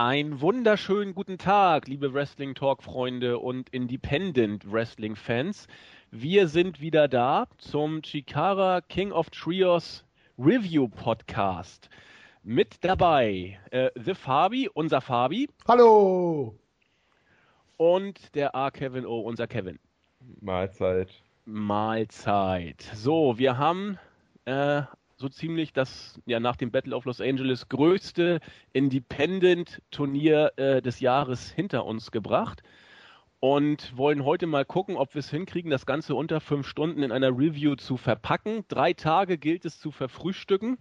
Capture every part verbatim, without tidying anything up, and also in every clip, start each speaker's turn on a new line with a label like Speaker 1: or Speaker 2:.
Speaker 1: Einen wunderschönen guten Tag, liebe Wrestling-Talk-Freunde und Independent-Wrestling-Fans. Wir sind wieder da zum Chikara King of Trios Review-Podcast. Mit dabei äh, The Fabi, unser Fabi.
Speaker 2: Hallo!
Speaker 1: Und der A. Kevin O., unser Kevin.
Speaker 3: Mahlzeit.
Speaker 1: Mahlzeit. So, wir haben äh, so ziemlich das, ja, nach dem Battle of Los Angeles größte Independent-Turnier äh, des Jahres hinter uns gebracht und wollen heute mal gucken, ob wir es hinkriegen, das Ganze unter fünf Stunden in einer Review zu verpacken. Drei Tage gilt es zu verfrühstücken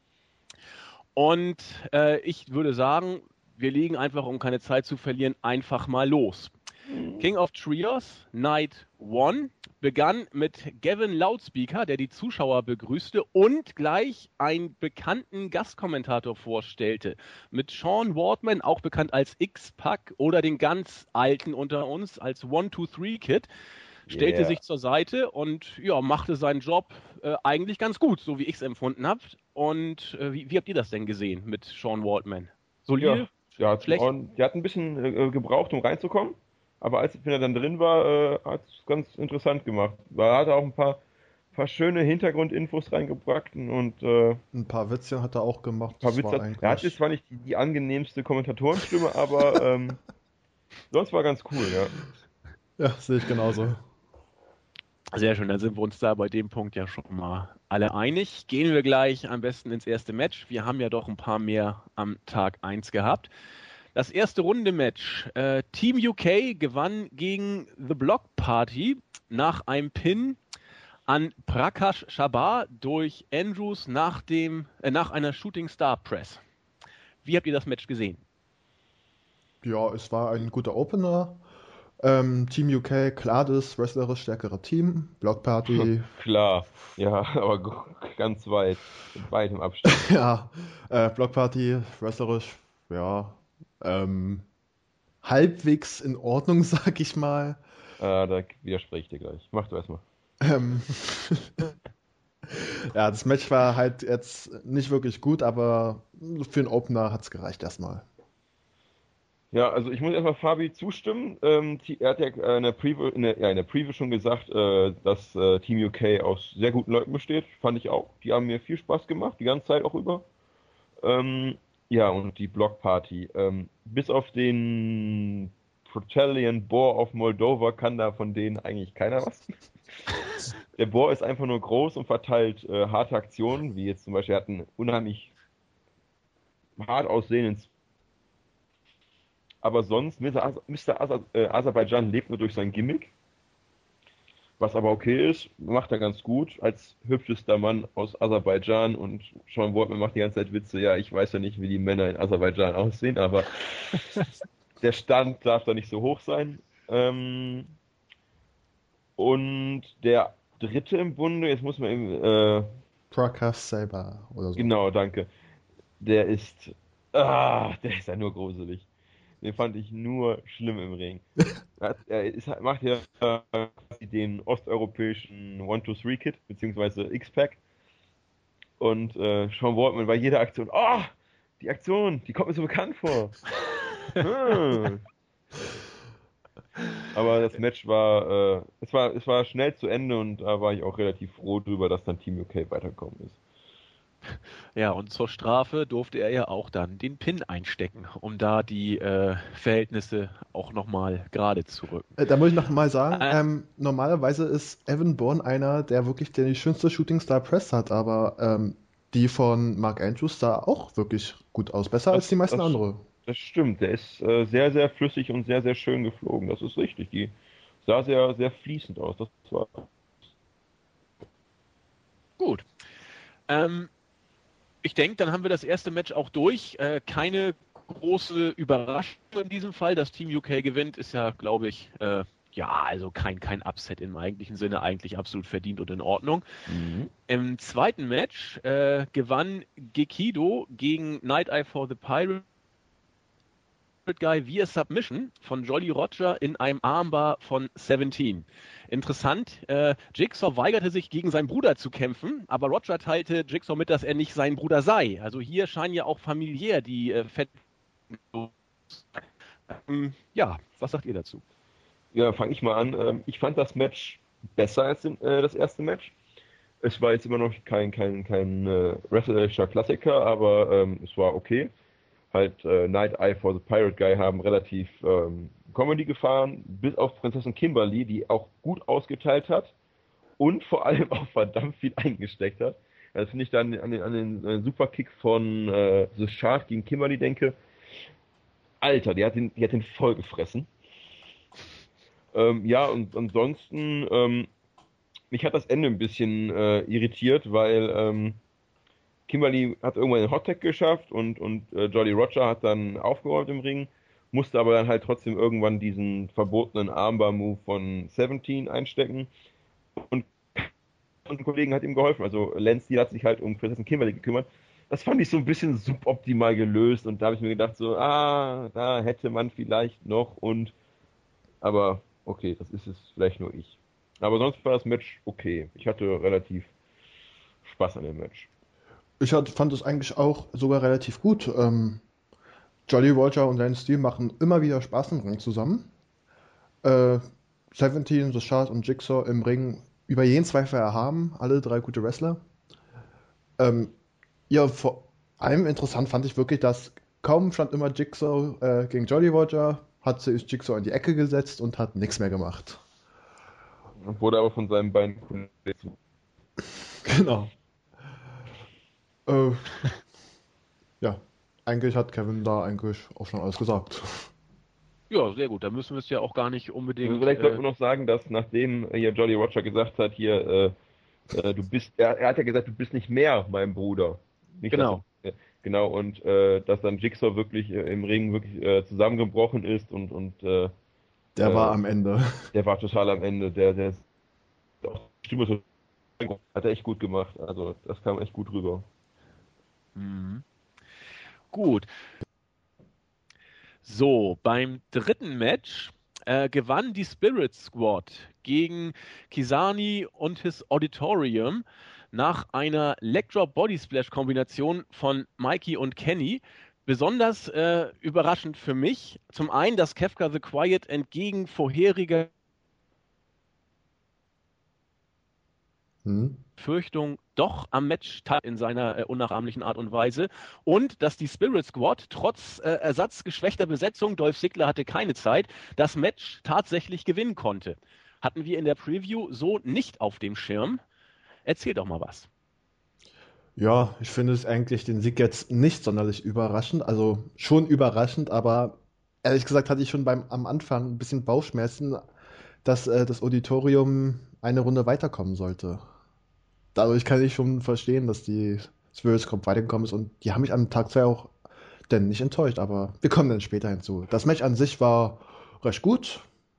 Speaker 1: und äh, ich würde sagen, wir legen einfach, um keine Zeit zu verlieren, einfach mal los. King of Trios, Night One, begann mit Gavin Loudspeaker, der die Zuschauer begrüßte und gleich einen bekannten Gastkommentator vorstellte. Mit Sean Wardman, auch bekannt als X-Pac oder den ganz Alten unter uns als one two three Kid, stellte
Speaker 3: Yeah.
Speaker 1: sich zur Seite und ja, machte seinen Job äh, eigentlich ganz gut, so wie ich es empfunden habe. Und äh, wie, wie habt ihr das denn gesehen mit Sean Wardman? Solide?
Speaker 3: Ja, ja
Speaker 1: Schlecht?
Speaker 3: und der hat ein bisschen äh, gebraucht, um reinzukommen. Aber als wenn er dann drin war, äh, hat es ganz interessant gemacht. Er hat auch ein paar, paar schöne Hintergrundinfos reingebracht und äh,
Speaker 2: Ein paar Witze hat er auch gemacht.
Speaker 3: ein paar
Speaker 2: das
Speaker 3: Witze.
Speaker 2: war
Speaker 3: Hat-
Speaker 2: eigentlich-
Speaker 3: Er hat jetzt zwar nicht die, die angenehmste Kommentatorenstimme, aber ähm, sonst war ganz cool, ja.
Speaker 2: Ja, sehe ich genauso.
Speaker 1: Sehr schön, dann sind wir uns da bei dem Punkt ja schon mal alle einig. Gehen wir gleich am besten ins erste Match. Wir haben ja doch ein paar mehr am Tag eins gehabt. Das erste Runde-Match. Äh, Team U K gewann gegen The Block Party nach einem Pin an Prakash Shabar durch Andrews nach, dem, äh, nach einer Shooting Star Press. Wie habt ihr das Match gesehen?
Speaker 2: Ja, es war ein guter Opener. Ähm, Team U K, klar das wrestlerisch stärkere Team. Block Party,
Speaker 3: Klar, ja, aber g- ganz weit, mit weitem Abstand.
Speaker 2: ja, äh, Block Party, wrestlerisch, ja, ähm, halbwegs in Ordnung, sag ich mal.
Speaker 3: Äh, da widerspreche ich dir gleich. Mach du erstmal.
Speaker 2: Ähm, ja, das Match war halt jetzt nicht wirklich gut, aber für einen Opener hat es gereicht erstmal.
Speaker 3: Ja, also ich muss erstmal Fabi zustimmen. Ähm, T- er hat ja äh, in der Preview, in der, ja, in der Preview schon gesagt, äh, dass äh, Team U K aus sehr guten Leuten besteht. Fand ich auch. Die haben mir viel Spaß gemacht, die ganze Zeit auch über. Ähm, ja, und die Block Party. Ähm, bis auf den Protellian Boar of Moldova kann da von denen eigentlich keiner was. Der Boar ist einfach nur groß und verteilt äh, harte Aktionen, wie jetzt zum Beispiel, er hat einen unheimlich hart aussehenden. Aber sonst, Mister As- Mister Aser äh, Aserbaidschan lebt nur durch sein Gimmick. Was aber okay ist, macht er ganz gut als hübschester Mann aus Aserbaidschan und Sean Wardman macht die ganze Zeit Witze. Ja, ich weiß ja nicht, wie die Männer in Aserbaidschan aussehen, aber der Stand darf da nicht so hoch sein. Ähm, und der dritte im Bunde, jetzt muss man eben, äh,
Speaker 2: Prakash Saber oder so.
Speaker 3: genau, danke. Der ist, ah, der ist ja nur gruselig. Den fand ich nur schlimm im Ring. Er, hat- er ist, macht ja äh, quasi den osteuropäischen one two three Kid, beziehungsweise X-Pac. Und äh, Sean Wardman bei jeder Aktion, oh, die Aktion, die kommt mir so bekannt vor. Hm. Aber das Match war, äh, es war, es war schnell zu Ende und da war ich auch relativ froh drüber, dass dann Team U K weitergekommen ist.
Speaker 1: Ja, und zur Strafe durfte er ja auch dann den Pin einstecken, um da die äh, Verhältnisse auch nochmal gerade zu rücken.
Speaker 2: Äh, Da muss ich noch mal sagen,
Speaker 1: Äh.
Speaker 2: ähm, normalerweise ist Evan Bourne einer, der wirklich der die schönste Shooting Star Press hat, aber ähm, die von Mark Andrews sah auch wirklich gut aus. Besser
Speaker 3: Das-
Speaker 2: als die meisten
Speaker 3: das-
Speaker 2: andere.
Speaker 3: Das stimmt, der ist äh, sehr, sehr flüssig und sehr, sehr schön geflogen. Das ist richtig. Die sah sehr, sehr fließend aus. Das war
Speaker 1: Gut. Ähm, ich denke, dann haben wir das erste Match auch durch. Äh, keine große Überraschung in diesem Fall. Das Team U K gewinnt, ist ja, glaube ich, äh, ja, also kein, kein Upset im eigentlichen Sinne, eigentlich absolut verdient und in Ordnung. Im zweiten Match äh, gewann Gekido gegen Night Eye for the Pirate Guy via Submission von Jolly Roger in einem Armbar von siebzehn. Interessant, äh, Jigsaw weigerte sich gegen seinen Bruder zu kämpfen, aber Roger teilte Jigsaw mit, dass er nicht sein Bruder sei. Also hier scheinen ja auch familiär die äh, Fett Ähm, ja, was sagt ihr dazu?
Speaker 3: Ja, fange ich mal an. Ähm, ich fand das Match besser als den, äh, das erste Match. Es war jetzt immer noch kein, kein, kein äh, wrestlerischer Klassiker, aber ähm, es war okay. Halt äh, Night Eye for the Pirate Guy haben relativ ähm, Comedy gefahren, bis auf Prinzessin Kimberly, die auch gut ausgeteilt hat und vor allem auch verdammt viel eingesteckt hat. Das finde ich dann an den, an den äh, Superkick von äh, The Shard gegen Kimberly denke. Alter, die hat den, die hat den voll gefressen. Ähm, ja, und ansonsten, ähm, mich hat das Ende ein bisschen äh, irritiert, weil ähm, Kimberly hat irgendwann den Hottag geschafft und, und äh, Jolly Roger hat dann aufgeräumt im Ring, musste aber dann halt trotzdem irgendwann diesen verbotenen Armbar-Move von Seventeen einstecken und, und ein Kollegen hat ihm geholfen. Also Lance Steele hat sich halt um Prinzessin Kimberly gekümmert. Das fand ich so ein bisschen suboptimal gelöst und da habe ich mir gedacht so, ah, da hätte man vielleicht noch und aber okay, das ist es vielleicht nur ich. Aber sonst war das Match okay. Ich hatte relativ Spaß an dem Match.
Speaker 2: Ich hat, fand es eigentlich auch sogar relativ gut. Ähm, Jolly Roger und Lance Steele machen immer wieder Spaß im Ring zusammen. Äh, Seventeen, The Shard und Jigsaw im Ring über jeden Zweifel erhaben. Alle drei gute Wrestler. Ähm, ja, vor allem interessant fand ich wirklich, dass kaum stand immer Jigsaw äh, gegen Jolly Roger, hat sich Jigsaw in die Ecke gesetzt und hat nichts mehr gemacht.
Speaker 3: Wurde aber von seinen beiden Kollegen.
Speaker 2: Genau. Äh, ja, eigentlich hat Kevin da eigentlich auch schon alles gesagt.
Speaker 1: Ja, sehr gut. Da müssen wir es ja auch gar nicht
Speaker 3: Also
Speaker 1: unbedingt.
Speaker 3: vielleicht sollten
Speaker 1: Äh,
Speaker 3: wir noch sagen, dass nachdem hier Jolly Roger gesagt hat, hier, äh, äh, du bist, er, er hat ja gesagt, du bist nicht mehr mein Bruder. Nicht, dass er,
Speaker 1: genau.
Speaker 3: äh, genau, und äh, dass dann Jigsaw wirklich äh, im Ring wirklich äh, zusammengebrochen ist und, und äh,
Speaker 2: Der war
Speaker 3: äh,
Speaker 2: am Ende.
Speaker 3: der war total am Ende. Der, der ist auch die Stimme so- hat er echt gut gemacht. Also das kam echt gut rüber.
Speaker 1: Mhm. Gut. So, beim dritten Match äh, gewann die Spirit Squad gegen Kisani und his Auditorium nach einer Leg Drop Body Splash Kombination von Mikey und Kenny. Besonders äh, überraschend für mich, zum einen, dass Kefka the Quiet entgegen vorheriger
Speaker 2: Hm.
Speaker 1: Befürchtung doch am Match teil in seiner äh, unnachahmlichen Art und Weise und dass die Spirit Squad trotz äh, ersatzgeschwächter Besetzung, Dolph Ziggler hatte keine Zeit, das Match tatsächlich gewinnen konnte. Hatten wir in der Preview so nicht auf dem Schirm. Erzähl doch mal was.
Speaker 2: Ja, ich finde es eigentlich den Sieg jetzt nicht sonderlich überraschend. Also schon überraschend, aber ehrlich gesagt hatte ich schon beim, am Anfang ein bisschen Bauchschmerzen, dass äh, das Auditorium eine Runde weiterkommen sollte. Dadurch kann ich schon verstehen, dass die Spirits Group weitergekommen ist und die haben mich am Tag zwei auch denn nicht enttäuscht, aber wir kommen dann später hinzu. Das Match an sich war recht gut.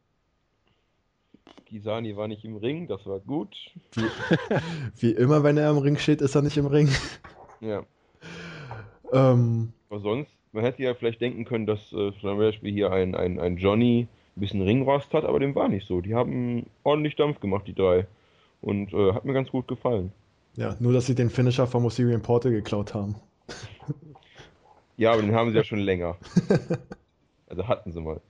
Speaker 3: Kisani war nicht im Ring, das war gut.
Speaker 2: Wie, wie immer, wenn er im Ring steht, ist er nicht im Ring.
Speaker 3: Ja.
Speaker 2: ähm,
Speaker 3: Aber sonst, man hätte ja vielleicht denken können, dass äh, zum Beispiel hier ein, ein, ein Johnny ein bisschen Ringrost hat, aber dem war nicht so. Die haben ordentlich Dampf gemacht, die drei. Und äh, hat mir ganz gut gefallen.
Speaker 2: ja, nur, dass sie den Finisher vom Osirian Portal geklaut haben.
Speaker 3: Ja, aber den haben sie ja schon länger. Also hatten sie mal.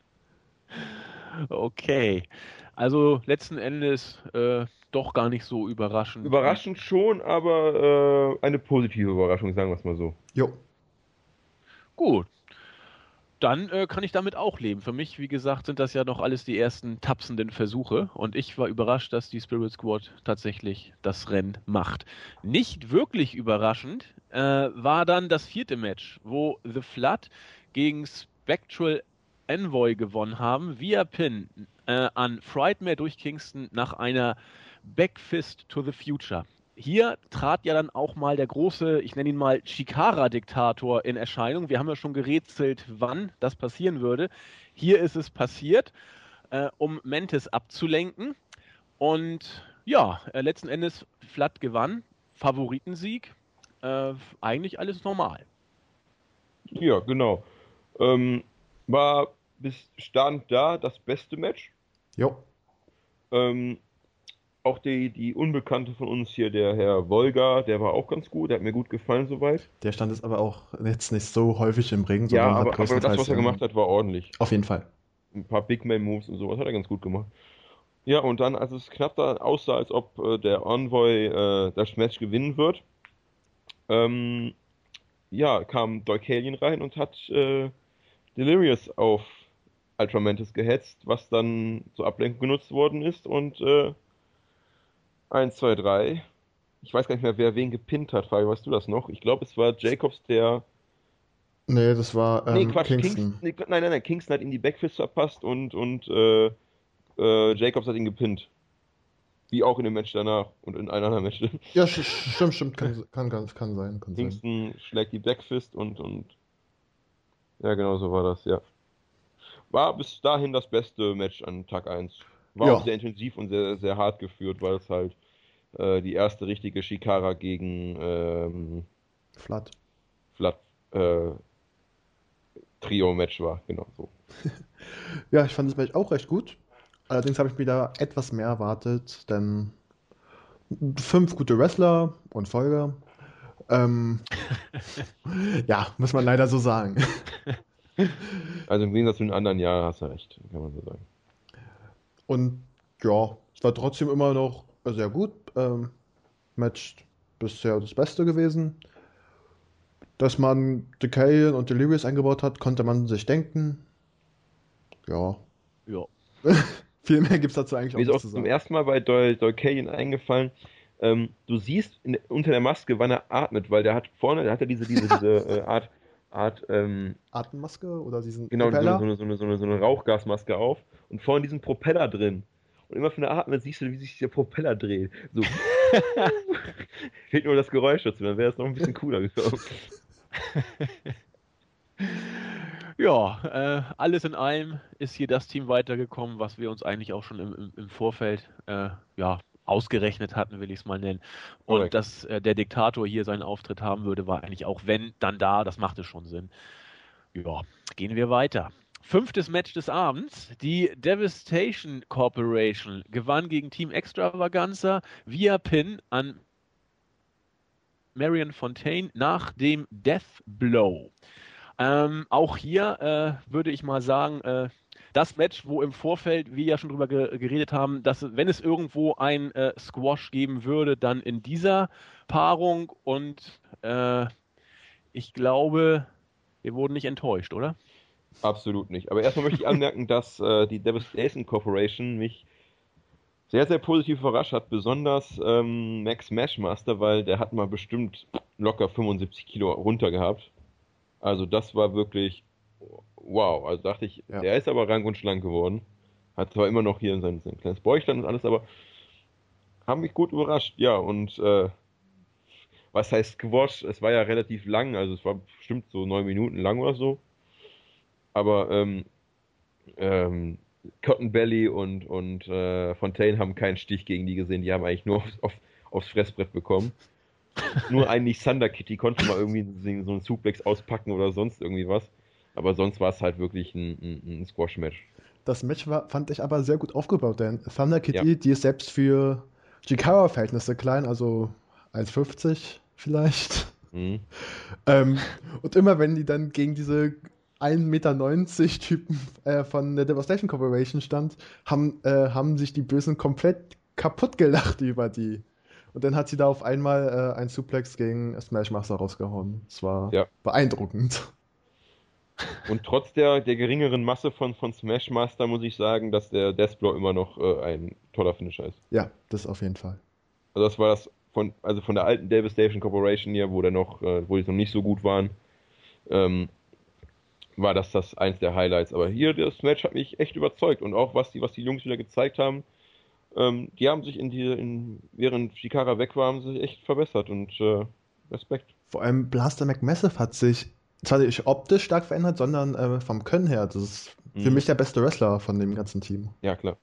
Speaker 1: Okay. Also letzten Endes äh, doch gar nicht so überraschend. Wie
Speaker 3: Überraschend schon, aber äh, eine positive Überraschung, sagen wir es mal so.
Speaker 2: Jo.
Speaker 1: gut. Dann äh, kann ich damit auch leben. Für mich, wie gesagt, sind das ja noch alles die ersten tapsenden Versuche und ich war überrascht, dass die Spirit Squad tatsächlich das Rennen macht. Nicht wirklich überraschend äh, war dann das vierte Match, wo The Flood gegen Spectral Envoy gewonnen haben, via Pin äh, an Frightmare durch Kingston nach einer Backfist to the Future. Hier trat ja dann auch mal der große, ich nenne ihn mal Chikara-Diktator in Erscheinung. Wir haben ja schon gerätselt, wann das passieren würde. Hier ist es passiert, äh, um Mantis abzulenken. Und ja, äh, letzten Endes Flood gewann. Favoritensieg. Äh, eigentlich alles normal.
Speaker 3: Ja, genau. Ähm, war bis Stand da das beste Match.
Speaker 2: Jo.
Speaker 3: Ähm, auch die, die Unbekannte von uns hier, der Herr Wolga, der war auch ganz gut, der hat mir gut gefallen soweit.
Speaker 2: Der stand jetzt aber auch jetzt nicht so häufig im Ring,
Speaker 3: Ja,
Speaker 2: sondern hat
Speaker 3: aber, aber das,
Speaker 2: größtenteils
Speaker 3: was er
Speaker 2: ja-
Speaker 3: gemacht hat, war ordentlich.
Speaker 2: Auf jeden Fall.
Speaker 3: Ein paar Big Man Moves und sowas hat er ganz gut gemacht. Ja, und dann, als es knapp da aussah, als ob äh, der Envoy äh, das Match gewinnen wird, ähm, ja, kam Deucalion rein und hat äh, Delirious auf Ultramantis gehetzt, was dann zur Ablenkung genutzt worden ist und äh, eins, zwei, drei. Ich weiß gar nicht mehr, wer wen gepinnt hat, Fabio, weißt du das noch? Ich glaube, es war Jacobs, der.
Speaker 2: Nee, das war
Speaker 3: Nee,
Speaker 2: ähm,
Speaker 3: Quatsch,
Speaker 2: Kingston.
Speaker 3: Kingston. Nee, nein, nein, nein, Kingston hat ihm die Backfist verpasst und, und äh, äh, Jacobs hat ihn gepinnt. Wie auch in dem Match danach und in einem anderen Match.
Speaker 2: Ja, sch- stimmt, stimmt, kann, kann, kann, kann sein, kann sein.
Speaker 3: Kingston schlägt die Backfist und, und. Ja, genau so war das, ja. War bis dahin das beste Match an Tag eins. War
Speaker 2: Ja.
Speaker 3: auch sehr intensiv und sehr, sehr hart geführt, weil es halt äh, die erste richtige Shikara gegen ähm,
Speaker 2: Flat.
Speaker 3: Flat äh, Trio-Match war, genau so.
Speaker 2: Ja, ich fand das Match auch recht gut. Allerdings habe ich mir da etwas mehr erwartet, denn fünf gute Wrestler und Folger. Ähm, ja, muss man leider so sagen.
Speaker 3: Also im Gegensatz zu den anderen Jahren hast du recht, kann man so sagen.
Speaker 2: Und ja, es war trotzdem immer noch sehr gut. Ähm, Match bisher das Beste gewesen. Dass man Decay und Delirious eingebaut hat, konnte man sich denken. Ja.
Speaker 1: Ja.
Speaker 2: Viel mehr gibt es dazu eigentlich auch
Speaker 3: Mir ist
Speaker 2: nicht
Speaker 3: auch
Speaker 2: zu
Speaker 3: zum
Speaker 2: sagen.
Speaker 3: ersten Mal bei Dol Dolkayan eingefallen, ähm, du siehst in, unter der Maske, wann er atmet, weil der hat vorne, der hat ja diese, diese, diese äh, Art, Art, ähm,
Speaker 2: Atemmaske oder diesen
Speaker 3: genau, so eine,
Speaker 2: Propeller?
Speaker 3: so eine, so eine, so eine, so eine Rauchgasmaske auf und vorne diesen Propeller drin. Und immer von der Atmet siehst du, wie sich der Propeller dreht. So. Fehlt nur das Geräusch dazu, dann wäre es noch ein bisschen cooler gekommen.
Speaker 1: Ja, äh, alles in allem ist hier das Team weitergekommen, was wir uns eigentlich auch schon im, im, im Vorfeld äh, ja, ausgerechnet hatten, will ich es mal nennen. Und
Speaker 3: Korrekt.
Speaker 1: dass äh, der Diktator hier seinen Auftritt haben würde, war eigentlich auch wenn, dann da, das machte schon Sinn. Ja, gehen wir weiter. Fünftes Match des Abends. Die Devastation Corporation gewann gegen Team Extravaganza via Pin an Marion Fontaine nach dem Death Blow. Ähm, auch hier äh, würde ich mal sagen, äh, das Match, wo im Vorfeld wir ja schon drüber ge geredet haben, dass wenn es irgendwo ein äh, Squash geben würde, dann in dieser Paarung und äh, ich glaube, wir wurden nicht enttäuscht, oder?
Speaker 3: Absolut nicht. Aber erstmal möchte ich anmerken, dass äh, die Devastation Corporation mich sehr, sehr positiv überrascht hat. Besonders ähm, Max Smashmaster, weil der hat mal bestimmt locker fünfundsiebzig Kilo runter gehabt. Also das war wirklich wow. Also dachte ich,
Speaker 2: Ja.
Speaker 3: der ist aber rank und schlank geworden. Hat zwar immer noch hier sein, sein kleines Bäuchlein und alles, aber haben mich gut überrascht. Ja, und äh, was heißt Squash? Es war ja relativ lang, also es war bestimmt so neun Minuten lang oder so. Aber ähm, ähm, Cotton Belly und, und äh, Fontaine haben keinen Stich gegen die gesehen. Die haben eigentlich nur aufs, auf, aufs Fressbrett bekommen. Nur eigentlich Thunder Kitty konnte mal irgendwie so einen Suplex auspacken oder sonst irgendwie was. Aber sonst war es halt wirklich ein, ein, ein Squash-Match.
Speaker 2: Das Match war, fand ich aber sehr gut aufgebaut, denn Thunder Kitty,
Speaker 3: Ja.
Speaker 2: die ist selbst für Chikara-Verhältnisse klein, also eins fünfzig vielleicht.
Speaker 3: Mhm.
Speaker 2: Ähm, und immer wenn die dann gegen diese ein Meter neunzig Typen äh, von der Devastation Corporation stand, haben, äh, haben sich die Bösen komplett kaputt gelacht über die. Und dann hat sie da auf einmal äh, ein Suplex gegen Smashmaster rausgehauen. Das war
Speaker 3: Ja.
Speaker 2: beeindruckend.
Speaker 3: Und trotz der, der geringeren Masse von, von Smashmaster muss ich sagen, dass der Deathblow immer noch äh, ein toller Finisher ist.
Speaker 2: Ja, das auf jeden Fall.
Speaker 3: Also das war das von, also von der alten Devastation Corporation hier, wo der noch, äh, wo die noch nicht so gut waren, ähm, war das das eins der Highlights. Aber hier, das Match hat mich echt überzeugt. Und auch was die, was die Jungs wieder gezeigt haben, ähm, die haben sich in die, in, während Shikara weg war, haben sie sich echt verbessert und äh, Respekt.
Speaker 2: Vor allem Blaster McMassive hat sich zwar nicht optisch stark verändert, sondern äh, vom Können her. Das ist für
Speaker 3: Mhm.
Speaker 2: mich der beste Wrestler von dem ganzen Team.
Speaker 3: Ja, klar.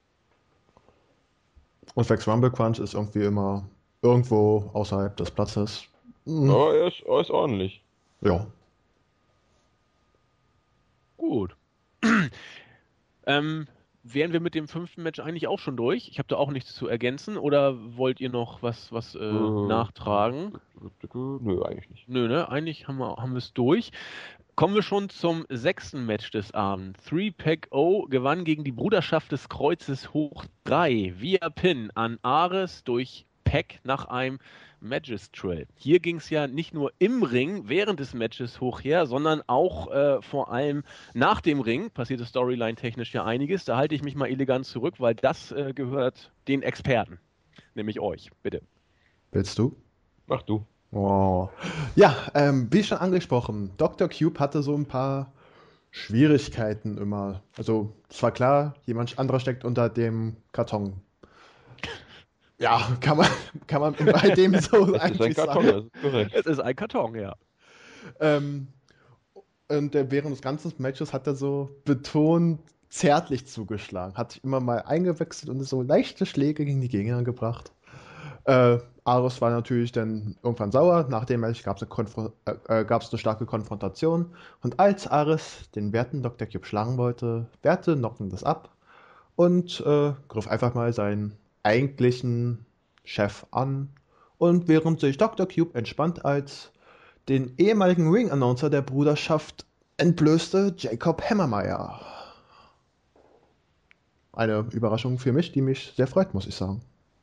Speaker 2: Und Vex Rumble Crunch ist irgendwie immer irgendwo außerhalb des Platzes. Mhm.
Speaker 3: Aber er ist, er ist ordentlich.
Speaker 2: Ja.
Speaker 1: Gut. ähm, wären wir mit dem fünften Match eigentlich auch schon durch. Ich habe da auch nichts zu ergänzen. Oder wollt ihr noch was, was äh,
Speaker 3: Äh,
Speaker 1: nachtragen?
Speaker 3: Nö, eigentlich nicht.
Speaker 1: Nö, ne? Eigentlich haben wir haben wir es durch. Kommen wir schon zum sechsten Match des Abends. three Pack O gewann gegen die Bruderschaft des Kreuzes hoch drei via Pin an Ares durch Pack nach einem Magistral. Hier ging es ja nicht nur im Ring während des Matches hoch her, sondern auch äh, vor allem nach dem Ring. Passierte Storyline-technisch ja einiges. Da halte ich mich mal elegant zurück, weil das äh, gehört den Experten. Nämlich euch, bitte.
Speaker 2: Willst du?
Speaker 3: Mach du.
Speaker 2: Oh. Ja, ähm, wie schon angesprochen, Doktor Cube hatte so ein paar Schwierigkeiten immer. Also, es war klar, jemand anderer steckt unter dem Karton. Ja, kann man, kann man bei dem so
Speaker 3: Es ist ein
Speaker 2: eigentlich
Speaker 3: Karton,
Speaker 2: sagen.
Speaker 3: das ist korrekt.
Speaker 1: Es ist ein Karton, ja.
Speaker 2: Ähm, und der, während des ganzen Matches hat er so betont zärtlich zugeschlagen, hat sich immer mal eingewechselt und so leichte Schläge gegen die Gegner gebracht. Äh, Ares war natürlich dann irgendwann sauer. Nach dem Match gab es eine, Konfro- äh, äh, gab's eine starke Konfrontation. Und als Ares den werten Doktor Cube schlagen wollte, wehrte Nocken das ab und äh, griff einfach mal seinen eigentlichen Chef an. Und während sich Doktor Cube entspannt als den ehemaligen Ring-Announcer der Bruderschaft entblößte Jacob Hammermeyer. Eine Überraschung für mich, die mich sehr freut, muss ich sagen.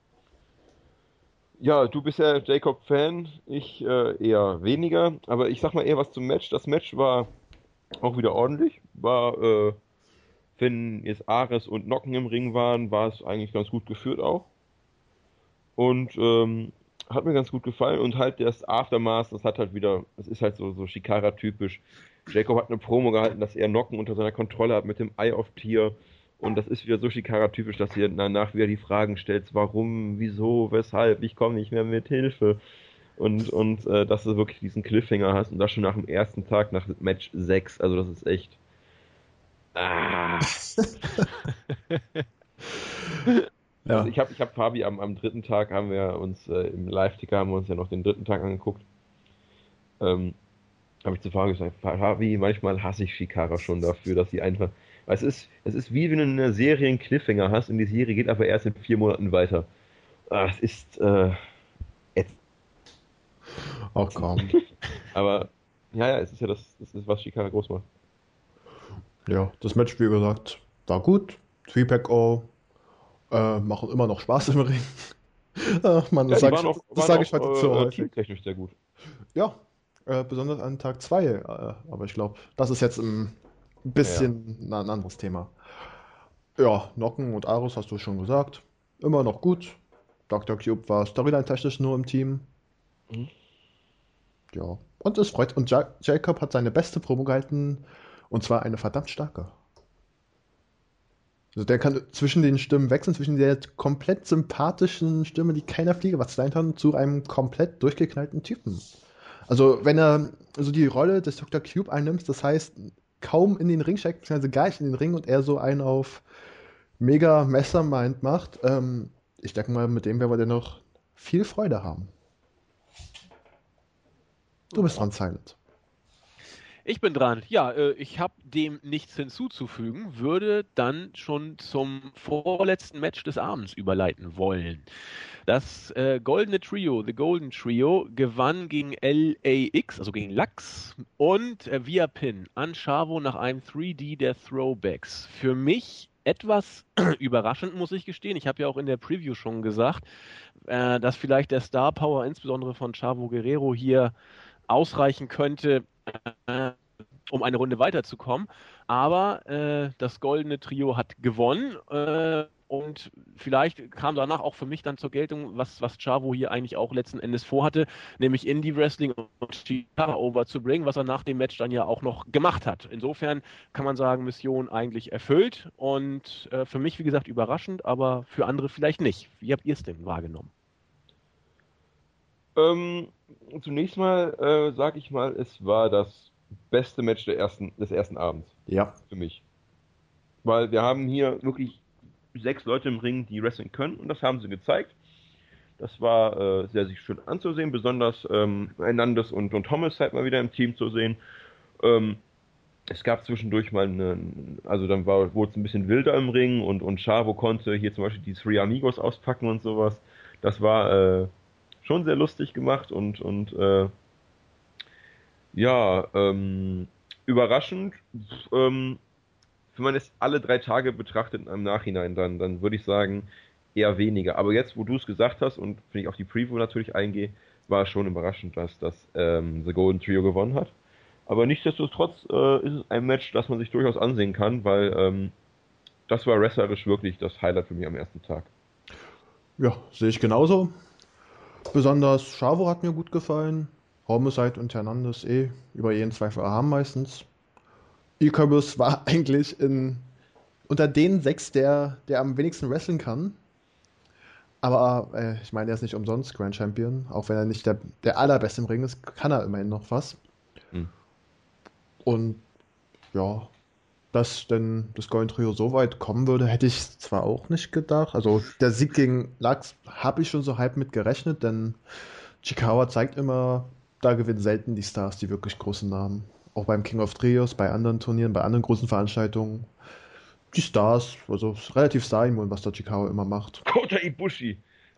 Speaker 3: Ja, du bist ja Jacob-Fan, ich äh, eher weniger, aber ich sag mal eher was zum Match. Das Match war auch wieder ordentlich. War, äh, wenn jetzt Ares und Nocken im Ring waren, war es eigentlich ganz gut geführt auch. Und ähm, hat mir ganz gut gefallen. Und halt das Aftermath, das hat halt wieder, das ist halt so, so Shikara-typisch. Jacob hat eine Promo gehalten, dass er Nocken unter seiner Kontrolle hat mit dem Eye of Tear. Und das ist wieder so Shikara-typisch, dass ihr danach wieder die Fragen stellt, warum, wieso, weshalb, ich komme nicht mehr mit Hilfe. Und, und äh, dass du wirklich diesen Cliffhanger hast und das schon nach dem ersten Tag, nach Match sechs. Also das ist echt... Ah.
Speaker 2: Ja.
Speaker 3: Also ich habe ich hab Fabi am, am dritten Tag haben wir uns äh, im Live-Ticker haben wir uns ja noch den dritten Tag angeguckt. Ähm, habe ich zu Fabi gesagt, Fabi, manchmal hasse ich Shikara schon dafür, dass sie einfach, weil es ist, es ist wie wenn du eine Serie einen Cliffhanger hast und die Serie geht aber erst in vier Monaten weiter. Ah, es ist äh, ätzend.
Speaker 2: Auch kaum.
Speaker 3: Aber ja, ja, es ist ja das, das ist, was Shikara groß macht.
Speaker 2: Ja, das Match, wie gesagt, war gut. three Pack O äh, machen immer noch Spaß im Ring. Ach man, das
Speaker 3: Ja, die
Speaker 2: sage ich,
Speaker 3: waren auch,
Speaker 2: das
Speaker 3: waren
Speaker 2: sag ich
Speaker 3: auch
Speaker 2: heute zu
Speaker 3: äh,
Speaker 2: häufig.
Speaker 3: teamtechnisch sehr gut.
Speaker 2: Ja, äh, besonders an Tag zwei. Äh, aber ich glaube, das ist jetzt ein
Speaker 3: Ja.
Speaker 2: bisschen na, ein anderes Thema. Ja, Nocken und Ares hast du schon gesagt. Immer noch gut. Doktor Cube war storyline-technisch nur im Team.
Speaker 3: Mhm.
Speaker 2: Ja, und es freut. Und ja Jacob hat seine beste Promo gehalten. Und zwar eine verdammt starke. Also der kann zwischen den Stimmen wechseln, zwischen der komplett sympathischen Stimme, die keiner Fliege was sein kann, zu einem komplett durchgeknallten Typen. Also wenn er so die Rolle des Doktor Cube einnimmt, das heißt kaum in den Ring steigt, beziehungsweise gar nicht in den Ring und er so einen auf mega Mastermind macht, ähm, ich denke mal, mit dem werden wir dann noch viel Freude haben. Du bist dran, Silent.
Speaker 1: Ich bin dran. Ja, äh, ich habe dem nichts hinzuzufügen, würde dann schon zum vorletzten Match des Abends überleiten wollen. Das äh, Goldene Trio, The Golden Trio, gewann gegen L A X, also gegen Lux und äh, via Pin an Chavo nach einem drei D der Throwbacks. Für mich etwas überraschend, muss ich gestehen. Ich habe ja auch in der Preview schon gesagt, äh, dass vielleicht der Star Power, insbesondere von Chavo Guerrero, hier ausreichen könnte, äh, um eine Runde weiterzukommen. Aber äh, das Goldene Trio hat gewonnen äh, und vielleicht kam danach auch für mich dann zur Geltung, was, was Chavo hier eigentlich auch letzten Endes vorhatte, nämlich Indie-Wrestling und Shikara over zu bringen, was er nach dem Match dann ja auch noch gemacht hat. Insofern kann man sagen, Mission eigentlich erfüllt und äh, für mich, wie gesagt, überraschend, aber für andere vielleicht nicht. Wie habt ihr es denn wahrgenommen?
Speaker 3: Ähm, zunächst mal äh, sage ich mal, es war das beste Match der ersten, des ersten Abends
Speaker 2: Ja.
Speaker 3: für mich. Weil wir haben hier wirklich sechs Leute im Ring, die Wrestling können und das haben sie gezeigt. Das war äh, sehr, sehr schön anzusehen, besonders ähm, Hernandez und, und Thomas halt mal wieder im Team zu sehen. Ähm, Es gab zwischendurch mal eine, also dann war, wurde es ein bisschen wilder im Ring und, und Chavo konnte hier zum Beispiel die Three Amigos auspacken und sowas. Das war äh, schon sehr lustig gemacht und, und äh, ja, ähm, überraschend. Ähm, wenn man es alle drei Tage betrachtet im Nachhinein, dann, dann würde ich sagen, eher weniger. Aber jetzt, wo du es gesagt hast und wenn ich auf die Preview natürlich eingehe, war es schon überraschend, dass das ähm, The Golden Trio gewonnen hat. Aber nichtsdestotrotz äh, ist es ein Match, das man sich durchaus ansehen kann, weil ähm, das war wrestlerisch wirklich das Highlight für mich am ersten Tag.
Speaker 2: Ja, sehe ich genauso. Besonders Chavo hat mir gut gefallen. Homicide und Hernandez eh über jeden Zweifel erhaben meistens. Icarus war eigentlich in, unter den sechs der, der am wenigsten wrestlen kann. Aber äh, ich meine, er ist nicht umsonst Grand Champion. Auch wenn er nicht der, der allerbeste im Ring ist, kann er immerhin noch was.
Speaker 3: Hm.
Speaker 2: Und ja, dass denn das Golden Trio so weit kommen würde, hätte ich zwar auch nicht gedacht. Also der Sieg gegen Lux habe ich schon so halb mit gerechnet, denn Chikawa zeigt immer, da gewinnen selten die Stars, die wirklich großen Namen. Auch beim King of Trios, bei anderen Turnieren, bei anderen großen Veranstaltungen. Die Stars, also es ist relativ starimmun, was der Chikawa immer macht.
Speaker 3: Kota Ibushi!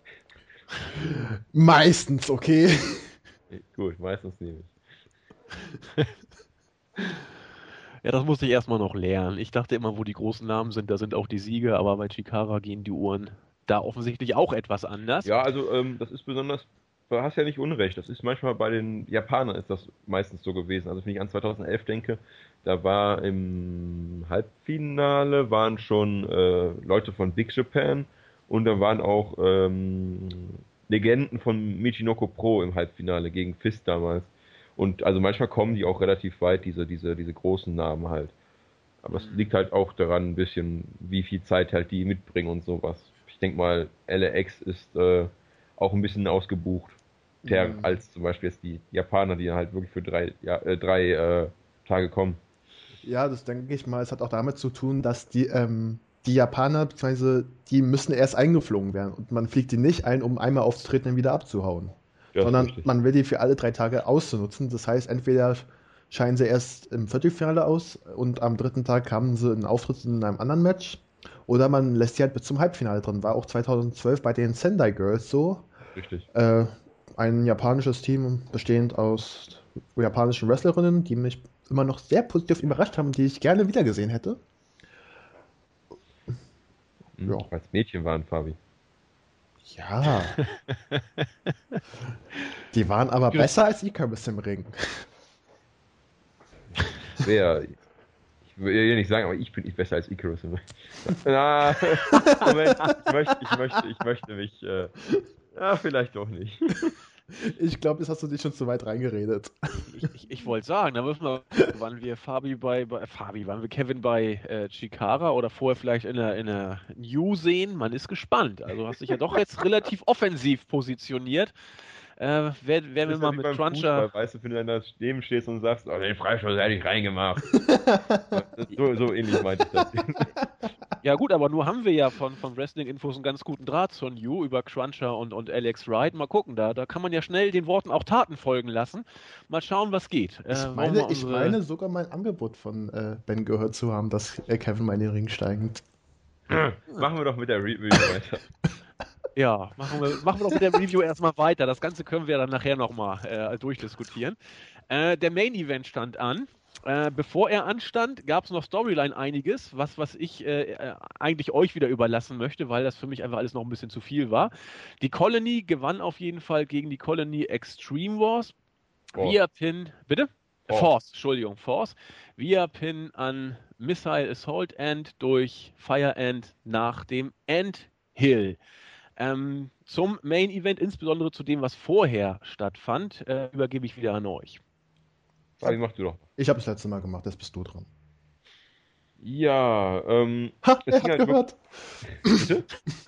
Speaker 2: Meistens, okay.
Speaker 3: Gut, meistens nehme ich.
Speaker 1: Ja, das musste ich erstmal noch lernen. Ich dachte immer, wo die großen Namen sind, da sind auch die Siege, aber bei Chikara gehen die Uhren da offensichtlich auch etwas anders.
Speaker 3: Ja, also ähm, das ist besonders, du hast ja nicht Unrecht, das ist manchmal bei den Japanern ist das meistens so gewesen. Also wenn ich an zweitausendelf denke, da war im Halbfinale waren schon äh, Leute von Big Japan und da waren auch ähm, Legenden von Michinoku Pro im Halbfinale gegen Fist damals. Und also manchmal kommen die auch relativ weit, diese, diese, diese großen Namen halt. Aber es liegt halt auch daran ein bisschen, wie viel Zeit halt die mitbringen und sowas. Ich denke mal, L A X ist äh, auch ein bisschen ausgebucht. Ter,
Speaker 2: Mhm.
Speaker 3: als zum Beispiel jetzt die Japaner, die halt wirklich für drei, ja, äh, drei äh, Tage kommen.
Speaker 2: Ja, das denke ich mal. Es hat auch damit zu tun, dass die, ähm, die Japaner, beziehungsweise die müssen erst eingeflogen werden. Und man fliegt die nicht ein, um einmal aufzutreten und wieder abzuhauen.
Speaker 3: Ja, ist
Speaker 2: Sondern
Speaker 3: richtig.
Speaker 2: man will die für alle drei Tage auszunutzen. Das heißt, entweder scheinen sie erst im Viertelfinale aus und am dritten Tag haben sie einen Auftritt in einem anderen Match. Oder man lässt sie halt bis zum Halbfinale drin. War auch zweitausendzwölf bei den Sendai Girls so.
Speaker 3: Richtig.
Speaker 2: Äh, ein japanisches Team bestehend aus japanischen Wrestlerinnen, die mich immer noch sehr positiv überrascht haben, die ich gerne wiedergesehen hätte.
Speaker 3: Hm,
Speaker 2: Ja.
Speaker 3: als Mädchen waren, Fabi.
Speaker 2: Ja. Die waren aber besser als Icarus im Ring.
Speaker 3: Wer, ich will ja nicht sagen, aber ich bin nicht besser als Icarus. Na, Moment, ich möchte, ich möchte, ich möchte mich, äh, ja, vielleicht doch nicht.
Speaker 2: Ich glaube, jetzt hast du dich schon zu weit reingeredet.
Speaker 1: Ich, ich, ich wollte sagen, da müssen wir, waren wir Fabi bei, bei Fabi, waren wir Kevin bei äh, Chikara oder vorher vielleicht in der, in der New sehen? Man ist gespannt. Also hast dich ja doch jetzt relativ offensiv positioniert. Äh, werden werden wir
Speaker 3: Das ist ja
Speaker 1: mal
Speaker 3: wie
Speaker 1: mit
Speaker 3: beim
Speaker 1: Cruncher.
Speaker 3: Fußball, weißt du, wenn du dann daneben stehst und sagst, oh, den Freistoß hätte ich reingemacht. so, so ähnlich meinte ich das.
Speaker 1: Ja gut, aber nur haben wir ja von, von Wrestling-Infos einen ganz guten Draht zur New über Cruncher und, und Alex Wright. Mal gucken, da, da kann man ja schnell den Worten auch Taten folgen lassen. Mal schauen, was geht. Äh,
Speaker 2: Ich
Speaker 1: wollen
Speaker 2: meine,
Speaker 1: wir
Speaker 2: ich
Speaker 1: unsere-
Speaker 2: meine sogar mein Angebot von äh, Ben gehört zu haben, dass äh, Kevin mal in den Ring steigt.
Speaker 3: Machen wir doch mit der Review weiter.
Speaker 1: Ja, machen wir, machen wir doch mit der Review erstmal weiter. Das Ganze können wir dann nachher nochmal äh, durchdiskutieren. Äh, der Main Event stand an. Äh, bevor er anstand, gab es noch Storyline einiges, was, was ich äh, äh, eigentlich euch wieder überlassen möchte, weil das für mich einfach alles noch ein bisschen zu viel war. Die Colony gewann auf jeden Fall gegen die Colony Extreme Wars.
Speaker 3: Force.
Speaker 1: Via Pin, bitte?
Speaker 3: Force.
Speaker 1: Force, Entschuldigung, Force. Via Pin an Missile Assault End durch Fire End nach dem End Hill. Ähm, zum Main Event, insbesondere zu dem, was vorher stattfand, äh, übergebe ich wieder an euch.
Speaker 3: Fabi, mach du doch.
Speaker 2: Ich habe das letzte Mal gemacht, jetzt bist du dran.
Speaker 3: Ja, ähm,
Speaker 2: Ha,
Speaker 3: es
Speaker 2: er
Speaker 3: ging
Speaker 2: hat
Speaker 3: halt
Speaker 2: gehört.
Speaker 3: Bitte?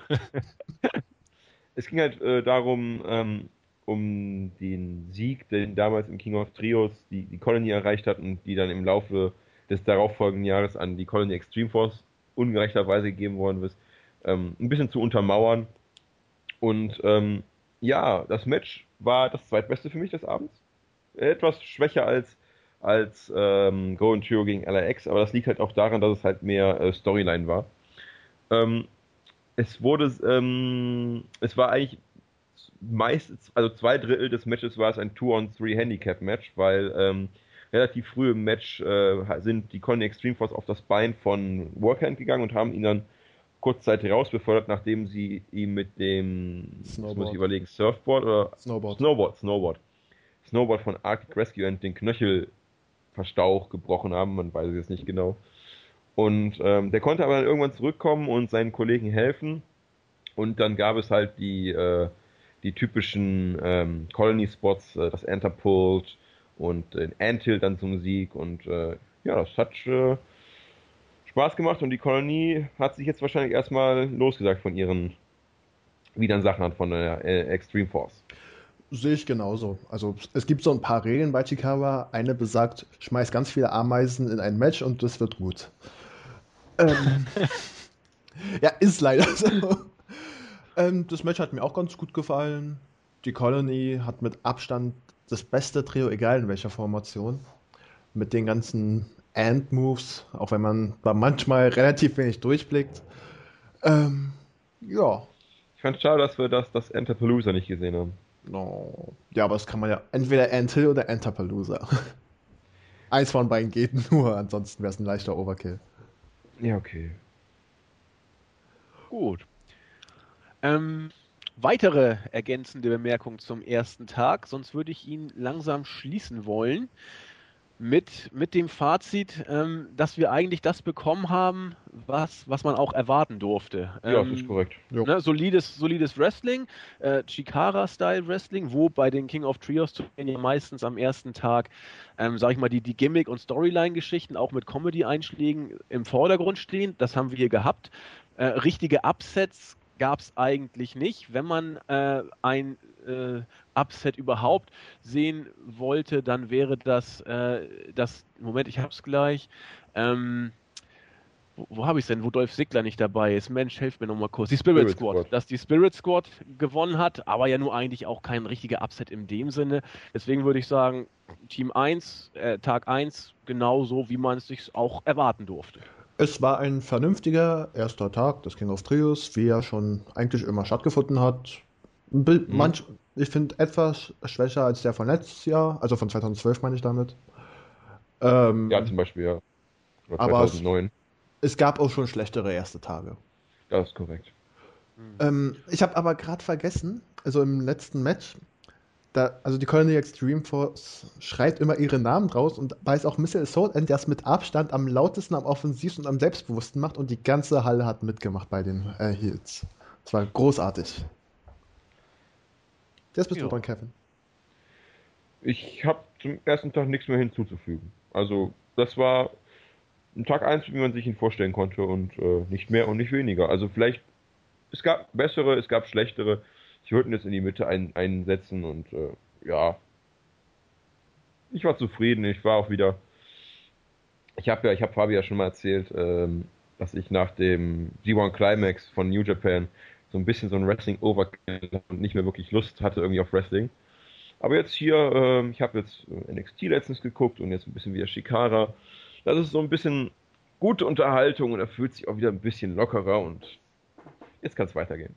Speaker 3: Es ging halt äh, darum, ähm, um den Sieg, den damals im King of Trios die, die Colony erreicht hat und die dann im Laufe des darauffolgenden Jahres an die Colony Extreme Force ungerechterweise gegeben worden ist, ähm, ein bisschen zu untermauern. Und ähm, ja, das Match war das zweitbeste für mich des Abends. Etwas schwächer als, als ähm, Golden Trio gegen L A X, aber das liegt halt auch daran, dass es halt mehr äh, Storyline war. Ähm, es wurde, ähm, es war eigentlich meistens, also zwei Drittel des Matches war es ein Two-on-Three-Handicap-Match, weil ähm, relativ früh im Match äh, sind die Colony Extreme Force auf das Bein von Workhand gegangen und haben ihn dann kurzzeitig rausbefördert, nachdem sie ihm mit dem, jetzt muss ich überlegen, Surfboard oder
Speaker 2: Snowboard.
Speaker 3: Snowboard, Snowboard, Snowboard von Arctic Rescue und den Knöchelverstauch gebrochen haben, man weiß es jetzt nicht genau. Und ähm, der konnte aber dann irgendwann zurückkommen und seinen Kollegen helfen. Und dann gab es halt die, äh, die typischen ähm, Colony-Spots, äh, das Enterpult und den Anthill dann zum Sieg. Und äh, ja, das hat äh, Spaß gemacht und die Kolonie hat sich jetzt wahrscheinlich erstmal losgesagt von ihren Widersachern von der äh, Extreme Force.
Speaker 2: Sehe ich genauso. Also es gibt so ein paar Regeln bei Chikara. Eine besagt, schmeiß ganz viele Ameisen in ein Match und das wird gut. Ähm, ja, ist leider so. ähm, das Match hat mir auch ganz gut gefallen. Die Colony hat mit Abstand das beste Trio, egal in welcher Formation. Mit den ganzen Ant-Moves, auch wenn man da manchmal relativ wenig durchblickt. Ähm, ja.
Speaker 3: Ich fand es schade, dass wir das, das Entapalooza nicht gesehen haben.
Speaker 2: No. Ja, aber das kann man ja entweder Anthill oder Antapalooza. Eins von beiden geht nur, ansonsten wäre es ein leichter Overkill.
Speaker 3: Ja, okay.
Speaker 1: Gut. Ähm, weitere ergänzende Bemerkungen zum ersten Tag, sonst würde ich ihn langsam schließen wollen. Mit, mit dem Fazit, ähm, dass wir eigentlich das bekommen haben, was, was man auch erwarten durfte.
Speaker 3: Ja,
Speaker 1: Ähm,
Speaker 3: das ist korrekt.
Speaker 1: Ne, solides, solides Wrestling, äh, Chikara-Style Wrestling, wo bei den King of Trios ja meistens am ersten Tag, ähm, sag ich mal, die, die Gimmick- und Storyline-Geschichten auch mit Comedy-Einschlägen im Vordergrund stehen. Das haben wir hier gehabt. Äh, richtige Upsets gab es eigentlich nicht. Wenn man äh, ein äh, Upset überhaupt sehen wollte, dann wäre das, äh, das Moment, ich hab's gleich, ähm, wo, wo habe ich es denn, wo Dolph Ziggler nicht dabei ist? Mensch, helft mir nochmal kurz. Die Spirit,
Speaker 3: Spirit
Speaker 1: Squad.
Speaker 3: Squad.
Speaker 1: Dass die Spirit Squad gewonnen hat, aber ja nur eigentlich auch kein richtiger Upset in dem Sinne. Deswegen würde ich sagen, Team eins, äh, Tag eins, genauso wie man es sich auch erwarten durfte.
Speaker 2: Es war ein vernünftiger erster Tag des King of Trios, wie er schon eigentlich immer stattgefunden hat. Ein Bild,
Speaker 3: Mhm.
Speaker 2: manch, ich finde etwas schwächer als der von letztes Jahr, also von zweitausendzwölf meine ich damit. Ähm,
Speaker 3: Ja, zum Beispiel, ja. Oder
Speaker 2: aber es,
Speaker 3: zweitausendneun.
Speaker 2: es gab auch schon schlechtere erste Tage.
Speaker 3: Das ist korrekt.
Speaker 2: Ähm, ich habe aber gerade vergessen, also im letzten Match, da, also die Colony Extreme Force schreit immer ihre Namen raus und da ist auch Missile Assault End, der es mit Abstand am lautesten, am offensivsten und am selbstbewussten macht und die ganze Halle hat mitgemacht bei den äh, Heels. Das war großartig. Jetzt bist
Speaker 1: Ja.
Speaker 2: du dran, Kevin.
Speaker 3: Ich habe zum ersten Tag nichts mehr hinzuzufügen. Also, das war ein Tag eins, wie man sich ihn vorstellen konnte und äh, nicht mehr und nicht weniger. Also vielleicht, es gab bessere, es gab schlechtere. Ich würde ihn jetzt in die Mitte ein, einsetzen und äh, ja, ich war zufrieden. Ich war auch wieder, ich habe ja, ich habe Fabi ja schon mal erzählt, ähm, dass ich nach dem G eins Climax von New Japan so ein bisschen so ein Wrestling Overkill und nicht mehr wirklich Lust hatte irgendwie auf Wrestling. Aber jetzt hier, ähm, ich habe jetzt äh, N X T letztens geguckt und jetzt ein bisschen wieder Chikara. Das ist so ein bisschen gute Unterhaltung und er fühlt sich auch wieder ein bisschen lockerer und jetzt kann es weitergehen.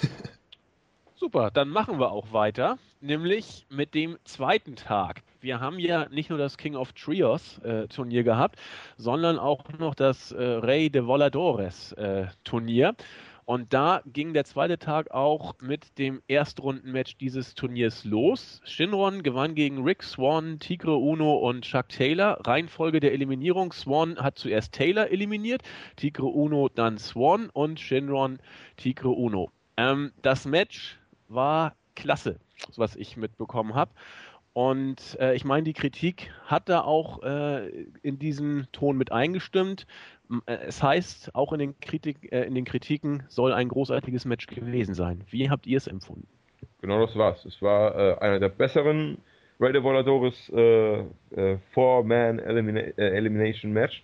Speaker 1: Super, dann machen wir auch weiter, nämlich mit dem zweiten Tag. Wir haben ja nicht nur das King of Trios äh, Turnier gehabt, sondern auch noch das äh, Rey de Voladores äh, Turnier. Und da ging der zweite Tag auch mit dem Erstrundenmatch dieses Turniers los. Shinron gewann gegen Rick Swann, Tigre Uno und Chuck Taylor. Reihenfolge der Eliminierung: Swann hat zuerst Taylor eliminiert, Tigre Uno dann Swann und Shinron Tigre Uno. Ähm, das Match war klasse, was ich mitbekommen habe. Und äh, ich meine, die Kritik hat da auch äh, in diesem Ton mit eingestimmt. M- äh, Es heißt, auch in den, Kritik, äh, in den Kritiken soll ein großartiges Match gewesen sein. Wie habt ihr es empfunden?
Speaker 3: Genau das war's. Es war äh, einer der besseren Rey de Voladores äh, äh, Four-Man Elimina äh, Elimination Match.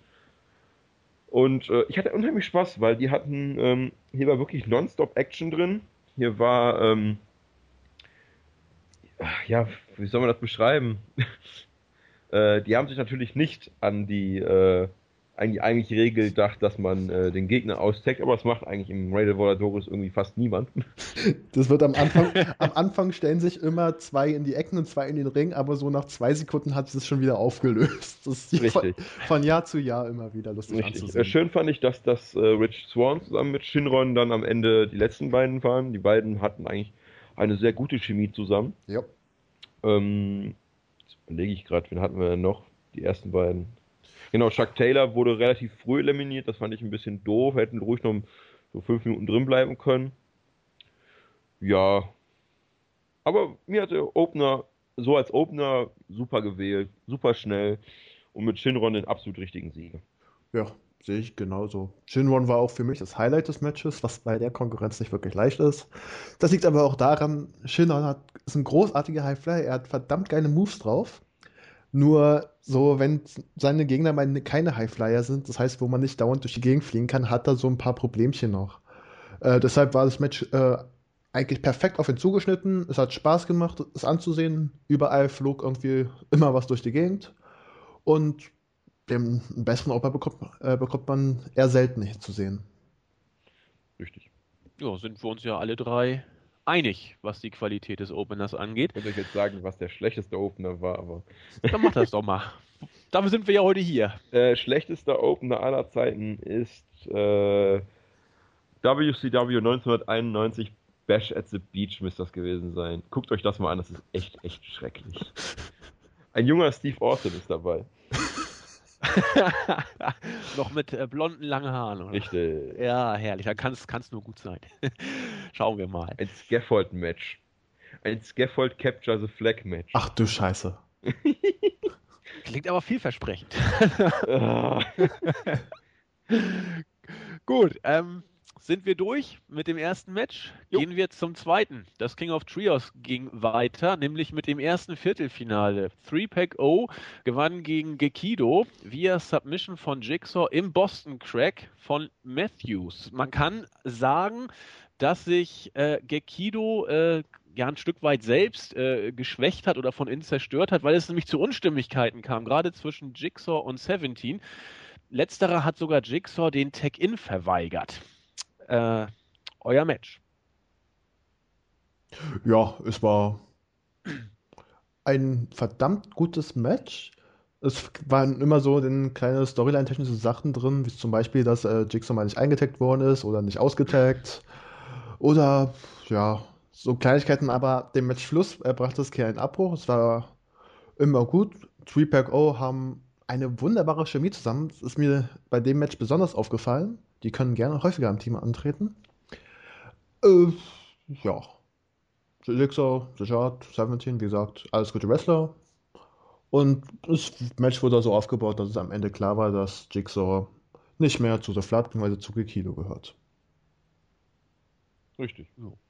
Speaker 3: Und äh, ich hatte unheimlich Spaß, weil die hatten, ähm, hier war wirklich Nonstop Action drin. Hier war, ähm, ja, wie soll man das beschreiben? Äh, die haben sich natürlich nicht an die äh, eigentlich, eigentlich Regel gedacht, dass man äh, den Gegner austaggt, aber das macht eigentlich im Rey de Voladores irgendwie fast niemand.
Speaker 2: Das wird am Anfang, am Anfang stellen sich immer zwei in die Ecken und zwei in den Ring, aber so nach zwei Sekunden hat es schon wieder aufgelöst. Das ist von,
Speaker 3: Richtig.
Speaker 2: von Jahr zu Jahr immer wieder lustig
Speaker 3: Richtig.
Speaker 2: anzusehen.
Speaker 3: Äh, schön fand ich, dass das äh, Rich Swann zusammen mit Shinron dann am Ende die letzten beiden waren. Die beiden hatten eigentlich eine sehr gute Chemie zusammen.
Speaker 2: Ja.
Speaker 3: Ähm, jetzt überlege ich gerade, wen hatten wir denn noch? Die ersten beiden. Genau, Chuck Taylor wurde relativ früh eliminiert. Das fand ich ein bisschen doof. Hätten ruhig noch so fünf Minuten drin bleiben können. Ja. Aber mir hat der Opener, so als Opener, super gewählt. Super schnell. Und mit Shinron den absolut richtigen Sieger.
Speaker 2: Ja, sehe ich genauso. Shinron war auch für mich das Highlight des Matches, was bei der Konkurrenz nicht wirklich leicht ist. Das liegt aber auch daran, Shinron hat, ist ein großartiger Highflyer, er hat verdammt geile Moves drauf. Nur so, wenn seine Gegner mal keine Highflyer sind, das heißt, wo man nicht dauernd durch die Gegend fliegen kann, hat er so ein paar Problemchen noch. Äh, deshalb war das Match äh, eigentlich perfekt auf ihn zugeschnitten. Es hat Spaß gemacht, es anzusehen. Überall flog irgendwie immer was durch die Gegend. Und den besseren Opener bekommt, äh, bekommt man eher selten hier zu sehen.
Speaker 3: Richtig.
Speaker 1: Ja, sind wir uns ja alle drei einig, was die Qualität des Openers angeht.
Speaker 3: Ich könnte euch jetzt sagen, was der schlechteste Opener war, aber.
Speaker 1: Dann mach das doch mal. Dafür sind wir ja heute hier.
Speaker 3: Äh, schlechtester Opener aller Zeiten ist äh, W C W neunzehnhunderteinundneunzig Bash at the Beach müsste das gewesen sein. Guckt euch das mal an, das ist echt, echt schrecklich. Ein junger Steve Austin ist dabei.
Speaker 1: Noch mit äh, blonden, langen Haaren, oder?
Speaker 3: Richtig.
Speaker 1: Ja, herrlich. Da kann es nur gut sein. Schauen wir mal.
Speaker 3: Ein Scaffold-Match. Ein Scaffold Capture the Flag-Match.
Speaker 2: Ach du Scheiße.
Speaker 1: Klingt aber vielversprechend.
Speaker 3: Ah.
Speaker 1: Gut, ähm, sind wir durch mit dem ersten Match?
Speaker 3: Jo.
Speaker 1: Gehen wir zum zweiten. Das King of Trios ging weiter, nämlich mit dem ersten Viertelfinale. three pack O gewann gegen Gekido via Submission von Jigsaw im Boston Crack von Matthews. Man kann sagen, dass sich äh, Gekido äh, ja ein Stück weit selbst äh, geschwächt hat oder von innen zerstört hat, weil es nämlich zu Unstimmigkeiten kam, gerade zwischen Jigsaw und Seventeen. Letzterer hat sogar Jigsaw den Tag-In verweigert. Äh, euer Match.
Speaker 2: Ja, es war ein verdammt gutes Match. Es waren immer so den kleine Storyline-technische Sachen drin, wie zum Beispiel, dass äh, Jigsaw mal nicht eingetaggt worden ist oder nicht ausgetaggt. Oder, ja, so Kleinigkeiten, aber dem Matchschluss äh, brachte es keinen Abbruch. Es war immer gut. three pack O haben eine wunderbare Chemie zusammen. Das ist mir bei dem Match besonders aufgefallen. Die können gerne häufiger im Team antreten. Äh, ja. Jigsaw, The Shard, Seventeen, wie gesagt, alles gute Wrestler. Und das Match wurde so aufgebaut, dass es am Ende klar war, dass Jigsaw nicht mehr zu The Flood bzw. zu Gekido gehört.
Speaker 3: Richtig.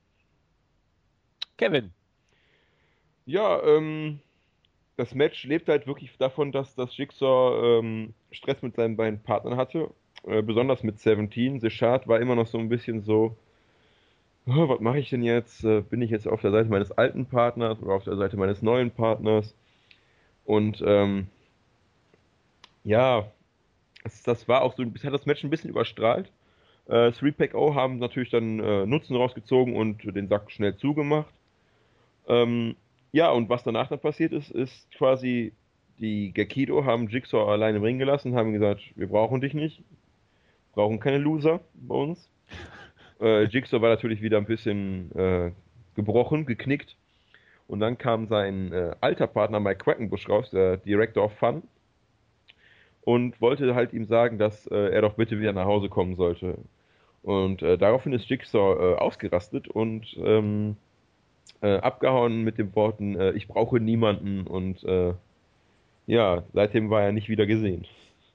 Speaker 1: Kevin.
Speaker 3: Ja, ähm, das Match lebt halt wirklich davon, dass das Jigsaw ähm, Stress mit seinen beiden Partnern hatte. Äh, besonders mit Seventeen. The Shard war immer noch so ein bisschen so, oh, was mache ich denn jetzt? Äh, bin ich jetzt auf der Seite meines alten Partners oder auf der Seite meines neuen Partners? Und ähm, ja, das, das war auch so, das hat das Match ein bisschen überstrahlt. Äh, three pack O haben natürlich dann äh, Nutzen rausgezogen und den Sack schnell zugemacht. Ähm, ja, und was danach dann passiert ist, ist quasi, die Gekido haben Jigsaw allein im Ring gelassen, haben gesagt, wir brauchen dich nicht, brauchen keine Loser bei uns. Äh, Jigsaw war natürlich wieder ein bisschen äh, gebrochen, geknickt. Und dann kam sein äh, alter Partner Mike Quackenbush raus, der Director of Fun, und wollte halt ihm sagen, dass äh, er doch bitte wieder nach Hause kommen sollte. Und äh, daraufhin ist Jigsaw äh, ausgerastet und ähm, äh, abgehauen mit den Worten, äh, ich brauche niemanden, und äh, ja, seitdem war er nicht wieder gesehen.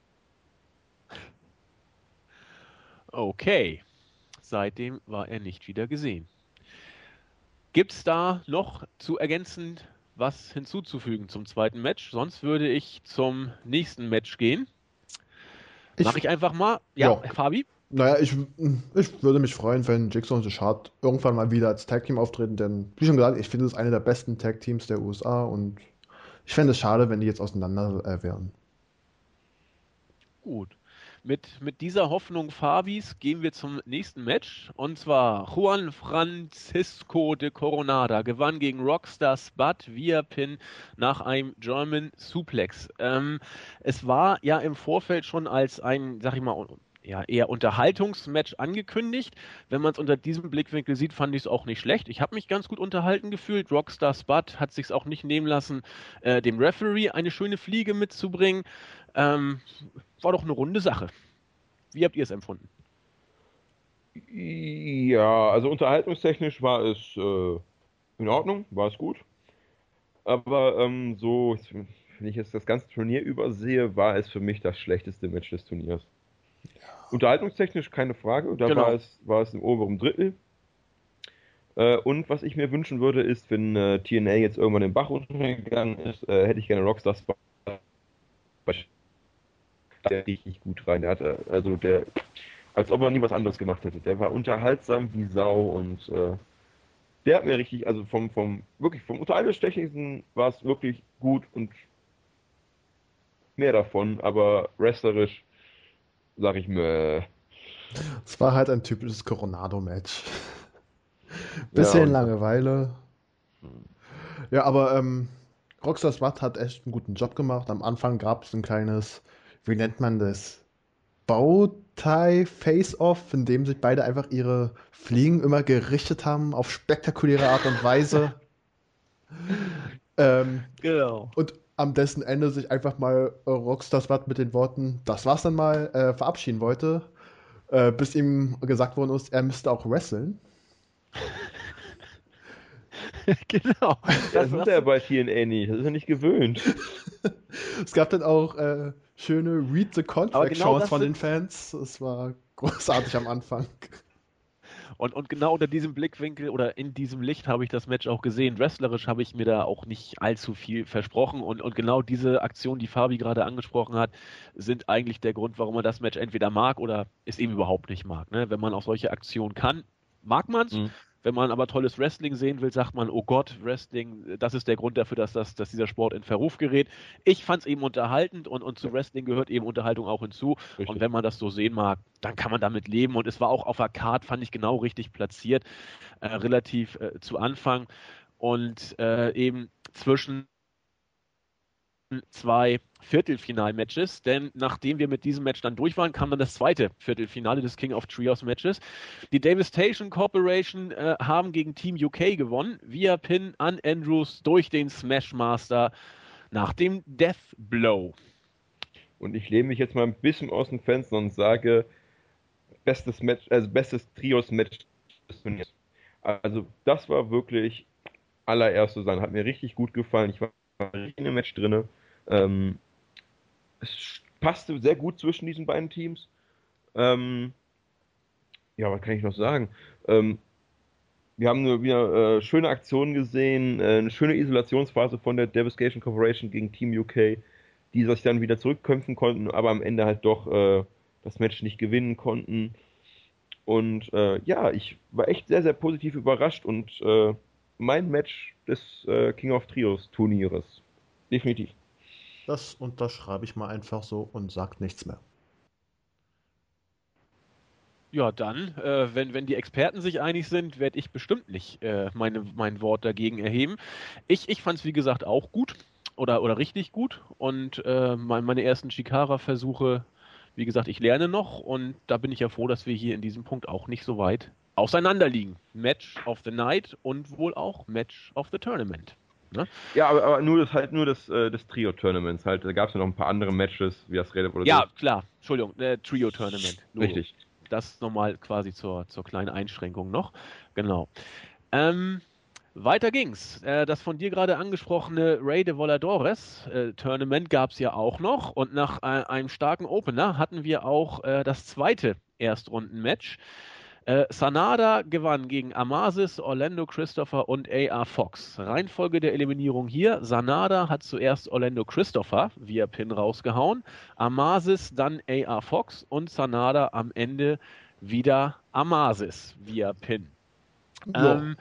Speaker 1: Okay. Seitdem war er nicht wieder gesehen. Gibt es da noch zu ergänzend was hinzuzufügen zum zweiten Match? Sonst würde ich zum nächsten Match gehen.
Speaker 2: Ich-
Speaker 1: Mach ich einfach mal. Ja,
Speaker 2: Ja.
Speaker 1: Fabi?
Speaker 2: Naja, ich, ich würde mich freuen, wenn Jigsaw und The Shard irgendwann mal wieder als Tag-Team auftreten, denn wie schon gesagt, ich finde es eine der besten Tag-Teams der U S A und ich fände es schade, wenn die jetzt auseinander äh, wären.
Speaker 1: Gut. Mit, mit dieser Hoffnung Fabis gehen wir zum nächsten Match. Und zwar Juan Francisco de Coronada gewann gegen Rockstar Spud via Pin nach einem German Suplex. Ähm, es war ja im Vorfeld schon als ein, sag ich mal, ja, eher Unterhaltungsmatch angekündigt. Wenn man es unter diesem Blickwinkel sieht, fand ich es auch nicht schlecht. Ich habe mich ganz gut unterhalten gefühlt. Rockstar Spud hat sich auch nicht nehmen lassen, äh, dem Referee eine schöne Fliege mitzubringen. Ähm, war doch eine runde Sache. Wie habt ihr es empfunden?
Speaker 3: Ja, also unterhaltungstechnisch war es äh, in Ordnung, war es gut. Aber ähm, so, wenn ich jetzt das ganze Turnier übersehe, war es für mich das schlechteste Match des Turniers. Unterhaltungstechnisch keine Frage, da
Speaker 1: Genau.
Speaker 3: war es, war es im oberen Drittel. Äh, und was ich mir wünschen würde, ist, wenn äh, T N A jetzt irgendwann den Bach runtergegangen ist, äh, hätte ich gerne Rockstar Spud, der richtig gut rein. Der hatte, also der, als ob er nie was anderes gemacht hätte. Der war unterhaltsam wie Sau und äh, der hat mir richtig, also vom, vom, wirklich vom Unterhaltungstechnischen war es wirklich gut und mehr davon, aber wrestlerisch sag ich mir,
Speaker 2: Es war halt ein typisches Coronado-Match.
Speaker 3: ja,
Speaker 2: Bisschen
Speaker 3: und
Speaker 2: Langeweile. Ja, aber ähm, Rockstar Spud hat echt einen guten Job gemacht. Am Anfang gab es ein kleines, wie nennt man das? Bowtie-Face-Off, in dem sich beide einfach ihre Fliegen immer gerichtet haben auf spektakuläre Art und Weise. ähm,
Speaker 1: Genau.
Speaker 2: und am dessen Ende sich einfach mal äh, Rockstar Spud mit den Worten, das war's dann mal, äh, verabschieden wollte, äh, bis ihm gesagt worden ist, er müsste auch wresteln.
Speaker 1: Genau.
Speaker 3: das
Speaker 1: Das,
Speaker 3: ist
Speaker 1: das
Speaker 3: er
Speaker 1: sind,
Speaker 3: bei T N A nicht, das ist er nicht gewöhnt.
Speaker 2: Es gab dann auch äh, schöne Read the
Speaker 1: aber
Speaker 2: Contract
Speaker 1: genau
Speaker 2: Chants
Speaker 1: das
Speaker 2: von den
Speaker 1: sind,
Speaker 2: Fans. Es war großartig am Anfang.
Speaker 1: und, und genau unter diesem Blickwinkel oder in diesem Licht habe ich das Match auch gesehen. Wrestlerisch habe ich mir da auch nicht allzu viel versprochen und, und genau diese Aktionen, die Fabi gerade angesprochen hat, sind eigentlich der Grund, warum man das Match entweder mag oder es eben überhaupt nicht mag. Ne? Wenn man auch solche Aktionen kann, mag man es.
Speaker 3: Mhm.
Speaker 1: Wenn man aber tolles Wrestling sehen will, sagt man, oh Gott, Wrestling, das ist der Grund dafür, dass, das, dass dieser Sport in Verruf gerät. Ich fand es eben unterhaltend und, und zu Wrestling gehört eben Unterhaltung auch hinzu. Und
Speaker 3: Richtig.
Speaker 1: wenn man das so sehen mag, dann kann man damit leben. Und es war auch auf der Card, fand ich genau richtig platziert, äh, relativ äh, zu Anfang. Und äh, eben zwischen zwei Viertelfinal-Matches, denn nachdem wir mit diesem Match dann durch waren, kam dann das zweite Viertelfinale des King of Trios Matches. Die Devastation Corporation äh, haben gegen Team U K gewonnen, via Pin an Andrews durch den Smashmaster nach dem Death Blow.
Speaker 3: Und ich lehne mich jetzt mal ein bisschen aus dem Fenster und sage, bestes Match, also bestes Trios-Match des Turniers. Also das war wirklich allererste Sahne, hat mir richtig gut gefallen. Ich war richtig in dem Match drinne. Ähm, es passte sehr gut zwischen diesen beiden Teams. Ähm, ja, was kann ich noch sagen? Ähm, wir haben nur wieder äh, schöne Aktionen gesehen, äh, eine schöne Isolationsphase von der Devastation Corporation gegen Team U K, die sich dann wieder zurückkämpfen konnten, aber am Ende halt doch äh, das Match nicht gewinnen konnten. Und äh, ja, ich war echt sehr, sehr positiv überrascht und äh, mein Match des äh, King of Trios Turnieres. Definitiv.
Speaker 2: Das unterschreibe ich mal einfach so und sag nichts mehr.
Speaker 1: Ja, dann, äh, wenn, wenn die Experten sich einig sind, werde ich bestimmt nicht äh, meine, mein Wort dagegen erheben. Ich, ich fand es, wie gesagt, auch gut oder, oder richtig gut und äh, mein, meine ersten Chikara-Versuche, wie gesagt, ich lerne noch und da bin ich ja froh, dass wir hier in diesem Punkt auch nicht so weit auseinander liegen. Match of the Night und wohl auch Match of the Tournament. Ne?
Speaker 3: Ja, aber, aber nur das halt nur das, äh, des Trio-Tournaments. Halt, da gab es ja noch ein paar andere Matches, wie das Red oder so.
Speaker 1: Ja, klar, Entschuldigung, äh, Trio-Tournament. Logo.
Speaker 3: Richtig.
Speaker 1: Das nochmal quasi zur, zur kleinen Einschränkung noch. Genau. Ähm, weiter ging's. Äh, das von dir gerade angesprochene Rey de Voladores äh, Tournament gab es ja auch noch. Und nach äh, einem starken Opener hatten wir auch äh, das zweite Erstrunden-Match. Äh, Sanada gewann gegen Amasis, Orlando Christopher und A R Fox. Reihenfolge der Eliminierung hier. Sanada hat zuerst Orlando Christopher via Pin rausgehauen. Amasis dann A R Fox und Sanada am Ende wieder Amasis via Pin.
Speaker 2: Ja.
Speaker 1: Ähm,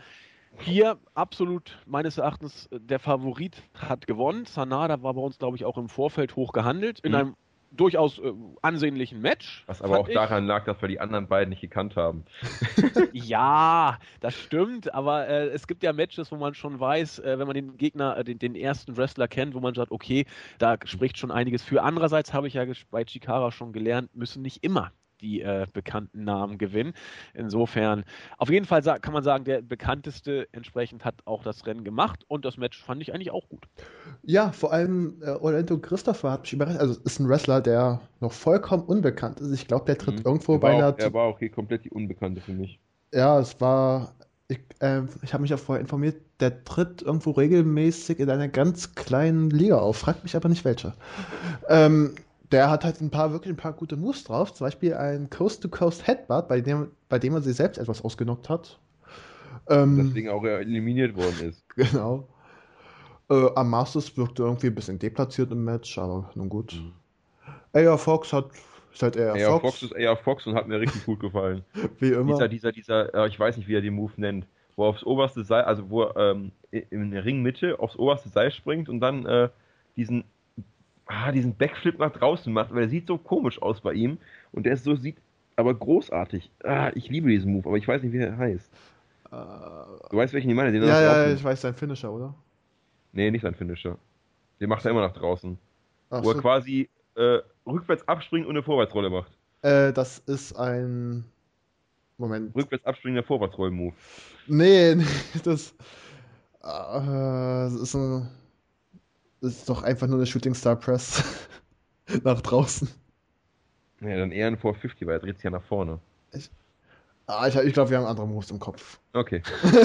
Speaker 1: Hier absolut meines Erachtens der Favorit hat gewonnen. Sanada war bei uns, glaube ich, auch im Vorfeld hoch gehandelt. In
Speaker 3: Mhm.
Speaker 1: einem durchaus äh, ansehnlichen Match.
Speaker 3: Was aber auch ich. daran lag, dass wir die anderen beiden nicht gekannt haben.
Speaker 1: Ja, das stimmt, aber äh, es gibt ja Matches, wo man schon weiß, äh, wenn man den Gegner, äh, den, den ersten Wrestler kennt, wo man sagt, okay, da spricht schon einiges für. Andererseits habe ich ja bei Chikara schon gelernt, müssen nicht immer die äh, bekannten Namen gewinnen. Insofern, auf jeden Fall kann man sagen, der bekannteste entsprechend hat auch das Rennen gemacht und das Match fand ich eigentlich auch gut.
Speaker 2: Ja, vor allem äh, Orlando Christopher hat mich überrascht. Also ist ein Wrestler, der noch vollkommen unbekannt ist. Ich glaube, der tritt
Speaker 3: Mhm.
Speaker 2: irgendwo
Speaker 3: er
Speaker 2: bei einer...
Speaker 3: Auch, er war auch hier komplett die Unbekannte für mich.
Speaker 2: Ja, es war... Ich, äh, ich habe mich ja vorher informiert, der tritt irgendwo regelmäßig in einer ganz kleinen Liga auf. Fragt mich aber nicht welche. Ähm, der hat halt ein paar, wirklich ein paar gute Moves drauf. Zum Beispiel ein Coast-to-Coast Headbutt, bei dem, bei dem er sich selbst etwas ausgenockt hat. Ähm,
Speaker 3: Deswegen auch er eliminiert worden ist.
Speaker 2: Genau. Äh, Amasis wirkte irgendwie ein bisschen deplatziert im Match, aber nun gut. Mhm. A R Fox hat ist halt A R Fox.
Speaker 3: Fox ist A R Fox und hat mir richtig gut gefallen.
Speaker 2: Wie immer.
Speaker 3: Dieser, dieser, dieser, äh, ich weiß nicht, wie er den Move nennt, wo er aufs oberste Seil, also wo er ähm, in der Ringmitte aufs oberste Seil springt und dann äh, diesen, ah, diesen Backflip nach draußen macht, weil der sieht so komisch aus bei ihm und der ist so, sieht aber großartig. Ah, ich liebe diesen Move, aber ich weiß nicht, wie er heißt. Uh, du weißt, welchen ich meine? Den
Speaker 2: ja, ja, ich weiß, sein Finisher, oder?
Speaker 3: Nee, nicht sein Finisher. Den macht er immer nach draußen.
Speaker 2: Ach
Speaker 3: wo
Speaker 2: so.
Speaker 3: er quasi äh, rückwärts abspringt und eine Vorwärtsrolle macht.
Speaker 2: Äh, das ist ein... Moment.
Speaker 3: Rückwärts abspringender Vorwärtsroll-Move.
Speaker 2: Nee, nee, das... Äh, das ist ein... Das ist doch einfach nur eine Shooting Star Press. nach draußen.
Speaker 3: Ja, dann eher ein vier fünfzig, weil er dreht sich ja nach vorne.
Speaker 2: Ich, ah, ich, ich glaube, wir haben andere Moves im Kopf.
Speaker 3: Okay.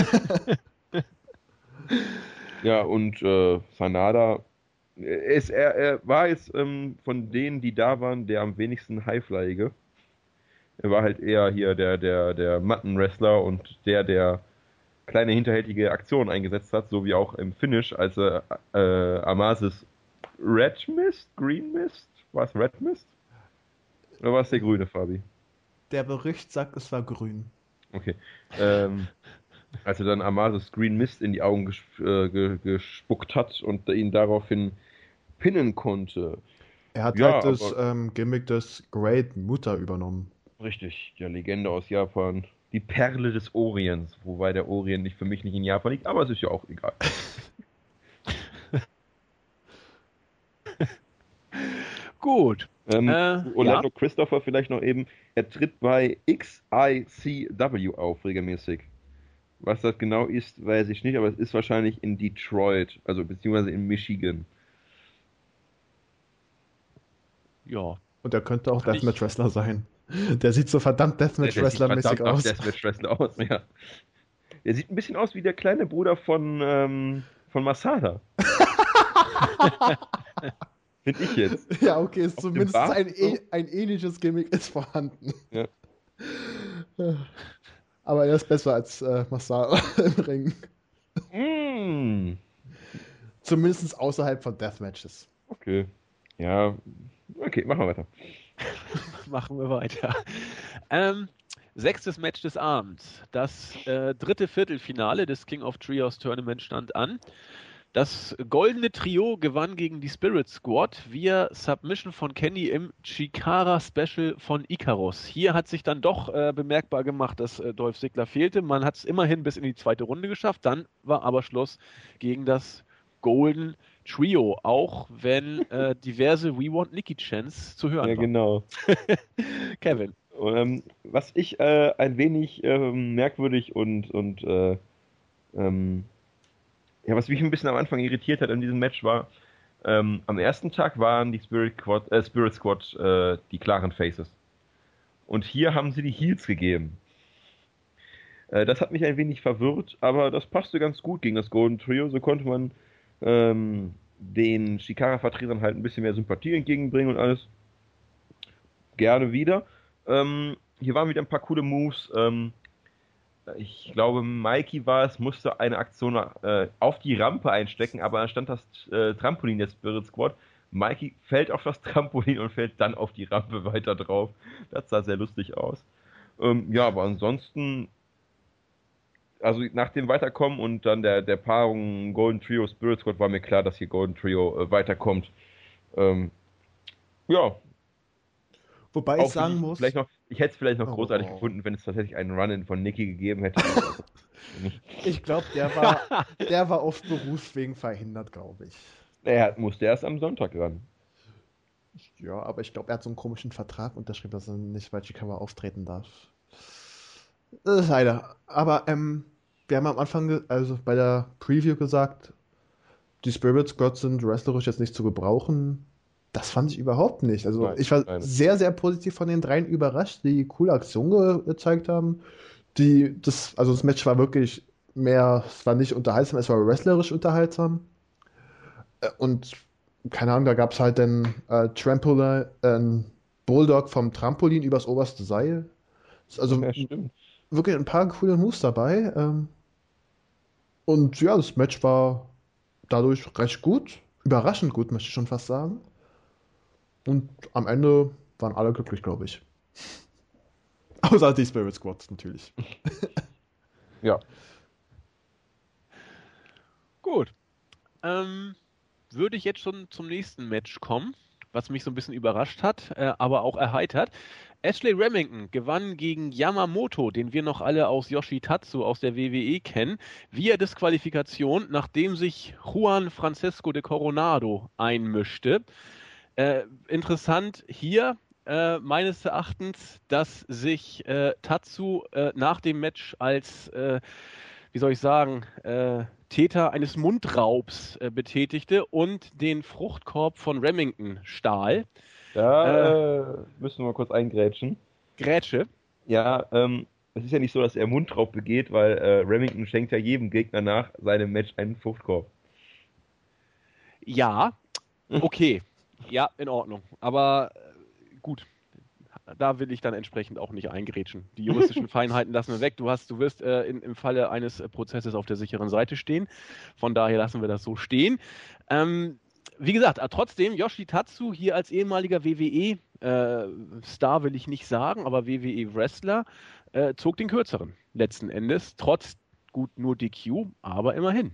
Speaker 3: Ja, und äh, Sanada, ist, er, er war jetzt ähm, von denen, die da waren, der am wenigsten Highflyige. Er war halt eher hier der, der, der Matten-Wrestler und der, der kleine hinterhältige Aktionen eingesetzt hat, so wie auch im Finish, als er äh, Amasis Red Mist? Green Mist? War es Red Mist? Oder war es der grüne, Fabi?
Speaker 2: Der Bericht sagt, es war grün.
Speaker 3: Okay. Ähm, als er dann Amasis Green Mist in die Augen ges- äh, ge- gespuckt hat und ihn daraufhin pinnen konnte.
Speaker 2: Er hat
Speaker 3: ja,
Speaker 2: halt das ähm, Gimmick des Great Muta übernommen.
Speaker 3: Richtig, der Legende aus Japan. Die Perle des Orients, wobei der Orient nicht für mich nicht in Japan liegt, aber es ist ja auch egal.
Speaker 1: Gut.
Speaker 3: Ähm,
Speaker 1: äh,
Speaker 3: Orlando
Speaker 1: ja.
Speaker 3: Christopher vielleicht noch eben, er tritt bei X I C W auf regelmäßig. Was das genau ist, weiß ich nicht, aber es ist wahrscheinlich in Detroit, also beziehungsweise in Michigan.
Speaker 1: Ja.
Speaker 2: Und er könnte auch Deathmatch Wrestler sein. Der sieht so verdammt Deathmatch Wrestler-mäßig aus.
Speaker 3: Deathmatch Wrestler aus, ja. Der sieht ein bisschen aus wie der kleine Bruder von, ähm, von Masada. Finde ich jetzt.
Speaker 2: Ja, okay, ist
Speaker 3: Auf
Speaker 2: zumindest
Speaker 3: dem Bart
Speaker 2: ein,
Speaker 3: so.
Speaker 2: ein ähnliches Gimmick ist vorhanden.
Speaker 3: Ja.
Speaker 2: Aber er ist besser als äh, Masada im Ring.
Speaker 3: Mm.
Speaker 2: Zumindest außerhalb von Deathmatches.
Speaker 3: Okay. Ja, okay, machen wir weiter.
Speaker 1: Machen wir weiter. Ähm, sechstes Match des Abends. Das äh, dritte Viertelfinale des King of Trios Tournament stand an. Das goldene Trio gewann gegen die Spirit Squad via Submission von Kenny im Chikara Special von Icarus. Hier hat sich dann doch äh, bemerkbar gemacht, dass äh, Dolph Ziggler fehlte. Man hat es immerhin bis in die zweite Runde geschafft. Dann war aber Schluss gegen das Golden Trio, auch wenn äh, diverse We Want Nikki Chants zu hören
Speaker 3: Ja,
Speaker 1: waren.
Speaker 3: genau.
Speaker 1: Kevin.
Speaker 3: Ähm, was ich äh, ein wenig ähm, merkwürdig und, und äh, ähm, ja, was mich ein bisschen am Anfang irritiert hat an diesem Match war, ähm, am ersten Tag waren die Spirit Squad, äh, Spirit Squad äh, die klaren Faces. Und hier haben sie die Heels gegeben. Äh, das hat mich ein wenig verwirrt, aber das passte ganz gut gegen das Golden Trio. So konnte man ähm, den Chikara-Vertretern halt ein bisschen mehr Sympathie entgegenbringen und alles. Gerne wieder. Ähm, hier waren wieder ein paar coole Moves. Ähm, ich glaube, Mikey war es, musste eine Aktion äh, auf die Rampe einstecken, aber dann stand das äh, Trampolin der Spirit Squad. Mikey fällt auf das Trampolin und fällt dann auf die Rampe weiter drauf. Das sah sehr lustig aus. Ähm, ja, aber ansonsten also nach dem Weiterkommen und dann der, der Paarung Golden Trio Spirit Squad war mir klar, dass hier Golden Trio äh, weiterkommt. Ähm, ja.
Speaker 2: Wobei
Speaker 3: Auch
Speaker 2: ich sagen
Speaker 3: die,
Speaker 2: muss.
Speaker 3: vielleicht noch, ich hätte es vielleicht noch
Speaker 2: Oh.
Speaker 3: großartig gefunden, wenn es tatsächlich einen Run-In von Nikki gegeben hätte.
Speaker 2: Ich glaube, der war, der war oft berufswegen verhindert, glaube ich.
Speaker 3: Er musste erst am Sonntag ran.
Speaker 2: Ja, aber ich glaube, er hat so einen komischen Vertrag unterschrieben, dass er nicht bei Chicago auftreten darf. Das ist leider. Aber ähm, wir haben am Anfang, ge- also bei der Preview gesagt, die Spirit Squad sind wrestlerisch jetzt nicht zu gebrauchen. Das fand ich überhaupt nicht. Also
Speaker 3: Nein,
Speaker 2: ich war
Speaker 3: nein.
Speaker 2: sehr, sehr positiv von den dreien überrascht, die coole Aktion ge gezeigt haben. Die, das, also das Match war wirklich mehr, es war nicht unterhaltsam, es war wrestlerisch unterhaltsam. Äh, Und keine Ahnung, da gab es halt den äh, Trampolin, äh, Bulldog vom Trampolin übers oberste Seil. Also
Speaker 3: Ja, stimmt.
Speaker 2: wirklich ein paar coole Moves dabei. Ähm, und ja, das Match war dadurch recht gut. Überraschend gut, möchte ich schon fast sagen. Und am Ende waren alle glücklich, glaube ich. Außer die Spirit Squads natürlich.
Speaker 3: Ja.
Speaker 1: Gut. Ähm, würde ich jetzt schon zum nächsten Match kommen, was mich so ein bisschen überrascht hat, äh, aber auch erheitert. Ashley Remington gewann gegen Yamamoto, den wir noch alle aus Yoshitatsu aus der W W E kennen, via Disqualifikation, nachdem sich Juan Francisco de Coronado einmischte. Äh, interessant hier äh, meines Erachtens, dass sich äh, Tatsu äh, nach dem Match als, äh, wie soll ich sagen, äh, Täter eines Mundraubs äh, betätigte und den Fruchtkorb von Remington stahl. Äh,
Speaker 3: Da äh, müssen wir mal kurz eingrätschen.
Speaker 1: Grätsche.
Speaker 3: Ja, ähm, es ist ja nicht so, dass er Mundraub begeht, weil äh, Remington schenkt ja jedem Gegner nach seinem Match einen Fruchtkorb.
Speaker 1: Ja, okay. Ja, in Ordnung. Aber äh, gut, da will ich dann entsprechend auch nicht eingrätschen. Die juristischen Feinheiten lassen wir weg. Du hast, du wirst äh, in, im Falle eines äh, Prozesses auf der sicheren Seite stehen. Von daher lassen wir das so stehen. Ähm, wie gesagt, äh, trotzdem, Yoshitatsu hier als ehemaliger W W E-Star will ich nicht sagen, aber W W E-Wrestler äh, zog den kürzeren letzten Endes. Trotz gut nur D Q, aber immerhin.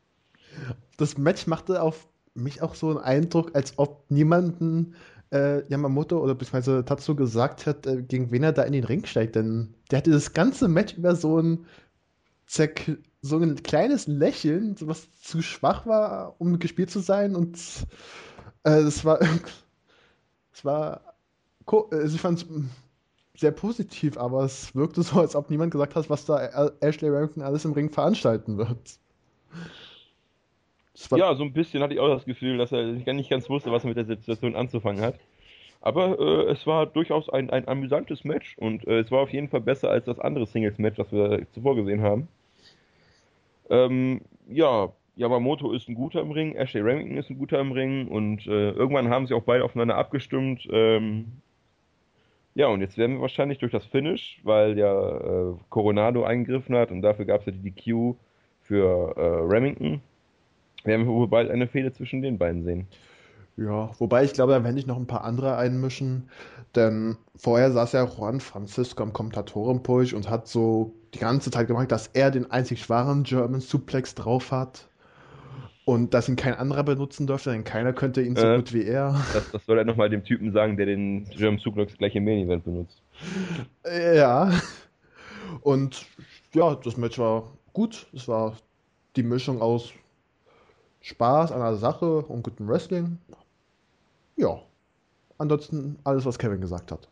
Speaker 2: Das Match machte auf mich auch so einen Eindruck, als ob niemanden äh, Yamamoto oder beziehungsweise Tatsu gesagt hat, äh, gegen wen er da in den Ring steigt. Denn der hatte das ganze Match über so ein, zerk so ein kleines Lächeln, was zu schwach war, um gespielt zu sein. Und äh, das war, es war, also ich fand es sehr positiv, aber es wirkte so, als ob niemand gesagt hat, was da Ashley Remington alles im Ring veranstalten wird. Das war,
Speaker 3: Ja, so ein bisschen hatte ich auch das Gefühl, dass er nicht ganz wusste, was er mit der Situation anzufangen hat. Aber äh, es war durchaus ein, ein amüsantes Match und äh, es war auf jeden Fall besser als das andere Singles-Match, das wir zuvor gesehen haben. Ähm, ja, Yamamoto ist ein guter im Ring, Ashley Remington ist ein guter im Ring und äh, irgendwann haben sie auch beide aufeinander abgestimmt. Ähm, ja, und jetzt werden wir wahrscheinlich durch das Finish, weil ja äh, Coronado eingegriffen hat und dafür gab es ja die D Q für äh, Remington, werden wir wohl bald eine Fehde zwischen den beiden sehen.
Speaker 2: ja, wobei ich glaube, da werden sich noch ein paar andere einmischen, denn vorher saß ja Juan Francisco am Kommentatorenpult und hat so die ganze Zeit gemacht, dass er den einzig wahren German Suplex drauf hat und dass ihn kein anderer benutzen dürfte, denn keiner könnte ihn so
Speaker 3: Äh,
Speaker 2: gut wie er.
Speaker 3: das, das soll er nochmal dem Typen sagen, der den German Suplex gleich im Main Event benutzt.
Speaker 2: Ja, und ja, das Match war gut. Es war die Mischung aus Spaß an der Sache und gutem Wrestling. Ja, ansonsten alles, was Kevin gesagt hat.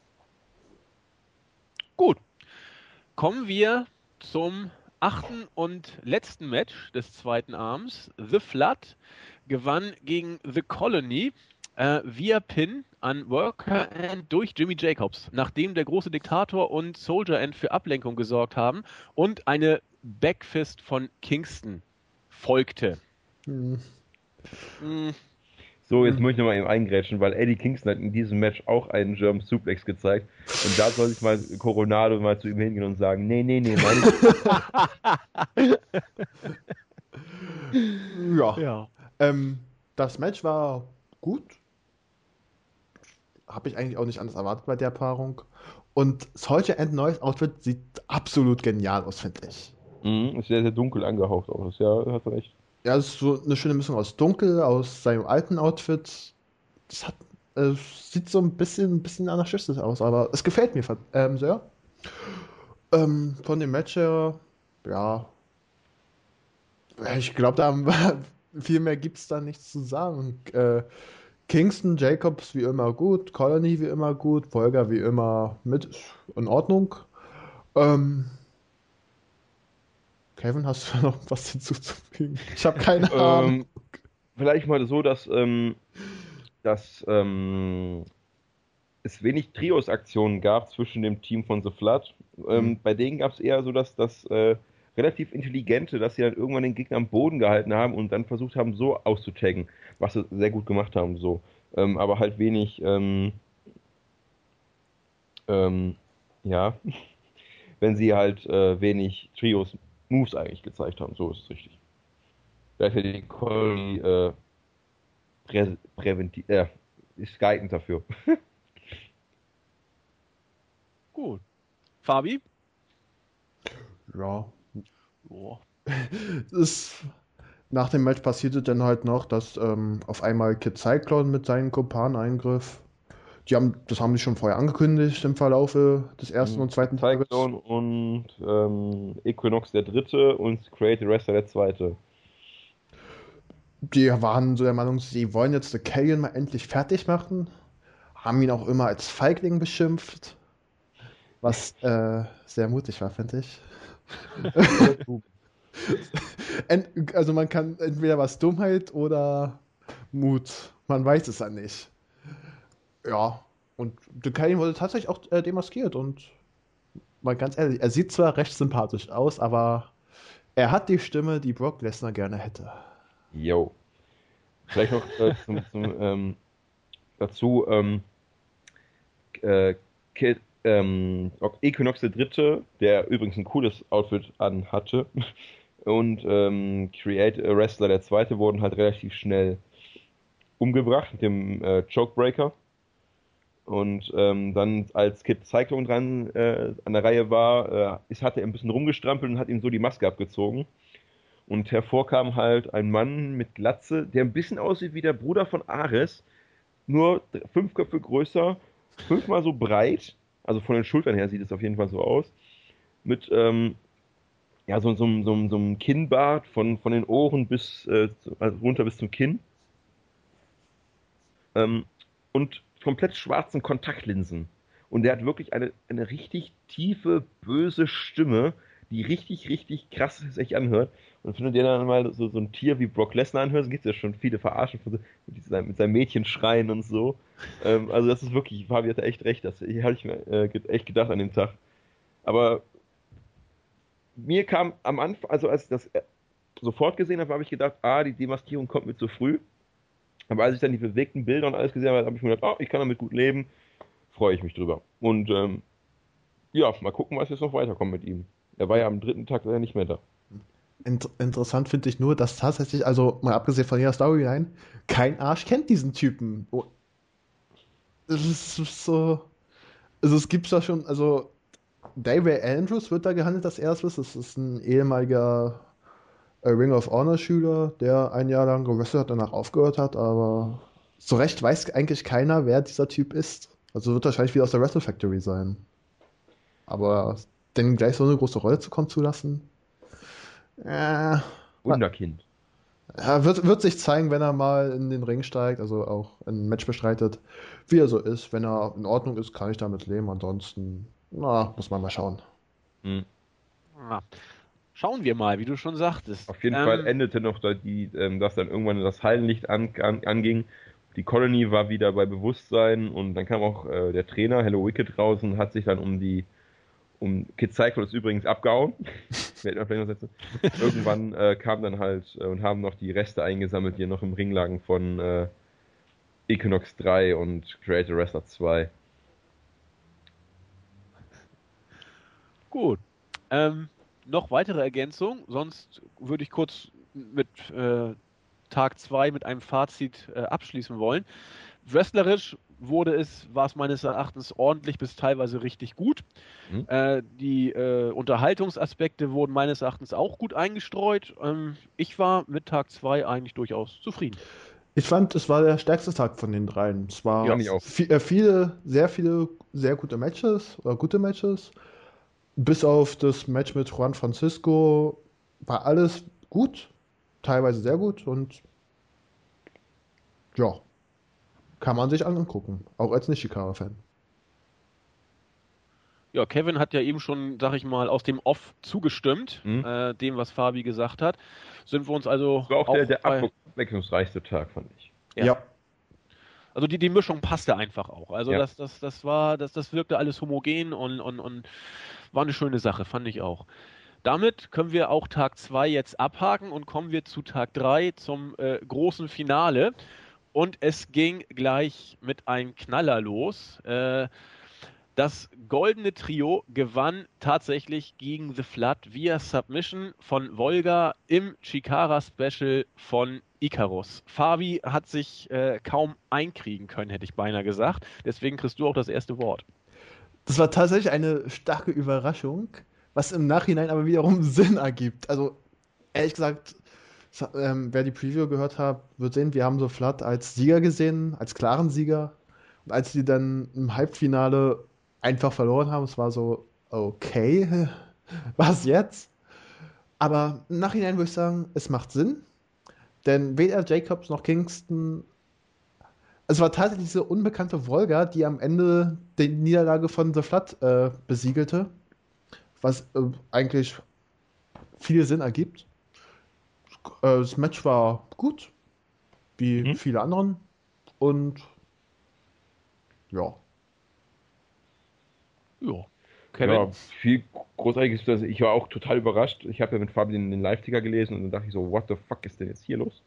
Speaker 1: Gut. Kommen wir zum achten und letzten Match des zweiten Abends. The Flood gewann gegen The Colony äh, via Pin an Worker End durch Jimmy Jacobs, nachdem der große Diktator und Soldier End für Ablenkung gesorgt haben und eine Backfist von Kingston folgte.
Speaker 2: Hm.
Speaker 1: Mm,
Speaker 3: So, jetzt
Speaker 2: Hm.
Speaker 3: muss ich nochmal eben eingrätschen, weil Eddie Kingston hat in diesem Match auch einen German Suplex gezeigt. Und da soll ich mal Coronado mal zu ihm hingehen und sagen, nee, nee, nee, meine
Speaker 2: Ja,
Speaker 1: ja.
Speaker 2: ähm, das Match war gut. Habe ich eigentlich auch nicht anders erwartet bei der Paarung. Und Soldier and neues Outfit sieht absolut genial aus, finde ich.
Speaker 3: Mhm, ist sehr, sehr dunkel angehaucht auch. Das ja, hast du recht.
Speaker 2: Ja, es ist so eine schöne Mischung aus Dunkel, aus seinem alten Outfit. Das hat, äh, sieht so ein bisschen, ein bisschen anarchistisch aus, aber es gefällt mir ver- ähm, sehr. Ähm, von dem Match her, ja, ich glaube, da haben wir- viel mehr gibt es da nichts zu sagen. Äh, Kingston, Jacobs wie immer gut, Colony wie immer gut, Volker wie immer mit in Ordnung. Ähm, Kevin, hast du noch was hinzuzufügen? Ich habe keine Ahnung.
Speaker 3: Ähm, Vielleicht mal so, dass, ähm, dass ähm, es wenig Trios-Aktionen gab zwischen dem Team von The Flood.
Speaker 2: Hm.
Speaker 3: Ähm, bei denen gab es eher so, dass das äh, relativ intelligente, dass sie dann irgendwann den Gegner am Boden gehalten haben und dann versucht haben, so auszutaggen, was sie sehr gut gemacht haben, so. Ähm, aber halt wenig, ähm, ähm, ja, wenn sie halt äh, wenig Trios-Moves eigentlich gezeigt haben, so ist es richtig. Da ist ja die Colony äh, prä präventiv, äh, ist geeignet dafür.
Speaker 1: Gut. Fabi?
Speaker 2: Ja,
Speaker 1: Oh.
Speaker 2: ist, nach dem Match passierte dann halt noch, dass ähm, auf einmal Kid Cyclone mit seinen Kumpanen eingriff. Die haben, das haben sie schon vorher angekündigt im Verlaufe des ersten und zweiten Tages.
Speaker 3: Cyclone und ähm, Equinox der Dritte und Create the Wrestler der Zweite.
Speaker 2: Die waren so der Meinung, sie wollen jetzt The Carrion mal endlich fertig machen. Haben ihn auch immer als Feigling beschimpft, was äh, sehr mutig war, finde ich.
Speaker 3: Oder du.
Speaker 2: Ent, also man kann entweder was Dummheit oder Mut. Man weiß es ja nicht. Ja. Und The Carrion wurde tatsächlich auch äh, demaskiert und mal ganz ehrlich, er sieht zwar recht sympathisch aus, aber er hat die Stimme, die Brock Lesnar gerne hätte.
Speaker 3: Yo. Vielleicht noch äh, zum, zum, ähm, dazu, ähm, äh, Kid, ähm, Equinox der Dritte, der übrigens ein cooles Outfit an hatte, und ähm, Create a Wrestler der Zweite wurden halt relativ schnell umgebracht mit dem äh, Chokebreaker. Und ähm, dann, als Kid Cyclone dran äh, an der Reihe war, äh, ist, hat er ein bisschen rumgestrampelt und hat ihm so die Maske abgezogen. Und hervor kam halt ein Mann mit Glatze, der ein bisschen aussieht wie der Bruder von Ares, nur d- fünf Köpfe größer, fünfmal so breit, also von den Schultern her sieht es auf jeden Fall so aus, mit ähm, ja, so, so, so, so einem Kinnbart von, von den Ohren bis äh, zu- also runter bis zum Kinn. Ähm, und komplett schwarzen Kontaktlinsen. Und der hat wirklich eine, eine richtig tiefe, böse Stimme, die richtig, richtig krass sich anhört. Und wenn du dir dann mal so, so ein Tier wie Brock Lesnar anhörst, gibt es ja schon viele Verarschen von so, mit, seinem, mit seinem Mädchen schreien und so. Ähm, also das ist wirklich, Fabi hatte echt recht, das habe ich mir äh, echt gedacht an dem Tag. Aber mir kam am Anfang, also als ich das äh, sofort gesehen habe, habe ich gedacht, ah, die Demaskierung kommt mir zu früh. Aber als ich dann die bewegten Bilder und alles gesehen habe, habe ich mir gedacht, oh, ich kann damit gut leben, freue ich mich drüber. Und ähm, ja, mal gucken, was jetzt noch weiterkommt mit ihm. Er war ja am dritten Tag leider nicht mehr da.
Speaker 2: Int interessant finde ich nur, dass tatsächlich, also mal abgesehen von ihrer Storyline, kein Arsch kennt diesen Typen. Oh, es ist so. Also es gibt da schon, also David Andrews wird da gehandelt als erstes. Das ist ein ehemaliger äh, Ring of Honor Schüler, der ein Jahr lang gewrestelt hat, danach aufgehört hat, aber so recht weiß eigentlich keiner, wer dieser Typ ist. Also wird wahrscheinlich wieder aus der Wrestle Factory sein. Aber den gleich so eine große Rolle zu kommen zu lassen, äh,
Speaker 3: Wunderkind.
Speaker 2: ja, wird, wird sich zeigen, wenn er mal in den Ring steigt, also auch ein Match bestreitet, wie er so ist. Wenn er in Ordnung ist, kann ich damit leben. Ansonsten, na, muss man mal schauen.
Speaker 3: Hm.
Speaker 1: Ja. Schauen wir mal, wie du schon sagtest.
Speaker 3: Auf jeden Fall
Speaker 1: Ähm,
Speaker 3: endete noch, da die, ähm, dass dann irgendwann das Hallenlicht an, an, anging. Die Colony war wieder bei Bewusstsein und dann kam auch äh, der Trainer, Hello Wicked, raus und hat sich dann um die, um Kid Cyclo ist übrigens abgehauen. Hätte man vielleicht noch setzen. Irgendwann äh, kam dann halt äh, und haben noch die Reste eingesammelt, die noch im Ring lagen von äh, Equinox drei und Creator Wrestler zwei.
Speaker 1: gut. Ähm, noch weitere Ergänzung, sonst würde ich kurz mit äh, Tag zwei mit einem Fazit äh, abschließen wollen. wrestlerisch wurde es, war es meines Erachtens ordentlich bis teilweise richtig gut. Mhm. Äh, die äh, Unterhaltungsaspekte wurden meines Erachtens auch gut eingestreut. Ähm, ich war mit Tag zwei eigentlich durchaus zufrieden.
Speaker 2: Ich fand, es war der stärkste Tag von den dreien. Es war
Speaker 3: ja, ich auch.
Speaker 2: Viel, äh, viele, sehr viele, sehr gute Matches oder gute Matches. Bis auf das Match mit Juan Francisco war alles gut, teilweise sehr gut und ja, kann man sich angucken, auch als Nicht-Shikara-Fan.
Speaker 1: Ja, Kevin hat ja eben schon, sag ich mal, aus dem Off zugestimmt, mhm. äh, dem, was Fabi gesagt hat. Sind wir uns also.
Speaker 3: Das war auch, auch der, der abwechslungsreichste Tag, fand ich.
Speaker 1: Ja. ja. Also die, die Mischung passte einfach auch. Also ja. das, das, das war, das, das wirkte alles homogen und, und, und war eine schöne Sache, fand ich auch. Damit können wir auch Tag zwei jetzt abhaken und kommen wir zu Tag drei zum äh, großen Finale. Und es ging gleich mit einem Knaller los. Äh, Das goldene Trio gewann tatsächlich gegen The Flood via Submission von Volga im Chikara-Special von Icarus. Fabi hat sich äh, kaum einkriegen können, hätte ich beinahe gesagt. Deswegen kriegst du auch das erste Wort.
Speaker 2: Das war tatsächlich eine starke Überraschung, was im Nachhinein aber wiederum Sinn ergibt. Also, ehrlich gesagt, ähm, wer die Preview gehört hat, wird sehen, wir haben The Flood als Sieger gesehen, als klaren Sieger. Und als die dann im Halbfinale einfach verloren haben. Es war so, okay, was jetzt? Aber im Nachhinein würde ich sagen, es macht Sinn. Denn weder Jacobs noch Kingston, es war tatsächlich diese unbekannte Volga, die am Ende die Niederlage von The Flood äh, besiegelte. Was äh, eigentlich viel Sinn ergibt. Äh, das Match war gut, wie mhm. viele anderen. Und ja.
Speaker 3: Ja. Kevin? Ja, viel Großartiges. Also ich war auch total überrascht. Ich habe ja mit Fabi den, den Live-Ticker gelesen und dann dachte ich so, what the fuck ist denn jetzt hier los?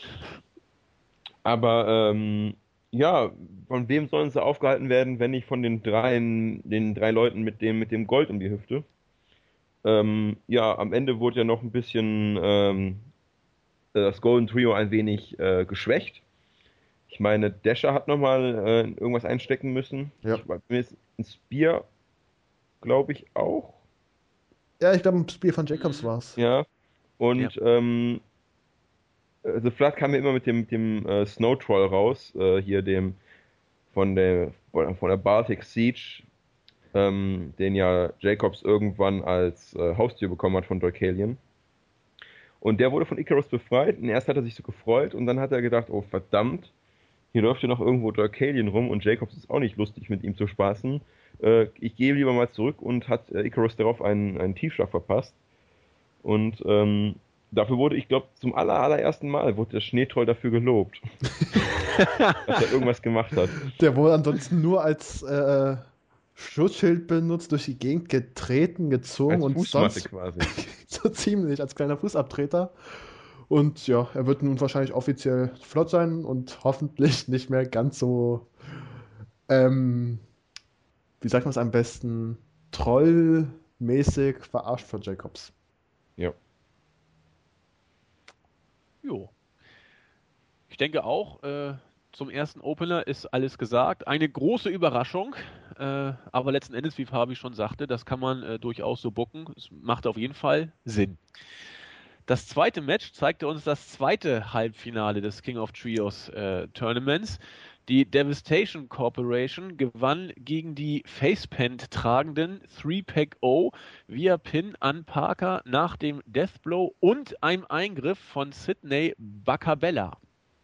Speaker 3: Aber ähm, ja, von wem sollen sie aufgehalten werden, wenn nicht von den drei, den drei Leuten mit dem, mit dem Gold um die Hüfte? Ähm, ja, am Ende wurde ja noch ein bisschen ähm, das Golden Trio ein wenig äh, geschwächt. Ich meine, Dasher hat nochmal äh, irgendwas einstecken müssen.
Speaker 2: Ja.
Speaker 3: Ich, mir ist ein Spear, glaube ich, auch.
Speaker 2: Ja, ich glaube, ein Spear von Jacobs war es.
Speaker 3: Ja. Und ja. Ähm, The Flood kam ja immer mit dem, mit dem äh, Snow Troll raus, äh, hier dem von der von der Baltic Siege, ähm, den ja Jacobs irgendwann als äh, Haustier bekommen hat von Deucalion. Und der wurde von Icarus befreit und erst hat er sich so gefreut und dann hat er gedacht, oh verdammt, hier läuft ja noch irgendwo Deucalion rum und Jacobs ist auch nicht lustig, mit ihm zu spaßen. Äh, ich gehe lieber mal zurück und hat äh, Icarus darauf einen, einen Tiefschlag verpasst. Und ähm, dafür wurde, ich glaube, zum aller, allerersten Mal wurde der Schneetroll dafür gelobt, dass er irgendwas gemacht hat.
Speaker 2: Der wurde ansonsten nur als äh, Schutzschild benutzt, durch die Gegend getreten, gezogen
Speaker 3: als
Speaker 2: und
Speaker 3: Fußmatte
Speaker 2: sonst
Speaker 3: quasi.
Speaker 2: so ziemlich als kleiner Fußabtreter. Und ja, er wird nun wahrscheinlich offiziell flott sein und hoffentlich nicht mehr ganz so, ähm, wie sagt man es am besten, trollmäßig verarscht von Jacobs.
Speaker 3: Ja.
Speaker 1: Jo. Ich denke auch, äh, zum ersten Opener ist alles gesagt. Eine große Überraschung, äh, aber letzten Endes, wie Fabi schon sagte, das kann man äh, durchaus so booken. Es macht auf jeden Fall Sinn. Das zweite Match zeigte uns das zweite Halbfinale des King of Trios äh, Tournaments. Die Devastation Corporation gewann gegen die Facepant tragenden three pack O via Pin an Parker nach dem Deathblow und einem Eingriff von Sidney Bacabella.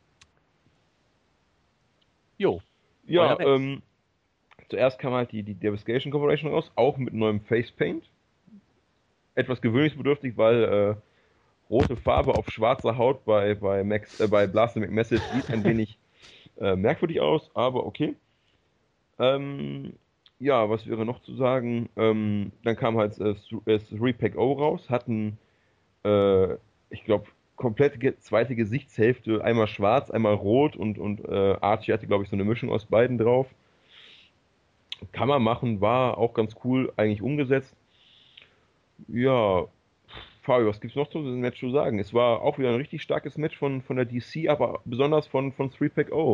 Speaker 1: Jo.
Speaker 3: Ja, ähm, zuerst kam halt die, die Devastation Corporation raus, auch mit neuem Facepaint. Etwas gewöhnungsbedürftig, weil äh, rote Farbe auf schwarzer Haut bei, bei, Max, äh, bei Blaster McMessage sieht ein wenig äh, merkwürdig aus, aber okay. Ähm, ja, was wäre noch zu sagen? Ähm, dann kam halt äh, three pack O raus, hatten, äh, ich glaube, komplette zweite Gesichtshälfte, einmal schwarz, einmal rot und, und äh, Archie hatte, glaube ich, so eine Mischung aus beiden drauf. Kann man machen, war auch ganz cool eigentlich umgesetzt. Ja, Fabio, was gibt's noch zu diesem Match zu sagen? Es war auch wieder ein richtig starkes Match von, von der D C, aber besonders von, von three pack O.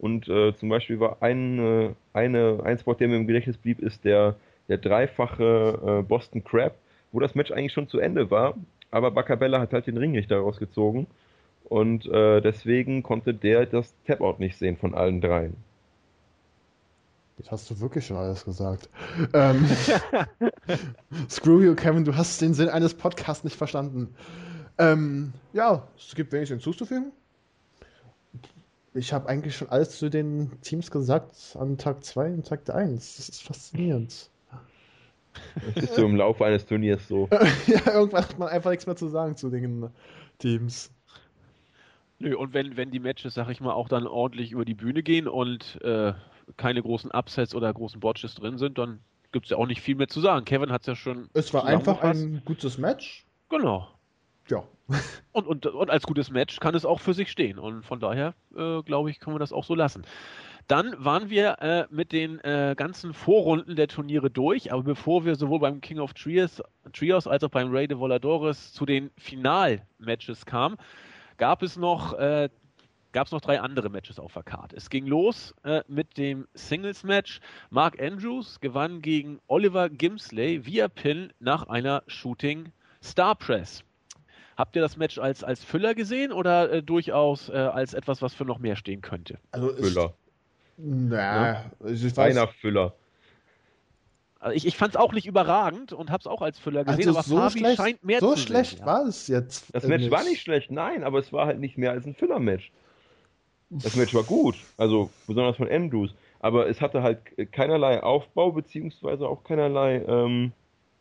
Speaker 3: Und äh, zum Beispiel war ein, äh, eine, ein Spot, der mir im Gedächtnis blieb, ist der, der dreifache äh, Boston Crab, wo das Match eigentlich schon zu Ende war, aber Bacabella hat halt den Ringrichter rausgezogen und äh, deswegen konnte der das Tap-Out nicht sehen von allen dreien.
Speaker 2: Jetzt hast du wirklich schon alles gesagt. Ähm, Screw you, Kevin, du hast den Sinn eines Podcasts nicht verstanden. Ähm, ja, es gibt wenig hinzuzufügen. Ich habe eigentlich schon alles zu den Teams gesagt an Tag zwei und Tag eins. Das ist faszinierend.
Speaker 3: Das ist so im Laufe eines Turniers so.
Speaker 2: Ja, irgendwann hat man einfach nichts mehr zu sagen zu den Teams.
Speaker 1: Nö, und wenn, wenn die Matches, sag ich mal, auch dann ordentlich über die Bühne gehen und äh, keine großen Upsets oder großen Botches drin sind, dann gibt es ja auch nicht viel mehr zu sagen. Kevin hat es ja schon
Speaker 2: Es war einfach
Speaker 1: zusammengefasst.
Speaker 2: ein gutes Match.
Speaker 1: Genau.
Speaker 2: Ja.
Speaker 1: Und, und, und als gutes Match kann es auch für sich stehen. Und von daher, äh, glaube ich, können wir das auch so lassen. Dann waren wir äh, mit den äh, ganzen Vorrunden der Turniere durch. Aber bevor wir sowohl beim King of Trios, Trios als auch beim Rey de Voladores zu den Final-Matches kamen, gab es noch, äh, gab es noch drei andere Matches auf der Karte. Es ging los äh, mit dem Singles-Match. Mark Andrews gewann gegen Oliver Gimsley via Pin nach einer Shooting Star Press. Habt ihr das Match als, als Füller gesehen oder äh, durchaus äh, als etwas, was für noch mehr stehen könnte?
Speaker 2: Also
Speaker 3: Füller.
Speaker 2: Na,
Speaker 3: Ja?
Speaker 2: also ich weiß,
Speaker 3: Reiner Füller.
Speaker 1: Also ich ich fand es auch nicht überragend und habe es auch als Füller gesehen,
Speaker 2: also
Speaker 1: aber
Speaker 2: so
Speaker 1: Fabi
Speaker 2: schlecht,
Speaker 1: scheint mehr
Speaker 2: so
Speaker 1: zu
Speaker 2: schlecht
Speaker 1: sehen. Ja.
Speaker 2: war es jetzt.
Speaker 3: Das
Speaker 2: äh,
Speaker 3: Match war nicht schlecht, nein, aber es war halt nicht mehr als ein Füller-Match. Das Match war gut, also besonders von Andrews, aber es hatte halt keinerlei Aufbau, beziehungsweise auch keinerlei ähm,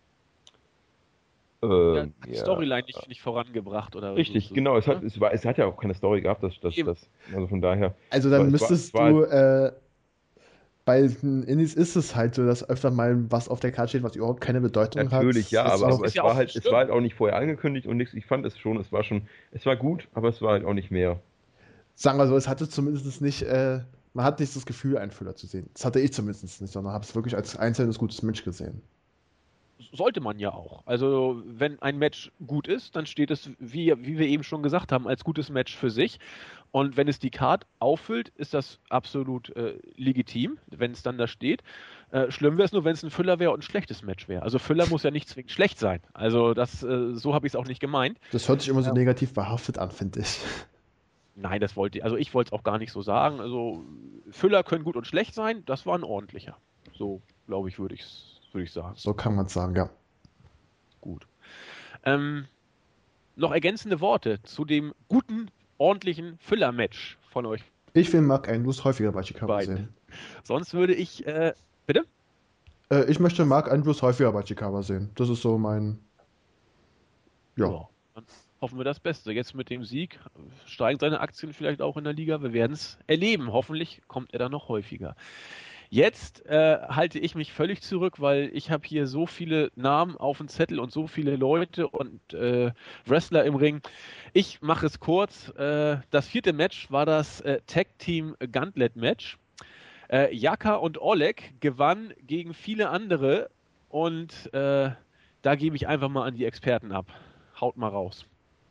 Speaker 1: Ja,
Speaker 3: ähm,
Speaker 1: die
Speaker 3: ja,
Speaker 1: Storyline nicht, nicht vorangebracht oder
Speaker 3: richtig,
Speaker 1: so,
Speaker 3: genau, es hat,
Speaker 1: ne?
Speaker 3: es war, es hat ja auch keine Story gehabt, das, das,
Speaker 1: Eben.
Speaker 3: das, also von daher.
Speaker 2: Also
Speaker 3: es war-
Speaker 2: dann
Speaker 3: es war-
Speaker 2: müsstest
Speaker 3: es war
Speaker 2: du, äh, bei den Indies ist es halt so, dass öfter mal was auf der Karte steht, was überhaupt keine Bedeutung hat.
Speaker 3: Natürlich, ja,
Speaker 2: Ist
Speaker 3: aber,
Speaker 2: auch-
Speaker 3: aber
Speaker 1: ist
Speaker 3: es
Speaker 1: ja
Speaker 3: war
Speaker 1: auch
Speaker 3: halt,
Speaker 1: nicht
Speaker 3: es
Speaker 1: schlimm.
Speaker 3: war halt auch nicht vorher angekündigt und nichts. Ich fand es schon, es war schon, es war gut, aber es war halt auch nicht mehr.
Speaker 2: Sagen wir so, es hatte zumindest nicht, äh, man hat nicht das Gefühl, einen Füller zu sehen. Das hatte ich zumindest nicht, sondern habe es wirklich als einzelnes gutes Match gesehen.
Speaker 1: Sollte man ja auch. Also wenn ein Match gut ist, dann steht es, wie, wie wir eben schon gesagt haben, als gutes Match für sich. Und wenn es die Card auffüllt, ist das absolut äh, legitim, wenn es dann da steht. Äh, schlimm wäre es nur, wenn es ein Füller wäre und ein schlechtes Match wäre. Also Füller muss ja nicht zwingend schlecht sein. Also das, äh, so habe ich es auch nicht gemeint.
Speaker 2: Das hört sich immer so
Speaker 1: Ja.
Speaker 2: negativ behaftet an, finde ich.
Speaker 1: Nein, das wollte also ich wollte es auch gar nicht so sagen. Also Füller können gut und schlecht sein, das war ein ordentlicher. So, glaube ich, würde ich würde ich sagen.
Speaker 2: So kann man es sagen, ja.
Speaker 1: Gut. Ähm, noch ergänzende Worte zu dem guten, ordentlichen Füller-Match von euch
Speaker 2: Ich will Mark Andrews häufiger bei Chicago
Speaker 1: beiden.
Speaker 2: sehen.
Speaker 1: Sonst würde ich, äh, bitte?
Speaker 2: Äh, ich möchte Mark Andrews häufiger bei Chicago sehen. Das ist so mein. Ja.
Speaker 1: Dann hoffen wir das Beste. Jetzt mit dem Sieg steigen seine Aktien vielleicht auch in der Liga. Wir werden es erleben. Hoffentlich kommt er dann noch häufiger. Jetzt äh, halte ich mich völlig zurück, weil ich habe hier so viele Namen auf dem Zettel und so viele Leute und äh, Wrestler im Ring. Ich mache es kurz. Äh, das vierte Match war das äh, Tag Team Gauntlet Match. Äh, Jaka und Oleg gewannen gegen viele andere und äh, da gebe ich einfach mal an die Experten ab. Haut mal raus.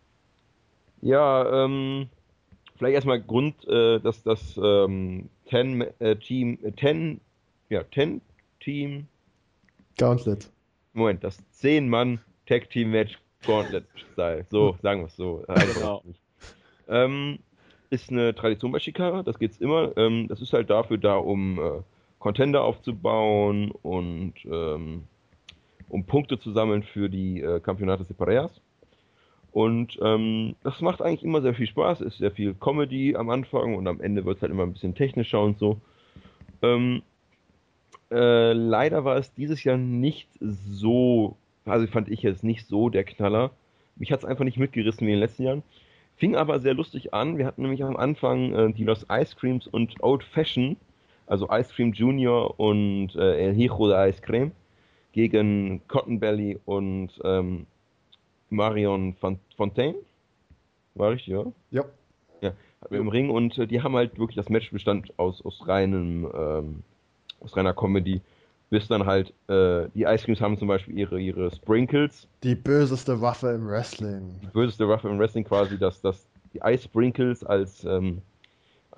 Speaker 3: Ja, ähm, vielleicht erstmal Grund, äh, dass das ähm, ten äh, Team, äh, ten, ja, ten Team,
Speaker 2: Gauntlet.
Speaker 3: Moment, das zehn Mann Tag Team Match Gauntlet Style. So, sagen wir es so.
Speaker 1: Genau.
Speaker 3: Ähm, ist eine Tradition bei Chikara, das geht's immer. Ähm, das ist halt dafür da, um äh, Contender aufzubauen und ähm, um Punkte zu sammeln für die äh, Campeonatos de Parejas. Und ähm, das macht eigentlich immer sehr viel Spaß, ist sehr viel Comedy am Anfang und am Ende wird es halt immer ein bisschen technischer und so. Ähm, äh, leider war es dieses Jahr nicht so, also fand ich jetzt nicht so der Knaller. Mich hat es einfach nicht mitgerissen wie in den letzten Jahren. Fing aber sehr lustig an. Wir hatten nämlich am Anfang äh, die Los Ice Creams und Old Fashion, also Ice Cream Junior und äh, El Hijo de Ice Cream gegen Cotton Belly und ähm, Marion Fontaine. War richtig, ja?
Speaker 2: Ja.
Speaker 3: Ja, hatten wir im Ring und äh, die haben halt wirklich, das Match bestand aus, aus reinem, ähm, aus reiner Comedy, bis dann halt, äh, die Ice Creams haben zum Beispiel ihre, ihre Sprinkles,
Speaker 2: Die böseste Waffe im Wrestling.
Speaker 3: die böseste Waffe im Wrestling quasi, dass, dass die Ice Sprinkles als, ähm,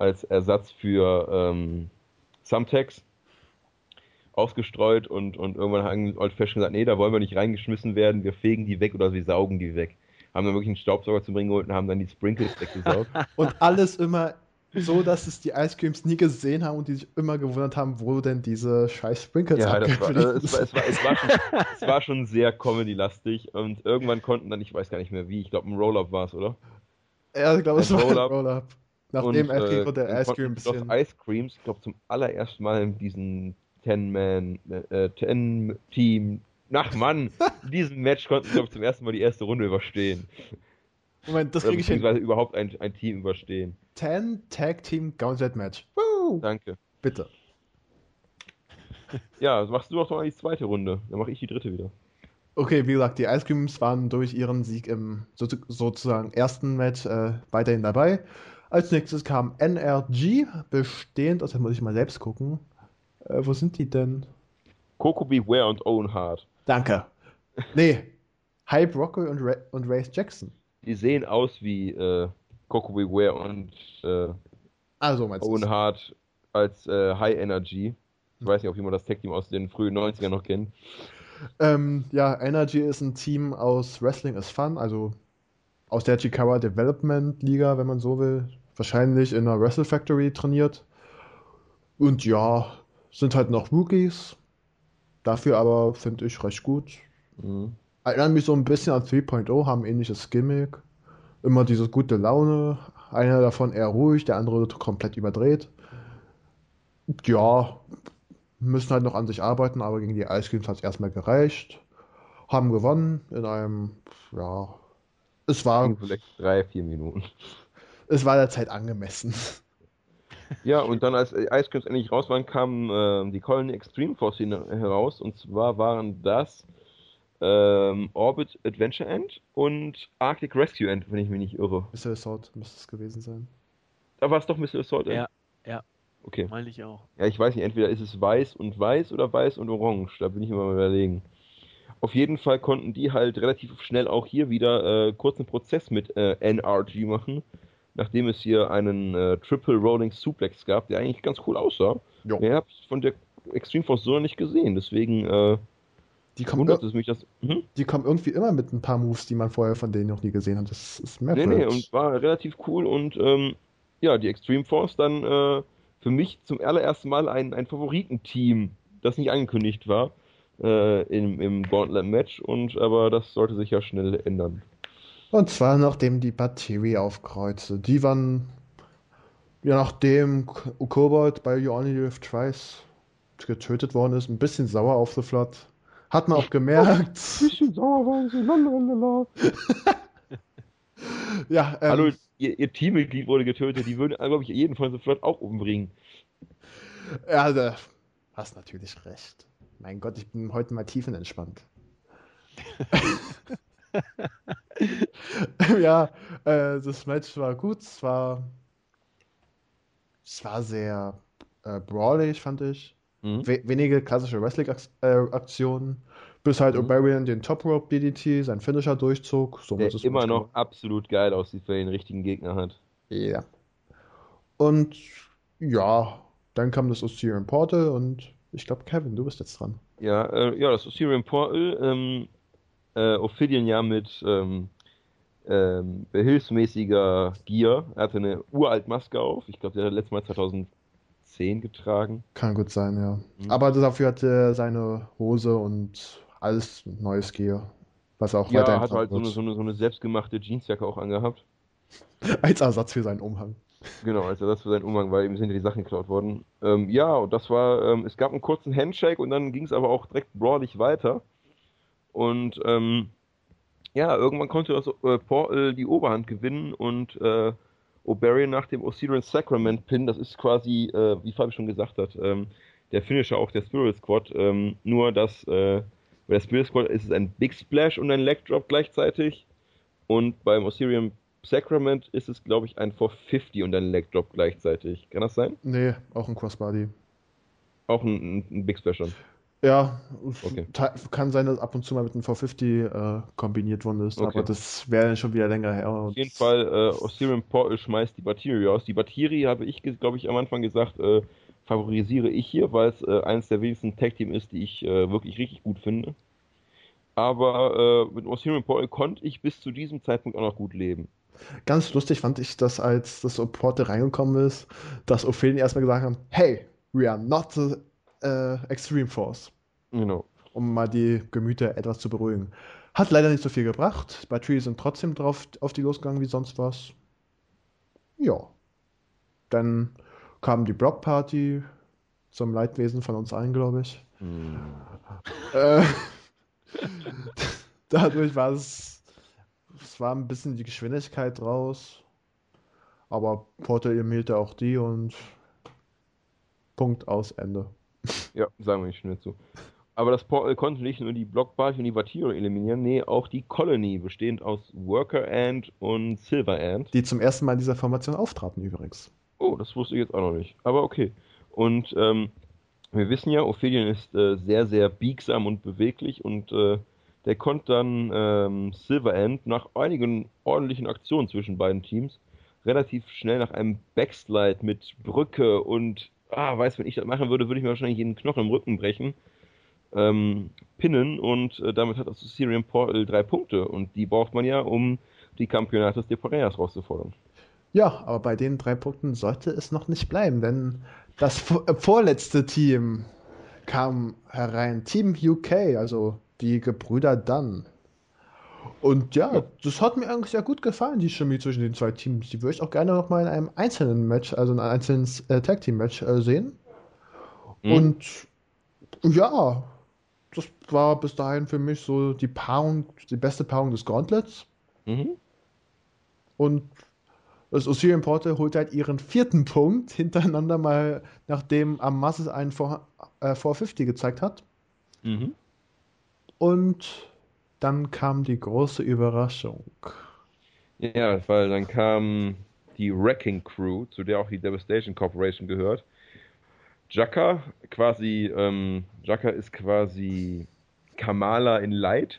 Speaker 3: als Ersatz für ähm, Thumbtacks ausgestreut und, und irgendwann haben Old Fashioned gesagt, nee, da wollen wir nicht reingeschmissen werden, wir fegen die weg oder wir saugen die weg. Haben dann wirklich einen Staubsauger zum Bringen geholt und haben dann die Sprinkles weggesaugt.
Speaker 2: Und alles immer so, dass es die Ice Creams nie gesehen haben und die sich immer gewundert haben, wo denn diese scheiß Sprinkles
Speaker 3: Ja, das war, also
Speaker 2: abgeblieben
Speaker 3: es, war, es, war, es, war schon, es war schon sehr Comedy-lastig und irgendwann konnten dann, ich weiß gar nicht mehr wie, ich glaube ein Roll-Up war es, oder?
Speaker 2: Ja, ich glaube, es
Speaker 3: Ein
Speaker 2: war ein
Speaker 3: Roll-Up.
Speaker 2: Roll-Up. Nachdem
Speaker 3: Und,
Speaker 2: Rico
Speaker 3: äh,
Speaker 2: der
Speaker 3: dann
Speaker 2: Ice Cream ein
Speaker 3: konnten
Speaker 2: bisschen...
Speaker 3: Dos Ice Creams, ich glaube zum allerersten Mal in diesem Ten-Man, äh, Ten-Team, ach Mann, in diesem Match konnten sie, glaube ich, zum ersten Mal die erste Runde überstehen.
Speaker 2: Moment, das
Speaker 3: Oder
Speaker 2: kriege ich hin.
Speaker 3: beziehungsweise überhaupt ein, ein Team überstehen.
Speaker 2: Ten Tag Team Gauntlet Match. Woo!
Speaker 3: Danke.
Speaker 2: Bitte.
Speaker 3: Ja, machst du doch mal die zweite Runde. Dann mache ich die dritte wieder.
Speaker 2: Okay, wie gesagt, die Ice Creams waren durch ihren Sieg im so, sozusagen ersten Match äh, weiterhin dabei. Als nächstes kam N R G, bestehend, also muss ich mal selbst gucken. Äh, wo sind die denn?
Speaker 3: Coco Beware und Owen Hart.
Speaker 2: Danke. Nee, Hype Rocco und, Ra und Race Jackson.
Speaker 3: Die sehen aus wie äh, Coco Beware und äh,
Speaker 2: Also meinst
Speaker 3: Owen
Speaker 2: du?
Speaker 3: Hart als äh, High Energy. Ich weiß nicht, ob jemand das Tag-Team aus den frühen neunzigern noch kennt.
Speaker 2: Ähm, ja, Energy ist ein Team aus Wrestling is Fun, also aus der Chikara Development Liga, wenn man so will. Wahrscheinlich in einer Wrestle Factory trainiert. Und ja, sind halt noch Rookies. Dafür aber finde ich recht gut.
Speaker 3: Mhm.
Speaker 2: Erinnern mich so ein bisschen an drei Punkt null, haben ähnliches Gimmick. Immer diese gute Laune. Einer davon eher ruhig, der andere komplett überdreht. Ja, müssen halt noch an sich arbeiten, aber gegen die Ice Creams hat es erstmal gereicht. Haben gewonnen in einem, ja, es war,
Speaker 3: Ging vielleicht drei, vier Minuten.
Speaker 2: es war der Zeit angemessen.
Speaker 3: Ja, und dann als Ice Creams endlich raus waren, kamen äh, die Colony Extreme Force heraus. Und zwar waren das ähm, Orbit Adventure End und Arctic Rescue End, wenn ich mich nicht irre.
Speaker 2: Mister Assault müsste es gewesen sein.
Speaker 3: Da war es doch Mister Assault End?
Speaker 1: Ja, ja,
Speaker 3: Okay.
Speaker 1: meine ich auch.
Speaker 3: Ja, ich weiß nicht, entweder ist es weiß und weiß oder weiß und orange. Da bin ich immer mal überlegen. Auf jeden Fall konnten die halt relativ schnell auch hier wieder äh, kurzen Prozess mit äh, N R G machen, nachdem es hier einen äh, Triple Rolling Suplex gab, der eigentlich ganz cool aussah.
Speaker 2: Jo.
Speaker 3: Mehr habe ich von der Extreme Force so noch nicht gesehen, deswegen äh,
Speaker 2: Die kommen,
Speaker 3: wundert es mich, dass... Hm?
Speaker 2: die kommen irgendwie immer mit ein paar Moves, die man vorher von denen noch nie gesehen hat. Das ist
Speaker 3: Nee,
Speaker 2: merkwürdig.
Speaker 3: nee, und war relativ cool und ähm, ja, die Extreme Force dann äh, für mich zum allerersten Mal ein, ein Favoritenteam, das nicht angekündigt war äh, im, im Gauntlet-Match, und aber das sollte sich ja schnell ändern.
Speaker 2: Und zwar nachdem die Batterie aufkreuzte. Die waren, ja, nachdem K- Kobold bei You Only Live Twice getötet worden ist, ein bisschen sauer auf The Flood. Hat man auch gemerkt.
Speaker 3: Bisschen sauer waren sie, lalalala.
Speaker 2: Ja, ähm,
Speaker 3: Hallo, ihr, ihr Teammitglied wurde getötet, die würden, glaube ich, jeden von The Flood auch umbringen.
Speaker 2: ja, da hast natürlich recht. Mein Gott, ich bin heute mal tiefenentspannt. Ja, äh, das Match war gut. Es war, es war sehr äh, brawlig, fand ich.
Speaker 3: Mhm.
Speaker 2: We wenige klassische Wrestling-Aktionen. Bis halt
Speaker 3: Mhm.
Speaker 2: O'Brien den Top Rope D D T, sein Finisher durchzog. So
Speaker 3: Der
Speaker 2: muss es
Speaker 3: immer
Speaker 2: Match
Speaker 3: noch
Speaker 2: gewonnen.
Speaker 3: absolut geil aussieht, weil er den richtigen Gegner hat.
Speaker 2: Ja. Und ja, dann kam das Osirian Portal und ich glaube, Kevin, du bist jetzt dran.
Speaker 3: Ja, äh, ja, das Osirian Portal, ähm, äh, Ophidian ja mit ähm, ähm, behilfsmäßiger Gear. Er hatte eine uralt Maske auf. Ich glaube, der hat letztes Mal zweitausendzehn getragen.
Speaker 2: Kann gut sein, ja.
Speaker 3: Mhm.
Speaker 2: Aber dafür hatte er seine Hose und alles neues Gear. Was auch
Speaker 3: Ja,
Speaker 2: weiterhin
Speaker 3: hat halt so
Speaker 2: tragen
Speaker 3: eine, so eine, so eine selbstgemachte Jeansjacke auch angehabt.
Speaker 2: wird. Als Ersatz für seinen Umhang.
Speaker 3: Genau, also das für seinen Umhang, weil ihm sind ja die Sachen geklaut worden. Ähm, ja, und das war, ähm, es gab einen kurzen Handshake und dann ging es aber auch direkt brawlig weiter. Und ähm, ja, irgendwann konnte das äh, Portal die Oberhand gewinnen und äh, O'Brien nach dem Osirian Sacrament Pin, das ist quasi, äh, wie Fabi schon gesagt hat, ähm, der Finisher auch der Spirit Squad. Ähm, nur, dass äh, bei der Spirit Squad ist es ein Big Splash und ein Leg Drop gleichzeitig. Und beim Osirian Sacrament ist es, glaube ich, ein four fifty und ein Leg Drop gleichzeitig. Kann das sein?
Speaker 2: Nee, auch ein Crossbody.
Speaker 3: Auch ein, ein, ein Big Splash dann.
Speaker 2: Ja,
Speaker 3: Okay.
Speaker 2: kann sein, dass ab und zu mal mit einem V fünfzig äh, kombiniert worden ist,
Speaker 3: Okay.
Speaker 2: aber das wäre schon wieder länger her.
Speaker 3: Auf jeden Fall, äh, Osirian Portal schmeißt die Batterie aus. Die Batterie, habe ich, glaube ich, am Anfang gesagt, äh, favorisiere ich hier, weil es äh, eines der wenigsten Tag-Team ist, die ich äh, wirklich richtig gut finde. Aber äh, mit Osirian Portal konnte ich bis zu diesem Zeitpunkt auch noch gut leben.
Speaker 2: Ganz lustig fand ich, dass als das Portal reingekommen ist, dass Ophelien erstmal gesagt haben, hey, we are not the äh, Extreme Force.
Speaker 3: Genau.
Speaker 2: Um mal die Gemüter etwas zu beruhigen. Hat leider nicht so viel gebracht. Batterie sind trotzdem drauf auf die losgegangen wie sonst was. Ja. Dann kam die Block Party zum Leidwesen von uns allen, glaube ich.
Speaker 3: Hm.
Speaker 2: Äh, dadurch war es, es war ein bisschen die Geschwindigkeit raus. Aber Portal eliminierte auch die und Punkt aus Ende.
Speaker 3: Ja, sagen wir nicht schnell zu. Aber das Portal konnte nicht nur die Blockparty und die Vatiro eliminieren, nee, auch die Colony, bestehend aus Worker Ant und Silver Ant.
Speaker 2: Die zum ersten Mal in dieser Formation auftraten übrigens.
Speaker 3: Oh, das wusste ich jetzt auch noch nicht. Aber okay. Und ähm, wir wissen ja, Ophelien ist äh, sehr, sehr biegsam und beweglich und äh, der konnte dann ähm, Silver Ant nach einigen ordentlichen Aktionen zwischen beiden Teams relativ schnell nach einem Backslide mit Brücke und, ah, weiß, wenn ich das machen würde, würde ich mir wahrscheinlich jeden Knochen im Rücken brechen. Ähm, pinnen und äh, damit hat das Osirian Portal drei Punkte und die braucht man ja, um die Campeonatos de Parejas rauszufordern.
Speaker 2: Ja, aber bei den drei Punkten sollte es noch nicht bleiben, denn das vor äh, vorletzte Team kam herein. Team U K, also die Gebrüder Dunn. Und ja,
Speaker 3: Ja.
Speaker 2: das hat mir eigentlich sehr gut gefallen, die Chemie zwischen den zwei Teams. Die würde ich auch gerne noch mal in einem einzelnen Match, also in einem einzelnen äh, Tag-Team-Match äh, sehen.
Speaker 3: Mhm.
Speaker 2: Und ja, das war bis dahin für mich so die Paarung, die beste Paarung des Gauntlets.
Speaker 3: Mhm.
Speaker 2: Und das Osirian Portal holt halt ihren vierten Punkt hintereinander mal, nachdem Amasis einen vor, äh, vier fünfzig gezeigt hat.
Speaker 3: Mhm.
Speaker 2: Und dann kam die große Überraschung.
Speaker 3: Ja, weil dann kam die Wrecking Crew, zu der auch die Devastation Corporation gehört. Jaka, quasi, ähm, Jaka ist quasi Kamala in Light.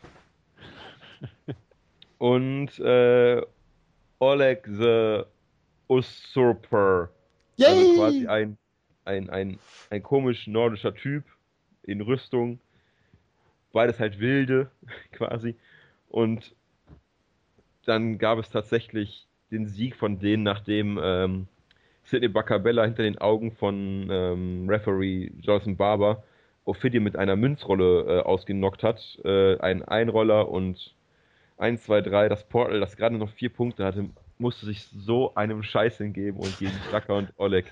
Speaker 3: Und äh, Oleg the Usurper. Also quasi
Speaker 2: Yay!
Speaker 3: ein, ein, ein, ein komisch nordischer Typ in Rüstung. Beides halt wilde, quasi. Und dann gab es tatsächlich den Sieg von denen, nachdem ähm, Sidney Bacabella hinter den Augen von ähm, Referee Jonathan Barber Ophidian mit einer Münzrolle äh, ausgenockt hat. Äh, ein Einroller und eins, zwei, drei, das Portal, das gerade noch vier Punkte hatte, musste sich so einem Scheiß hingeben und gegen Jaka und Oleg.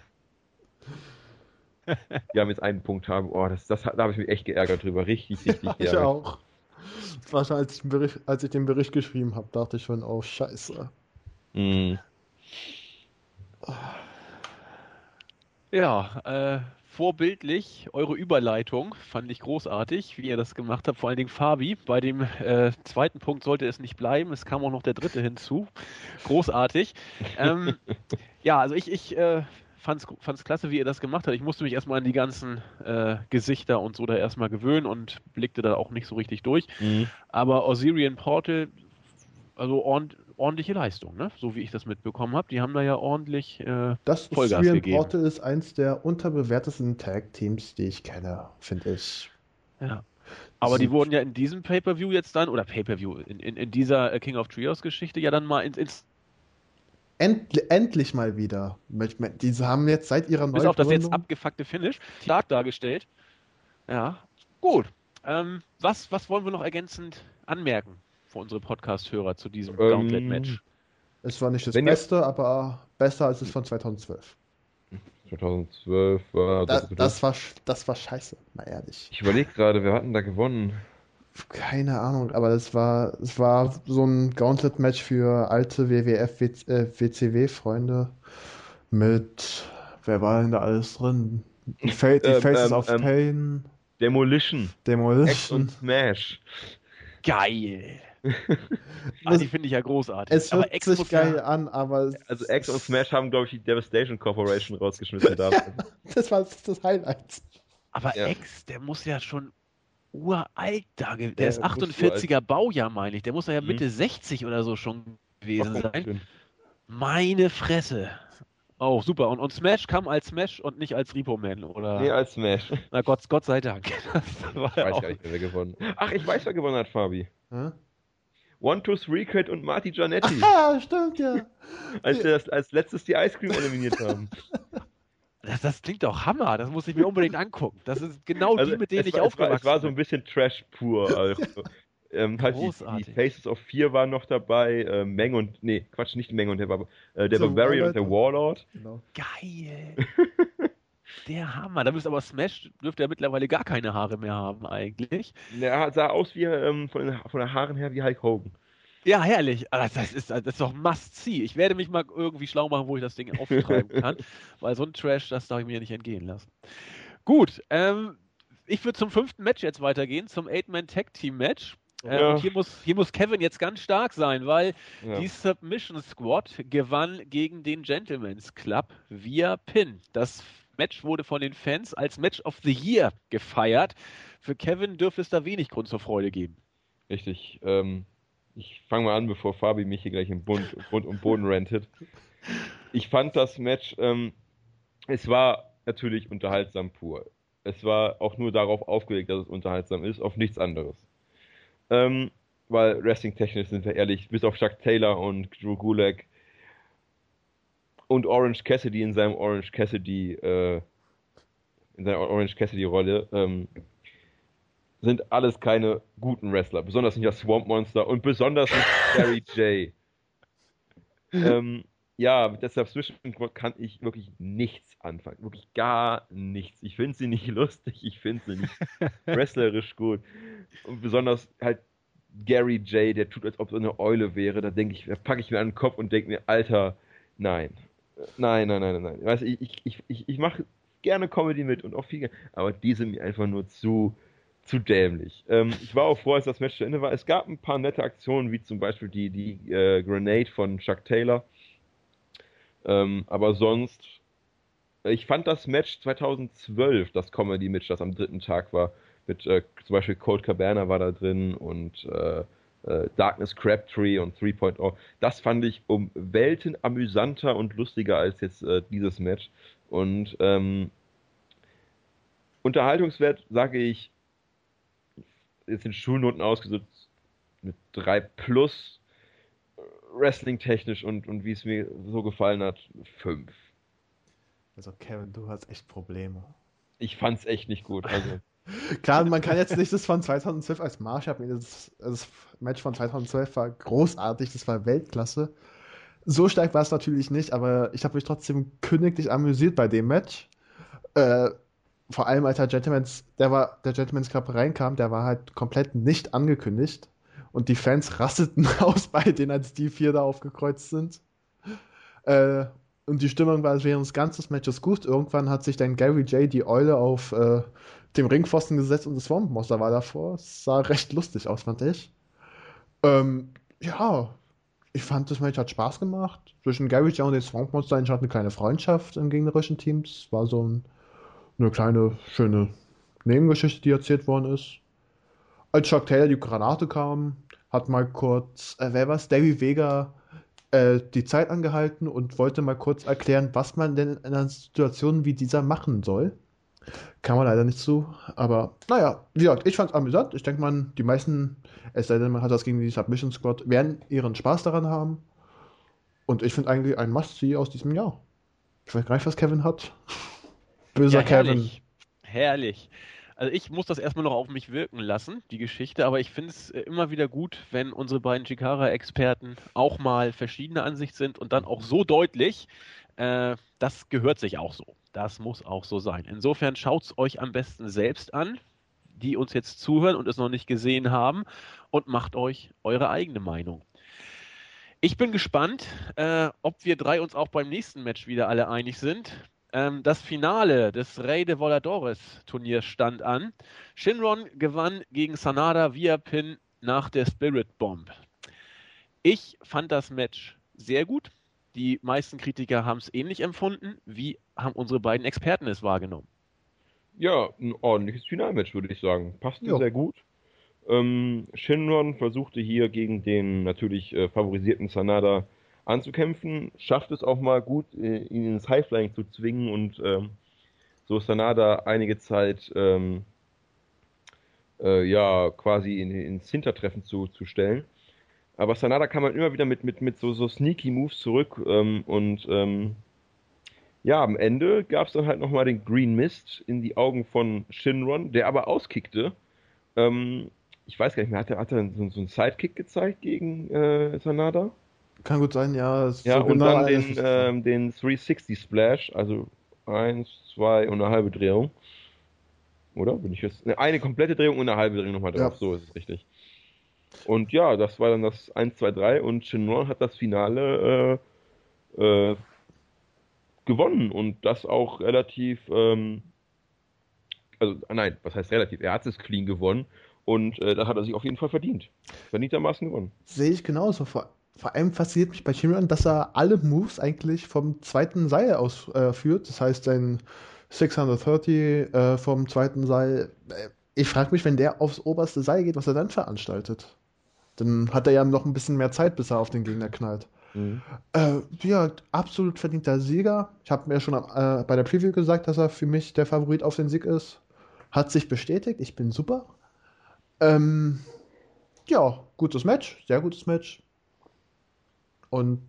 Speaker 3: Die haben jetzt einen Punkt haben. Oh, das, das, da habe ich mich echt geärgert drüber. Richtig, richtig
Speaker 2: Ja, ich
Speaker 3: geärgert.
Speaker 2: auch. Das war schon, als ich den Bericht, als ich den Bericht geschrieben habe, dachte ich schon, oh Scheiße.
Speaker 3: Mm.
Speaker 1: Ja, äh, vorbildlich, eure Überleitung fand ich großartig, wie ihr das gemacht habt, vor allen Dingen Fabi. Bei dem äh, zweiten Punkt sollte es nicht bleiben, es kam auch noch der dritte hinzu. Großartig. Ähm, ja, also ich, ich äh, fand's, fand's klasse, wie ihr das gemacht habt. Ich musste mich erstmal an die ganzen äh, Gesichter und so da erstmal gewöhnen und blickte da auch nicht so richtig durch.
Speaker 3: Mm.
Speaker 1: Aber Osirian Portal, also ordentlich ordentliche Leistung, ne? So wie ich das mitbekommen habe. Die haben da ja ordentlich äh,
Speaker 2: Das
Speaker 1: Vollgas
Speaker 2: Osirian
Speaker 1: gegeben.
Speaker 2: Portal ist eins der unterbewertesten Tag-Teams, die ich kenne, finde ich.
Speaker 1: Ja. Aber die
Speaker 2: Sind-
Speaker 1: wurden ja in diesem Pay-Per-View jetzt dann, oder Pay-Per-View, in, in, in dieser äh, King of Trios-Geschichte ja dann mal ins, ins
Speaker 2: End, endlich mal wieder. Mit- mit- Die haben jetzt seit ihrer
Speaker 1: bis auf das jetzt
Speaker 2: Neugründung...
Speaker 1: abgefuckte Finish stark dargestellt. Ja, gut. Ähm, was, was wollen wir noch ergänzend anmerken für unsere Podcast-Hörer zu diesem
Speaker 3: Ähm,
Speaker 1: Gauntlet-Match?
Speaker 2: Es war nicht das
Speaker 3: Wenn ihr-
Speaker 2: Beste, aber besser als es von zweitausendzwölf.
Speaker 3: zweitausendzwölf war.
Speaker 2: Das, das, war, sch- das war scheiße, mal ehrlich.
Speaker 3: Ich überlege gerade, wer hat denn da gewonnen?
Speaker 2: Keine Ahnung, aber das war, es war so ein Gauntlet-Match für alte W W F, W C W-Freunde mit, wer war denn da alles drin? Die, Fa die
Speaker 3: Ähm,
Speaker 2: Faces
Speaker 3: ähm,
Speaker 2: of
Speaker 3: ähm,
Speaker 2: Pain,
Speaker 3: Demolition. X
Speaker 2: Demolition.
Speaker 3: und Smash.
Speaker 1: Geil! Ah,
Speaker 2: Das-
Speaker 1: die finde ich ja großartig.
Speaker 2: Es
Speaker 1: Aber
Speaker 2: hört
Speaker 1: X
Speaker 2: sich
Speaker 1: muss
Speaker 2: geil
Speaker 1: ja,
Speaker 2: an, aber es-
Speaker 3: Also X und Smash haben, glaube ich, die Devastation Corporation rausgeschmissen damals.
Speaker 2: das war das Highlight.
Speaker 1: aber
Speaker 3: Ja.
Speaker 1: X, der muss ja schon uralt da. Der, der
Speaker 3: Der
Speaker 1: ist
Speaker 3: muss
Speaker 1: achtundvierziger Baujahr, meine ich. Der muss ja
Speaker 3: Mhm.
Speaker 1: Mitte sechzig oder so schon gewesen
Speaker 3: Ach,
Speaker 1: sein.
Speaker 3: schön.
Speaker 1: Meine Fresse. Oh, super. Und, und Smash kam als Smash und nicht als Repo Man, oder?
Speaker 3: Nee, als Smash.
Speaker 1: Na Gott, Gott sei Dank. Das war
Speaker 3: Ich
Speaker 1: ja
Speaker 3: weiß
Speaker 1: auch...
Speaker 3: gar nicht mehr, wer gewonnen hat. Ach, ich weiß, wer gewonnen hat, Fabi.
Speaker 2: Hä?
Speaker 3: One, Two, Three Kid und Marty Giannetti.
Speaker 2: Ah, stimmt, ja.
Speaker 3: als wir das als letztes die Ice Cream eliminiert haben.
Speaker 1: Das, das klingt doch Hammer. Das muss ich mir unbedingt angucken. Das ist genau
Speaker 3: Also,
Speaker 1: die, mit denen
Speaker 3: es
Speaker 1: ich
Speaker 3: war, es war,
Speaker 1: aufgewachsen
Speaker 3: es war so
Speaker 1: bin.
Speaker 3: ein bisschen Trash pur. Also, ähm, halt die, die
Speaker 1: Großartig.
Speaker 3: Faces of Fear waren noch dabei. Äh, Meng und, nee, Quatsch, nicht Meng und der, Bar äh, der
Speaker 2: So,
Speaker 3: Barbarian und
Speaker 2: Warlord.
Speaker 3: der Warlord.
Speaker 2: Genau.
Speaker 1: Geil. Der Hammer. Da müsste aber Smash, dürfte er mittlerweile gar keine Haare mehr haben eigentlich.
Speaker 3: Der sah aus wie, ähm, von, den, von den Haaren her wie Hulk Hogan.
Speaker 1: Ja, herrlich. Aber Das ist, das ist doch must-see. Ich werde mich mal irgendwie schlau machen, wo ich das Ding auftreiben kann, weil so ein Trash, das darf ich mir nicht entgehen lassen. Gut, ähm, ich würde zum fünften Match jetzt weitergehen, zum Eight-Man-Tag-Team-Match. Äh,
Speaker 3: Ja.
Speaker 1: Und hier muss, hier muss Kevin jetzt ganz stark sein, weil
Speaker 3: Ja.
Speaker 1: die Submission Squad gewann gegen den Gentleman's Club via Pin. Das Match wurde von den Fans als Match of the Year gefeiert. Für Kevin dürfte es da wenig Grund zur Freude geben.
Speaker 3: Richtig. Ähm, ich fange mal an, bevor Fabi mich hier gleich im Bund, Bund und Boden rentet. Ich fand das Match, ähm, es war natürlich unterhaltsam pur. Es war auch nur darauf aufgelegt, dass es unterhaltsam ist, auf nichts anderes. Ähm, weil wrestling-technisch sind wir ehrlich, bis auf Chuck Taylor und Drew Gulak und Orange Cassidy in seinem Orange Cassidy, äh, in seiner Orange Cassidy-Rolle, ähm, sind alles keine guten Wrestler. Besonders nicht das Swamp Monster und besonders nicht Gary J. ähm, ja, mit der Submission kann ich wirklich nichts anfangen. Wirklich gar nichts. Ich finde sie nicht lustig, ich finde sie nicht wrestlerisch gut. Und besonders halt Gary J., der tut, als ob er eine Eule wäre. Da denke ich, da packe ich mir an den Kopf und denke mir, Alter, nein. Nein, nein, nein, nein, nein. Weißt du, ich, ich, ich, ich mache gerne Comedy mit und auch viel, aber die sind mir einfach nur zu, zu dämlich. Ähm, ich war auch froh, als das Match zu Ende war. Es gab ein paar nette Aktionen, wie zum Beispiel die, die äh, Grenade von Chuck Taylor. Ähm, aber sonst, ich fand das Match zweitausendzwölf, das Comedy-Match, das am dritten Tag war, mit äh, zum Beispiel Colt Cabana war da drin und äh, äh, Darkness Crabtree und drei Punkt null. Das fand ich um Welten amüsanter und lustiger als jetzt äh, dieses Match. Und ähm, Unterhaltungswert sage ich jetzt in Schulnoten ausgesetzt mit drei plus, Wrestling-technisch und, und wie es mir so gefallen hat, fünf.
Speaker 2: Also Kevin, du hast echt Probleme.
Speaker 3: Ich fand's echt nicht gut. Also,
Speaker 2: Klar, man kann jetzt nicht das von zweitausendzwölf als Maßstab nehmen. Das, das Match von zweitausendzwölf war großartig, das war Weltklasse. So stark war es natürlich nicht, aber ich habe mich trotzdem königlich amüsiert bei dem Match. Äh, vor allem als der Gentleman's, der war, der Gentleman's Club reinkam, der war halt komplett nicht angekündigt. Und die Fans rasteten aus bei denen, als die vier da aufgekreuzt sind. Äh, und die Stimmung war während des ganzen Matches gut. Irgendwann hat sich dann Gary J. die Eule auf äh, dem Ringpfosten gesetzt und das Swamp Monster war davor. Es sah recht lustig aus, fand ich. Ähm, ja, ich fand das Match hat Spaß gemacht. Zwischen Gary J. und dem Swamp Monster entstand eine kleine Freundschaft im gegnerischen Team. Es war so ein, eine kleine, schöne Nebengeschichte, die erzählt worden ist. Als Chuck Taylor die Granate kam, hat mal kurz, äh, wer war's? Davey Vega äh, die Zeit angehalten und wollte mal kurz erklären, was man denn in einer Situation wie dieser machen soll. Kam man leider nicht zu, aber naja, wie gesagt, ich fand's amüsant. Ich denke mal, die meisten, es sei denn, man hat das gegen die Submission Squad, werden ihren Spaß daran haben. Und ich finde eigentlich ein Must-See aus diesem Jahr. Ich weiß gar nicht, was Kevin hat. Böser
Speaker 1: Ja,
Speaker 2: Kevin.
Speaker 1: herrlich. Herrlich. Also ich muss das erstmal noch auf mich wirken lassen, die Geschichte, aber ich finde es äh, immer wieder gut, wenn unsere beiden Chikara-Experten auch mal verschiedener Ansicht sind und dann auch so deutlich. Äh, das gehört sich auch so. Das muss auch so sein. Insofern schaut es euch am besten selbst an, die uns jetzt zuhören und es noch nicht gesehen haben, und macht euch eure eigene Meinung. Ich bin gespannt, äh, ob wir drei uns auch beim nächsten Match wieder alle einig sind. Ähm, das Finale des Rey de Voladores Turniers stand an. Shinron gewann gegen Sanada via Pin nach der Spirit Bomb. Ich fand das Match sehr gut. Die meisten Kritiker haben es ähnlich empfunden. Wie haben unsere beiden Experten es wahrgenommen?
Speaker 3: Ja, ein ordentliches Finalmatch, würde ich sagen. Passte
Speaker 2: Ja,
Speaker 3: sehr gut. Ähm, Shinron versuchte hier gegen den natürlich äh, favorisierten Sanada anzukämpfen, schafft es auch mal gut, äh, ihn ins Highflying zu zwingen und ähm, so Sanada einige Zeit ähm, äh, ja quasi in, ins Hintertreffen zu, zu stellen. Aber Sanada kam halt immer wieder mit, mit, mit so, so sneaky Moves zurück ähm, und ähm, ja, am Ende gab es dann halt nochmal den Green Mist in die Augen von Shinron, der aber auskickte. Ähm, ich weiß gar nicht mehr, hat er, hat er so, so einen Sidekick gezeigt gegen äh, Sanada?
Speaker 2: kann gut sein, ja,
Speaker 3: Ja,
Speaker 2: so
Speaker 3: und
Speaker 2: genau
Speaker 3: dann
Speaker 2: erinnere ich
Speaker 3: den,
Speaker 2: mich nicht dran.
Speaker 3: ähm, den dreihundertsechzig Splash, also eins, zwei und eine halbe Drehung. Oder? Bin ich jetzt. Ne, eine komplette Drehung und eine halbe Drehung nochmal
Speaker 2: Ja,
Speaker 3: drauf, so ist es richtig. Und ja, das war dann das eins, zwei, drei und Shinron hat das Finale äh, äh, gewonnen und das auch relativ, ähm, also ah, nein, was heißt relativ? Er hat es clean gewonnen und äh, da hat er sich auf jeden Fall verdient. Verdientermaßen gewonnen.
Speaker 2: sehe ich genauso. Vor, vor allem fasziniert mich bei Shinron, dass er alle Moves eigentlich vom zweiten Seil aus äh, führt. Das heißt, sein sechshundertdreißig äh, vom zweiten Seil. Äh, ich frage mich, wenn der aufs oberste Seil geht, was er dann veranstaltet. Dann hat er ja noch ein bisschen mehr Zeit, bis er auf den Gegner knallt.
Speaker 3: Mhm.
Speaker 2: Äh, ja, absolut verdienter Sieger. Ich habe mir schon äh, bei der Preview gesagt, dass er für mich der Favorit auf den Sieg ist. Hat sich bestätigt. Ich bin super. Ähm, ja, gutes Match, sehr gutes Match. Und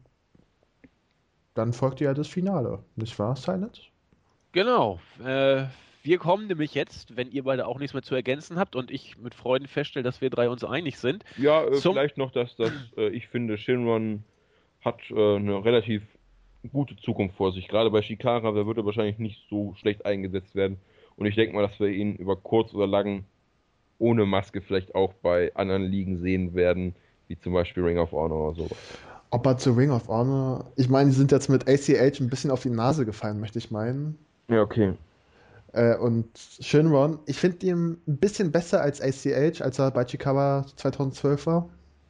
Speaker 2: dann folgte ja das Finale, nicht wahr, Silent?
Speaker 1: Genau. Äh, wir kommen nämlich jetzt, wenn ihr beide auch nichts mehr zu ergänzen habt und ich mit Freuden feststelle, dass wir drei uns einig sind,
Speaker 3: Ja, äh,
Speaker 1: zum.
Speaker 3: vielleicht noch, dass das, äh, ich finde, Shinron hat äh, eine relativ gute Zukunft vor sich. Gerade bei Shikara, da wird er wahrscheinlich nicht so schlecht eingesetzt werden. Und ich denke mal, dass wir ihn über kurz oder lang ohne Maske vielleicht auch bei anderen Ligen sehen werden, wie zum Beispiel Ring of Honor oder sowas.
Speaker 2: Ob er zu Ring of Honor. Ich meine, die sind jetzt mit A C H ein bisschen auf die Nase gefallen, möchte ich meinen.
Speaker 3: Ja, okay.
Speaker 2: Äh, und Shinron, ich finde ihn ein bisschen besser als A C H, als er bei Chikawa zweitausendzwölf war.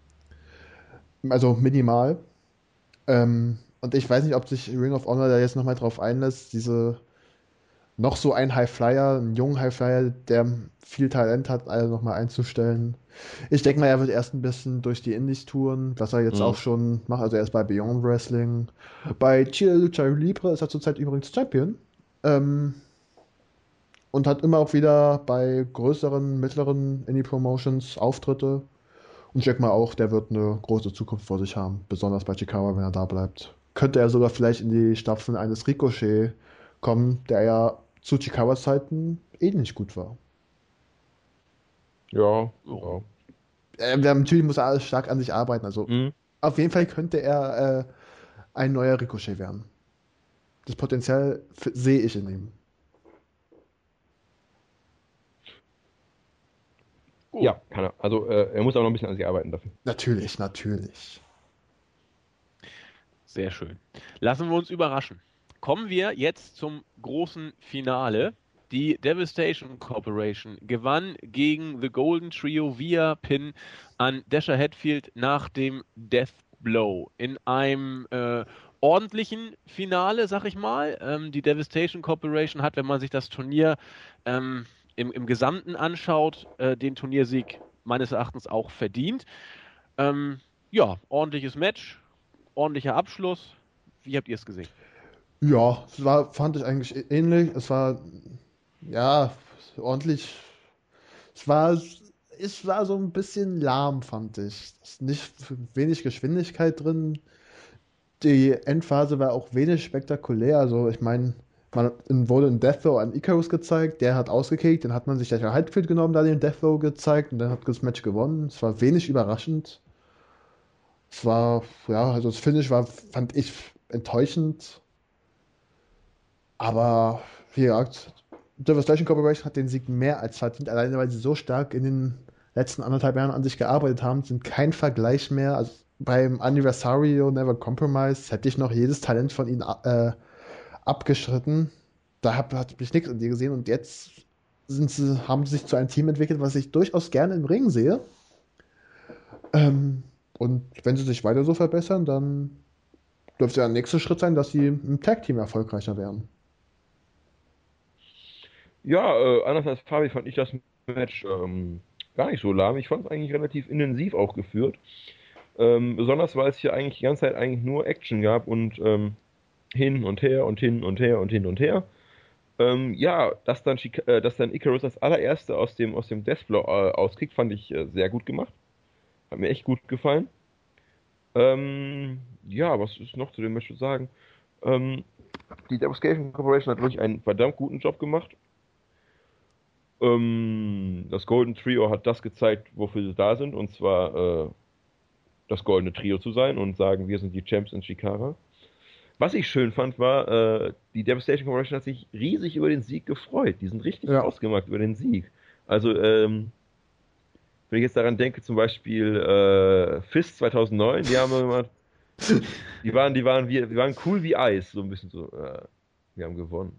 Speaker 2: Also minimal. Ähm, und ich weiß nicht, ob sich Ring of Honor da jetzt nochmal drauf einlässt, diese noch so ein High Flyer, einen jungen High Flyer, der viel Talent hat, alle nochmal einzustellen. Ich denke mal, er wird erst ein bisschen durch die Indies touren, was er jetzt auch
Speaker 3: Mhm.
Speaker 2: schon macht. Also er ist bei Beyond Wrestling. Bei Chile Lucha Libre ist er zurzeit übrigens Champion. Ähm, und hat immer auch wieder bei größeren, mittleren Indie-Promotions Auftritte. Und ich denke mal auch, der wird eine große Zukunft vor sich haben. Besonders bei Chikawa, wenn er da bleibt. Könnte er sogar vielleicht in die Stapfen eines Ricochet kommen, der ja zu Chikawas Zeiten ähnlich gut war.
Speaker 3: Ja,
Speaker 2: Oh.
Speaker 3: ja.
Speaker 2: Äh, natürlich muss er alles stark an sich arbeiten. Also
Speaker 3: Mhm.
Speaker 2: auf jeden Fall könnte er äh, ein neuer Ricochet werden. Das Potenzial f- sehe ich in ihm.
Speaker 1: Gut.
Speaker 3: Ja, kann er. Also äh, er muss auch noch ein bisschen an sich arbeiten dafür.
Speaker 2: Natürlich, natürlich.
Speaker 1: Sehr schön. Lassen wir uns überraschen. Kommen wir jetzt zum großen Finale. Die Devastation Corporation gewann gegen The Golden Trio via Pin an Dasher Hatfield nach dem Death Blow. In einem äh, ordentlichen Finale, sag ich mal. Ähm, die Devastation Corporation hat, wenn man sich das Turnier ähm, im, im Gesamten anschaut, äh, den Turniersieg meines Erachtens auch verdient. Ähm, ja, ordentliches Match, ordentlicher Abschluss. Wie habt ihr es gesehen?
Speaker 2: Ja, es war, fand ich eigentlich ähnlich. Es war, ja, ordentlich. Es war, es war so ein bisschen lahm, fand ich. Es ist nicht wenig Geschwindigkeit drin. Die Endphase war auch wenig spektakulär. Also, ich meine, man wurde in Death Row an Icarus gezeigt, der hat ausgekickt, dann hat man sich gleich ein Halbfield genommen, da den Death Row gezeigt und dann hat das Match gewonnen. Es war wenig überraschend. Es war, ja, also das Finish war, fand ich, enttäuschend. Aber wie gesagt, Devastation Corporation hat den Sieg mehr als verdient, alleine weil sie so stark in den letzten anderthalb Jahren an sich gearbeitet haben, sind kein Vergleich mehr. Also beim Anniversario Never Compromise hätte ich noch jedes Talent von ihnen äh, abgeschritten. Da habe hab ich nichts an dir gesehen und jetzt sind sie, haben sie sich zu einem Team entwickelt, was ich durchaus gerne im Ring sehe. Ähm, und wenn sie sich weiter so verbessern, dann dürfte der nächste Schritt sein, dass sie im Tag-Team erfolgreicher werden.
Speaker 3: Ja, äh, anders als Fabi fand ich das Match ähm, gar nicht so lahm. Ich fand es eigentlich relativ intensiv auch geführt. Ähm, besonders weil es hier eigentlich die ganze Zeit eigentlich nur Action gab und ähm, hin und her und hin und her und hin und her. Ähm, ja, dass dann, Chica äh, dass dann Icarus als allererste aus dem, aus dem Deathblow äh, auskickt, fand ich äh, sehr gut gemacht. Hat mir echt gut gefallen. Ähm, ja, was ist noch zu dem Match zu sagen? Ähm, die Devastation Corporation hat wirklich einen verdammt guten Job gemacht. Ähm, das Golden Trio hat das gezeigt, wofür sie da sind, und zwar äh, das Goldene Trio zu sein und sagen, wir sind die Champs in Chikara. Was ich schön fand, war, äh, die Devastation Corporation hat sich riesig über den Sieg gefreut. Die sind richtig
Speaker 2: Ja.
Speaker 3: ausgemacht über den Sieg. Also, ähm, wenn ich jetzt daran denke, zum Beispiel äh, Fist zweitausendneun, die haben immer, die waren, die waren, wie, die waren cool wie Eis, so ein bisschen so, äh, wir haben gewonnen.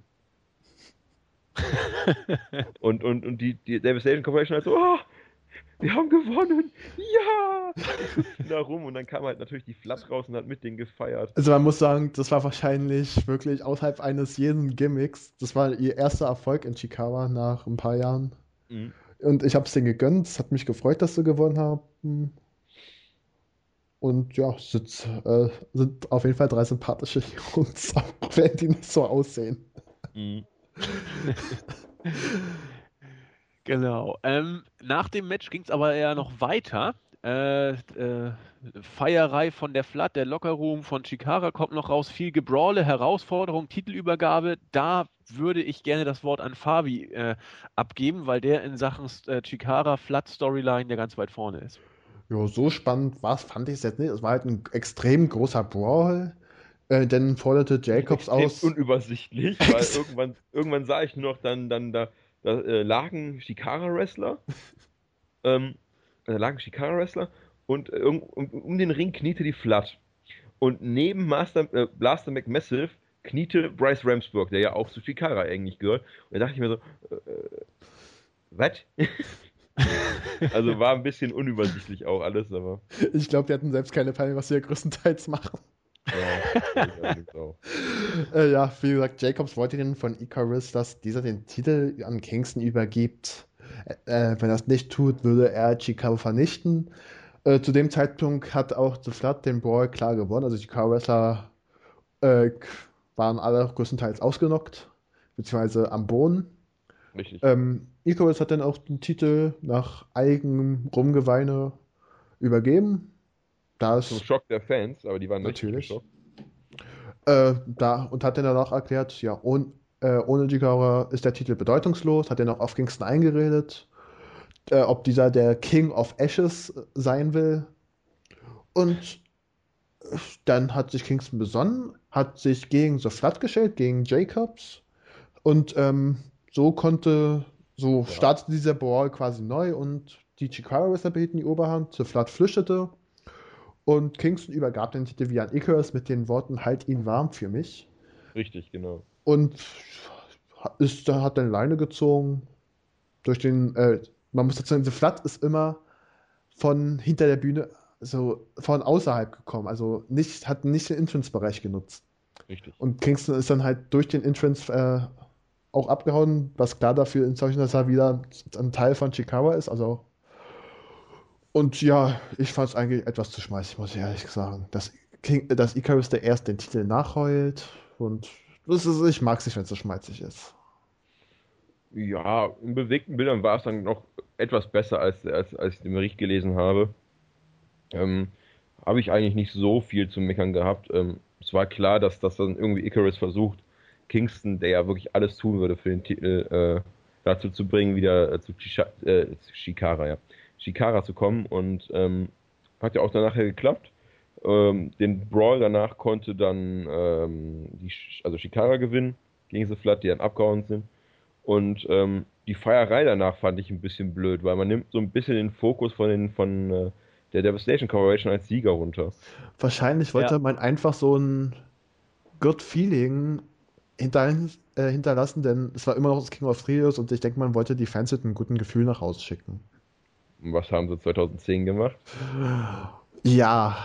Speaker 3: Und, und, und die, die Devastation Corporation halt so, oh, wir haben gewonnen, ja! Und hüpften da rum und dann kam halt natürlich die Flat raus und hat mit denen gefeiert.
Speaker 2: Also man muss sagen, das war wahrscheinlich wirklich außerhalb eines jeden Gimmicks. Das war ihr erster Erfolg in Chikara nach ein paar Jahren.
Speaker 3: Mhm.
Speaker 2: Und ich habe es denen gegönnt. Es hat mich gefreut, dass sie gewonnen haben. Und ja, sind, äh, sind auf jeden Fall drei sympathische Jungs, auch wenn die nicht so aussehen.
Speaker 3: Mhm.
Speaker 1: Genau. Ähm, nach dem Match ging es aber eher noch weiter. Äh, äh, Feierei von der Flat, der Lockerroom von Chikara kommt noch raus. Viel Gebrawle, Herausforderung, Titelübergabe. Da würde ich gerne das Wort an Fabi äh, abgeben, weil der in Sachen äh, Chikara Flat Storyline ja ganz weit vorne ist.
Speaker 2: Ja, so spannend war es, fand ich es jetzt nicht. Es war halt ein extrem großer Brawl. Äh, dann forderte Jacobs
Speaker 3: Extrem
Speaker 2: aus.
Speaker 3: unübersichtlich, weil irgendwann, irgendwann sah ich nur noch dann, dann da, da äh, lagen Shikara-Wrestler, ähm, da lagen Shikara-Wrestler und äh, um, um, um den Ring kniete die Flat. Und neben Master, äh, Blaster McMassive kniete Bryce Ramsburg, der ja auch zu Shikara eigentlich gehört. Und da dachte ich mir so, äh, äh, was? Also war ein bisschen unübersichtlich auch alles, aber
Speaker 2: Ich glaube, wir hatten selbst keine Peilung, was wir größtenteils machen.
Speaker 3: ja, das ist allerdings auch.
Speaker 2: Äh, ja, wie gesagt, Jacobs wollte den von Icarus, dass dieser den Titel an Kingston übergibt. Äh, wenn er es nicht tut, würde er Chikara vernichten. Äh, zu dem Zeitpunkt hat auch The Flood den Brawl klar gewonnen. Also die Chikara-Wrestler äh, waren alle größtenteils ausgenockt, beziehungsweise am Boden.
Speaker 3: Richtig.
Speaker 2: Ähm, Icarus hat dann auch den Titel nach eigenem Rumgeweine übergeben. Da
Speaker 3: Zum
Speaker 2: ist
Speaker 3: Schock der Fans, aber die waren richtig
Speaker 2: natürlich.
Speaker 3: geschockt.
Speaker 2: Äh, da, und hat dann danach erklärt, ja, ohne, äh, ohne Chikara ist der Titel bedeutungslos, hat dann auch auf Kingston eingeredet, äh, ob dieser der King of Ashes sein will. Und dann hat sich Kingston besonnen, hat sich gegen The Flood gestellt, gegen Jacobs. Und ähm, so konnte, so
Speaker 3: Ja.
Speaker 2: startete dieser Brawl quasi neu und die Chikara-Wrestler behielten die Oberhand, The Flood flüchtete und Kingston übergab den Titel wie an Icarus mit den Worten: Halt ihn warm für mich.
Speaker 3: Richtig, genau.
Speaker 2: Und ist, hat dann Leine gezogen durch den, äh, man muss dazu sagen, The Flood ist immer von hinter der Bühne, so von außerhalb gekommen, also nicht, hat nicht den Entrance-Bereich genutzt.
Speaker 3: Richtig.
Speaker 2: Und Kingston ist dann halt durch den Entrance äh, auch abgehauen, was klar dafür in solchen, dass er wieder ein Teil von Chikara ist, also und ja, ich fand es eigentlich etwas zu schmeißig, muss ich ehrlich sagen. Dass, King, dass Icarus der erst den Titel nachheult und das ist, ich mag es nicht, wenn es so schmeizig ist.
Speaker 3: Ja, in bewegten Bildern war es dann noch etwas besser, als, als, als ich den Bericht gelesen habe. Ähm, habe ich eigentlich nicht so viel zu meckern gehabt. Ähm, es war klar, dass das dann irgendwie Icarus versucht, Kingston, der ja wirklich alles tun würde für den Titel, äh, dazu zu bringen, wieder äh, zu, Chisha, äh, zu Shikara, ja. Shikara zu kommen und ähm, hat ja auch dann nachher geklappt. Ähm, den Brawl danach konnte dann ähm, die, also Shikara gewinnen gegen The Flood, die dann abgehauen sind. Und ähm, die Feierei danach fand ich ein bisschen blöd, weil man nimmt so ein bisschen den Fokus von, den, von äh, der Devastation Corporation als Sieger runter.
Speaker 2: Wahrscheinlich wollte
Speaker 1: Ja.
Speaker 2: man einfach so ein Good Feeling hinter, äh, hinterlassen, denn es war immer noch das King of Trios und ich denke, man wollte die Fans mit einem guten Gefühl nach Hause schicken.
Speaker 3: Und was haben sie zweitausendzehn gemacht?
Speaker 2: Ja,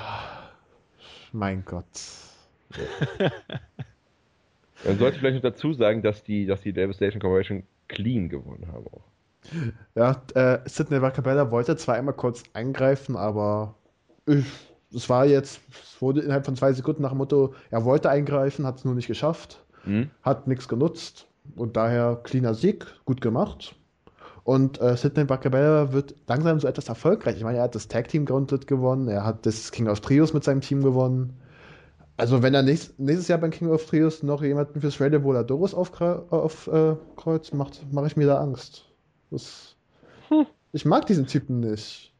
Speaker 2: mein Gott.
Speaker 3: Man sollte vielleicht noch dazu sagen, dass die, dass die Devastation Corporation clean gewonnen haben auch.
Speaker 2: Ja, äh, Sidney Vacabella wollte zwar einmal kurz eingreifen, aber ich, es war jetzt, es wurde innerhalb von zwei Sekunden nach dem Motto, er wollte eingreifen, hat es nur nicht geschafft,
Speaker 3: Hm?
Speaker 2: hat nichts genutzt und daher cleaner Sieg, gut gemacht. Und äh, Sidney Vacabella wird langsam so etwas erfolgreich. Ich meine, er hat das Tag Team Gauntlet gewonnen, er hat das King of Trios mit seinem Team gewonnen. Also wenn er nächst, nächstes Jahr beim King of Trios noch jemanden fürs Radio Voladores aufkreuzt, auf, äh, kreuzt, macht, mache ich mir da Angst. Das,
Speaker 1: Hm.
Speaker 2: ich mag diesen Typen nicht.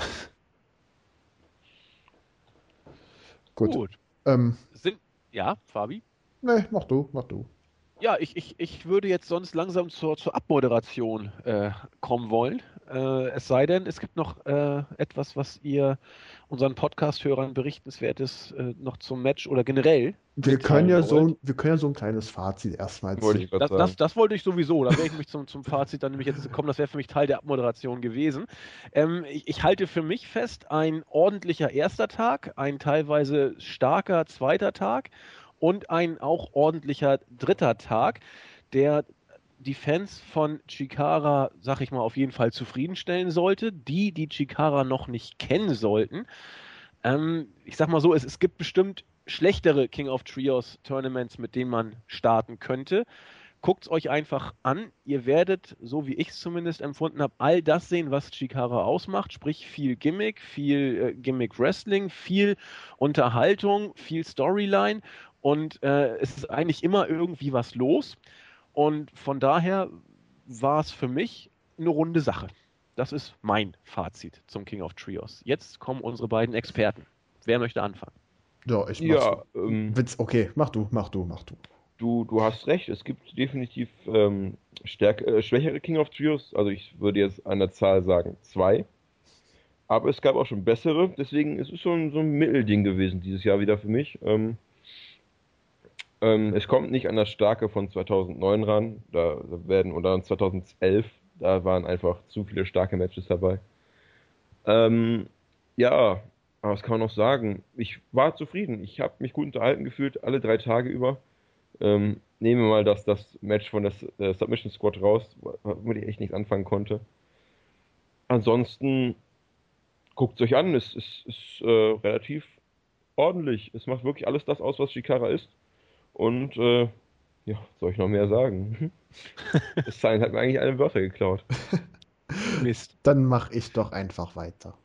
Speaker 2: Gut.
Speaker 1: Gut.
Speaker 2: Ähm,
Speaker 1: Sind, ja, Fabi?
Speaker 2: nee, mach du, mach du.
Speaker 1: Ja, ich, ich, ich würde jetzt sonst langsam zur, zur Abmoderation äh, kommen wollen. Äh, es sei denn, es gibt noch äh, etwas, was ihr unseren Podcast-Hörern Berichtenswertes äh, noch zum Match oder generell
Speaker 2: Wir können,
Speaker 1: mitteilen
Speaker 2: ja so,
Speaker 1: wollt.
Speaker 2: ein- wir können ja so ein kleines Fazit erstmal
Speaker 3: Wollte ich
Speaker 2: ziehen.
Speaker 3: gerade
Speaker 1: Das,
Speaker 3: sagen.
Speaker 1: das, das wollte ich sowieso. Da wäre ich mich zum, zum Fazit dann nämlich jetzt gekommen. Das wäre für mich Teil der Abmoderation gewesen. Ähm, ich, ich halte für mich fest, ein ordentlicher erster Tag, ein teilweise starker zweiter Tag und ein auch ordentlicher dritter Tag, der die Fans von Chikara, sag ich mal, auf jeden Fall zufriedenstellen sollte. Die, die Chikara noch nicht kennen sollten. Ähm, ich sag mal so, es, es gibt bestimmt schlechtere King of Trios Tournaments, mit denen man starten könnte. Guckt es euch einfach an. Ihr werdet, so wie ich es zumindest empfunden habe, all das sehen, was Chikara ausmacht. Sprich viel Gimmick, viel äh, Gimmick-Wrestling, viel Unterhaltung, viel Storyline. Und äh, es ist eigentlich immer irgendwie was los. Und von daher war es für mich eine runde Sache. Das ist mein Fazit zum King of Trios. Jetzt kommen unsere beiden Experten. Wer möchte anfangen?
Speaker 2: Ja, ich mach's.
Speaker 3: Ja, ähm,
Speaker 2: Witz, okay, mach du, mach du, mach du.
Speaker 3: du, du hast recht, es gibt definitiv ähm, stärk, äh, schwächere King of Trios, also ich würde jetzt an der Zahl sagen zwei, aber es gab auch schon bessere, deswegen ist es so ein, so ein Mittelding gewesen dieses Jahr wieder für mich. Ähm, ähm, es kommt nicht an das Starke von zweitausendneun ran, da, da werden, oder an zweitausendelf, da waren einfach zu viele starke Matches dabei. Ähm, ja, aber was kann man noch sagen? Ich war zufrieden, ich habe mich gut unterhalten gefühlt, alle drei Tage über. Ähm, nehmen wir mal das, das Match von der äh, Submission Squad raus, womit ich echt nichts anfangen konnte. Ansonsten guckt es euch an, es ist, ist äh, relativ ordentlich. Es macht wirklich alles das aus, was Chikara ist. Und äh, ja, was soll ich noch mehr sagen? Das Sign hat mir eigentlich alle Wörter geklaut.
Speaker 1: Mist.
Speaker 2: Dann mach ich doch einfach weiter.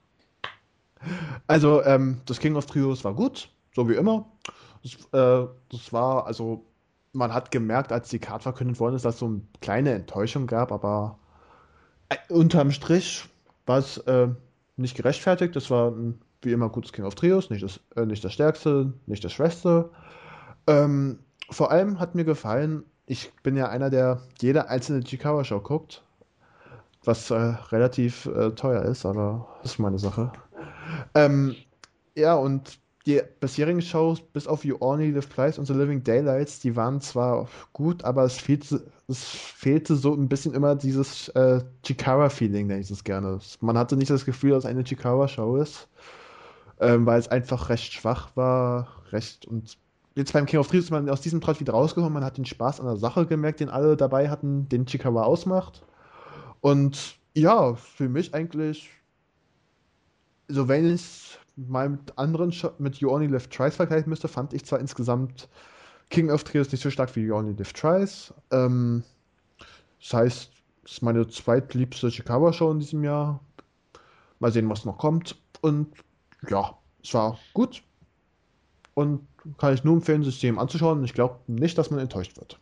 Speaker 2: Also, ähm, das King of Trios war gut, so wie immer. Das, äh, das war, also, man hat gemerkt, als die Card verkündet worden ist, dass es so eine kleine Enttäuschung gab, aber äh, unterm Strich war es äh, nicht gerechtfertigt. Das war ein, wie immer gutes King of Trios, nicht das, äh, nicht das stärkste, nicht das schwächste. Ähm, vor allem hat mir gefallen, ich bin ja einer, der jede einzelne Chikara-Show guckt, was äh, relativ äh, teuer ist, aber das ist meine Sache. Ähm, ja, und die bisherigen Shows, bis auf You Only Live Twice und The Living Daylights, die waren zwar gut, aber es fehlte, es fehlte so ein bisschen immer dieses äh, Chikara-Feeling, nenne ich es gerne. Man hatte nicht das Gefühl, dass es eine Chikara-Show ist, ähm, weil es einfach recht schwach war, recht und jetzt beim King of Trios ist man aus diesem Trott wieder rausgekommen, man hat den Spaß an der Sache gemerkt, den alle dabei hatten, den Chikara ausmacht. Und ja, für mich eigentlich, so wenn ich es mal mit anderen, Scho- mit You Only Live Twice vergleichen müsste, fand ich zwar insgesamt King of Trios nicht so stark wie You Only Live Twice. Ähm, das heißt, es ist meine zweitliebste Chicago-Show in diesem Jahr. Mal sehen, was noch kommt. Und ja, es war gut. Und kann ich nur empfehlen, sich dem anzuschauen. Ich glaube nicht, dass man enttäuscht wird.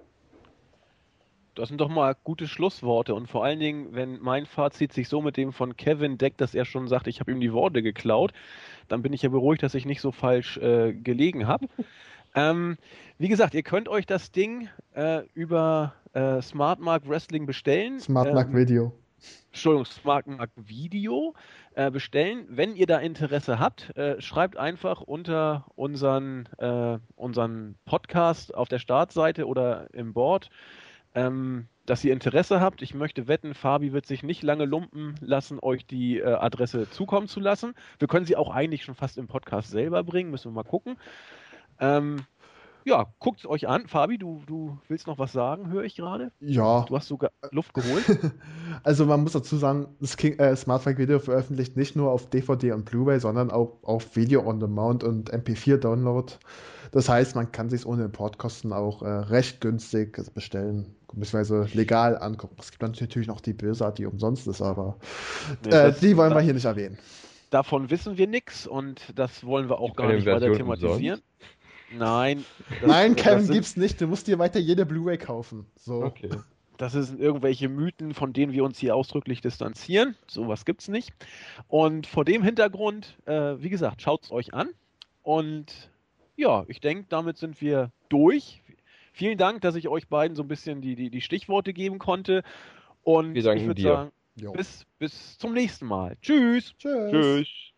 Speaker 1: Das sind doch mal gute Schlussworte und vor allen Dingen, wenn mein Fazit sich so mit dem von Kevin deckt, dass er schon sagt, ich habe ihm die Worte geklaut, dann bin ich ja beruhigt, dass ich nicht so falsch äh, gelegen habe. Ähm, wie gesagt, ihr könnt euch das Ding äh, über äh, Smartmark Wrestling bestellen.
Speaker 2: Smart Mark
Speaker 1: Ähm,
Speaker 2: Video.
Speaker 1: Entschuldigung, Smartmark Video äh, bestellen. Wenn ihr da Interesse habt, äh, schreibt einfach unter unseren, äh, unseren Podcast auf der Startseite oder im Board, ähm, dass ihr Interesse habt. Ich möchte wetten, Fabi wird sich nicht lange lumpen lassen, euch die äh, Adresse zukommen zu lassen. Wir können sie auch eigentlich schon fast im Podcast selber bringen, müssen wir mal gucken. Ähm, ja, guckt es euch an. Fabi, du, du willst noch was sagen, höre ich gerade?
Speaker 2: Ja.
Speaker 1: Du hast sogar Luft geholt.
Speaker 2: Also man muss dazu sagen, das King, äh, Smartphone Video veröffentlicht nicht nur auf D V D und Blu-ray, sondern auch auf Video on Demand und M P vier Download. Das heißt, man kann sich ohne Importkosten auch äh, recht günstig bestellen, beziehungsweise legal angucken. Es gibt dann natürlich noch die Bösart, die umsonst ist, aber
Speaker 1: Nee,
Speaker 2: äh,
Speaker 1: das-
Speaker 2: die wollen wir
Speaker 1: das-
Speaker 2: hier nicht erwähnen.
Speaker 1: Davon wissen wir nichts und das wollen wir auch
Speaker 3: Gibt
Speaker 1: gar
Speaker 3: eine
Speaker 1: nicht weiter
Speaker 3: Version
Speaker 1: thematisieren. Nein. das-
Speaker 2: Nein,
Speaker 1: das
Speaker 2: Kevin,
Speaker 1: sind-
Speaker 2: gibt's nicht. Du musst dir weiter jede Blu-ray kaufen. So.
Speaker 3: Okay.
Speaker 1: Das sind irgendwelche Mythen, von denen wir uns hier ausdrücklich distanzieren. Sowas gibt's nicht. Und vor dem Hintergrund, äh, wie gesagt, schaut's euch an. Und ja, ich denke, damit sind wir durch. Vielen Dank, dass ich euch beiden so ein bisschen die, die, die Stichworte geben konnte. Und
Speaker 3: Wir danken
Speaker 1: ich würde
Speaker 3: dir.
Speaker 1: sagen,
Speaker 2: Jo.
Speaker 1: bis, bis zum nächsten Mal. Tschüss.
Speaker 2: Tschüss.
Speaker 3: Tschüss.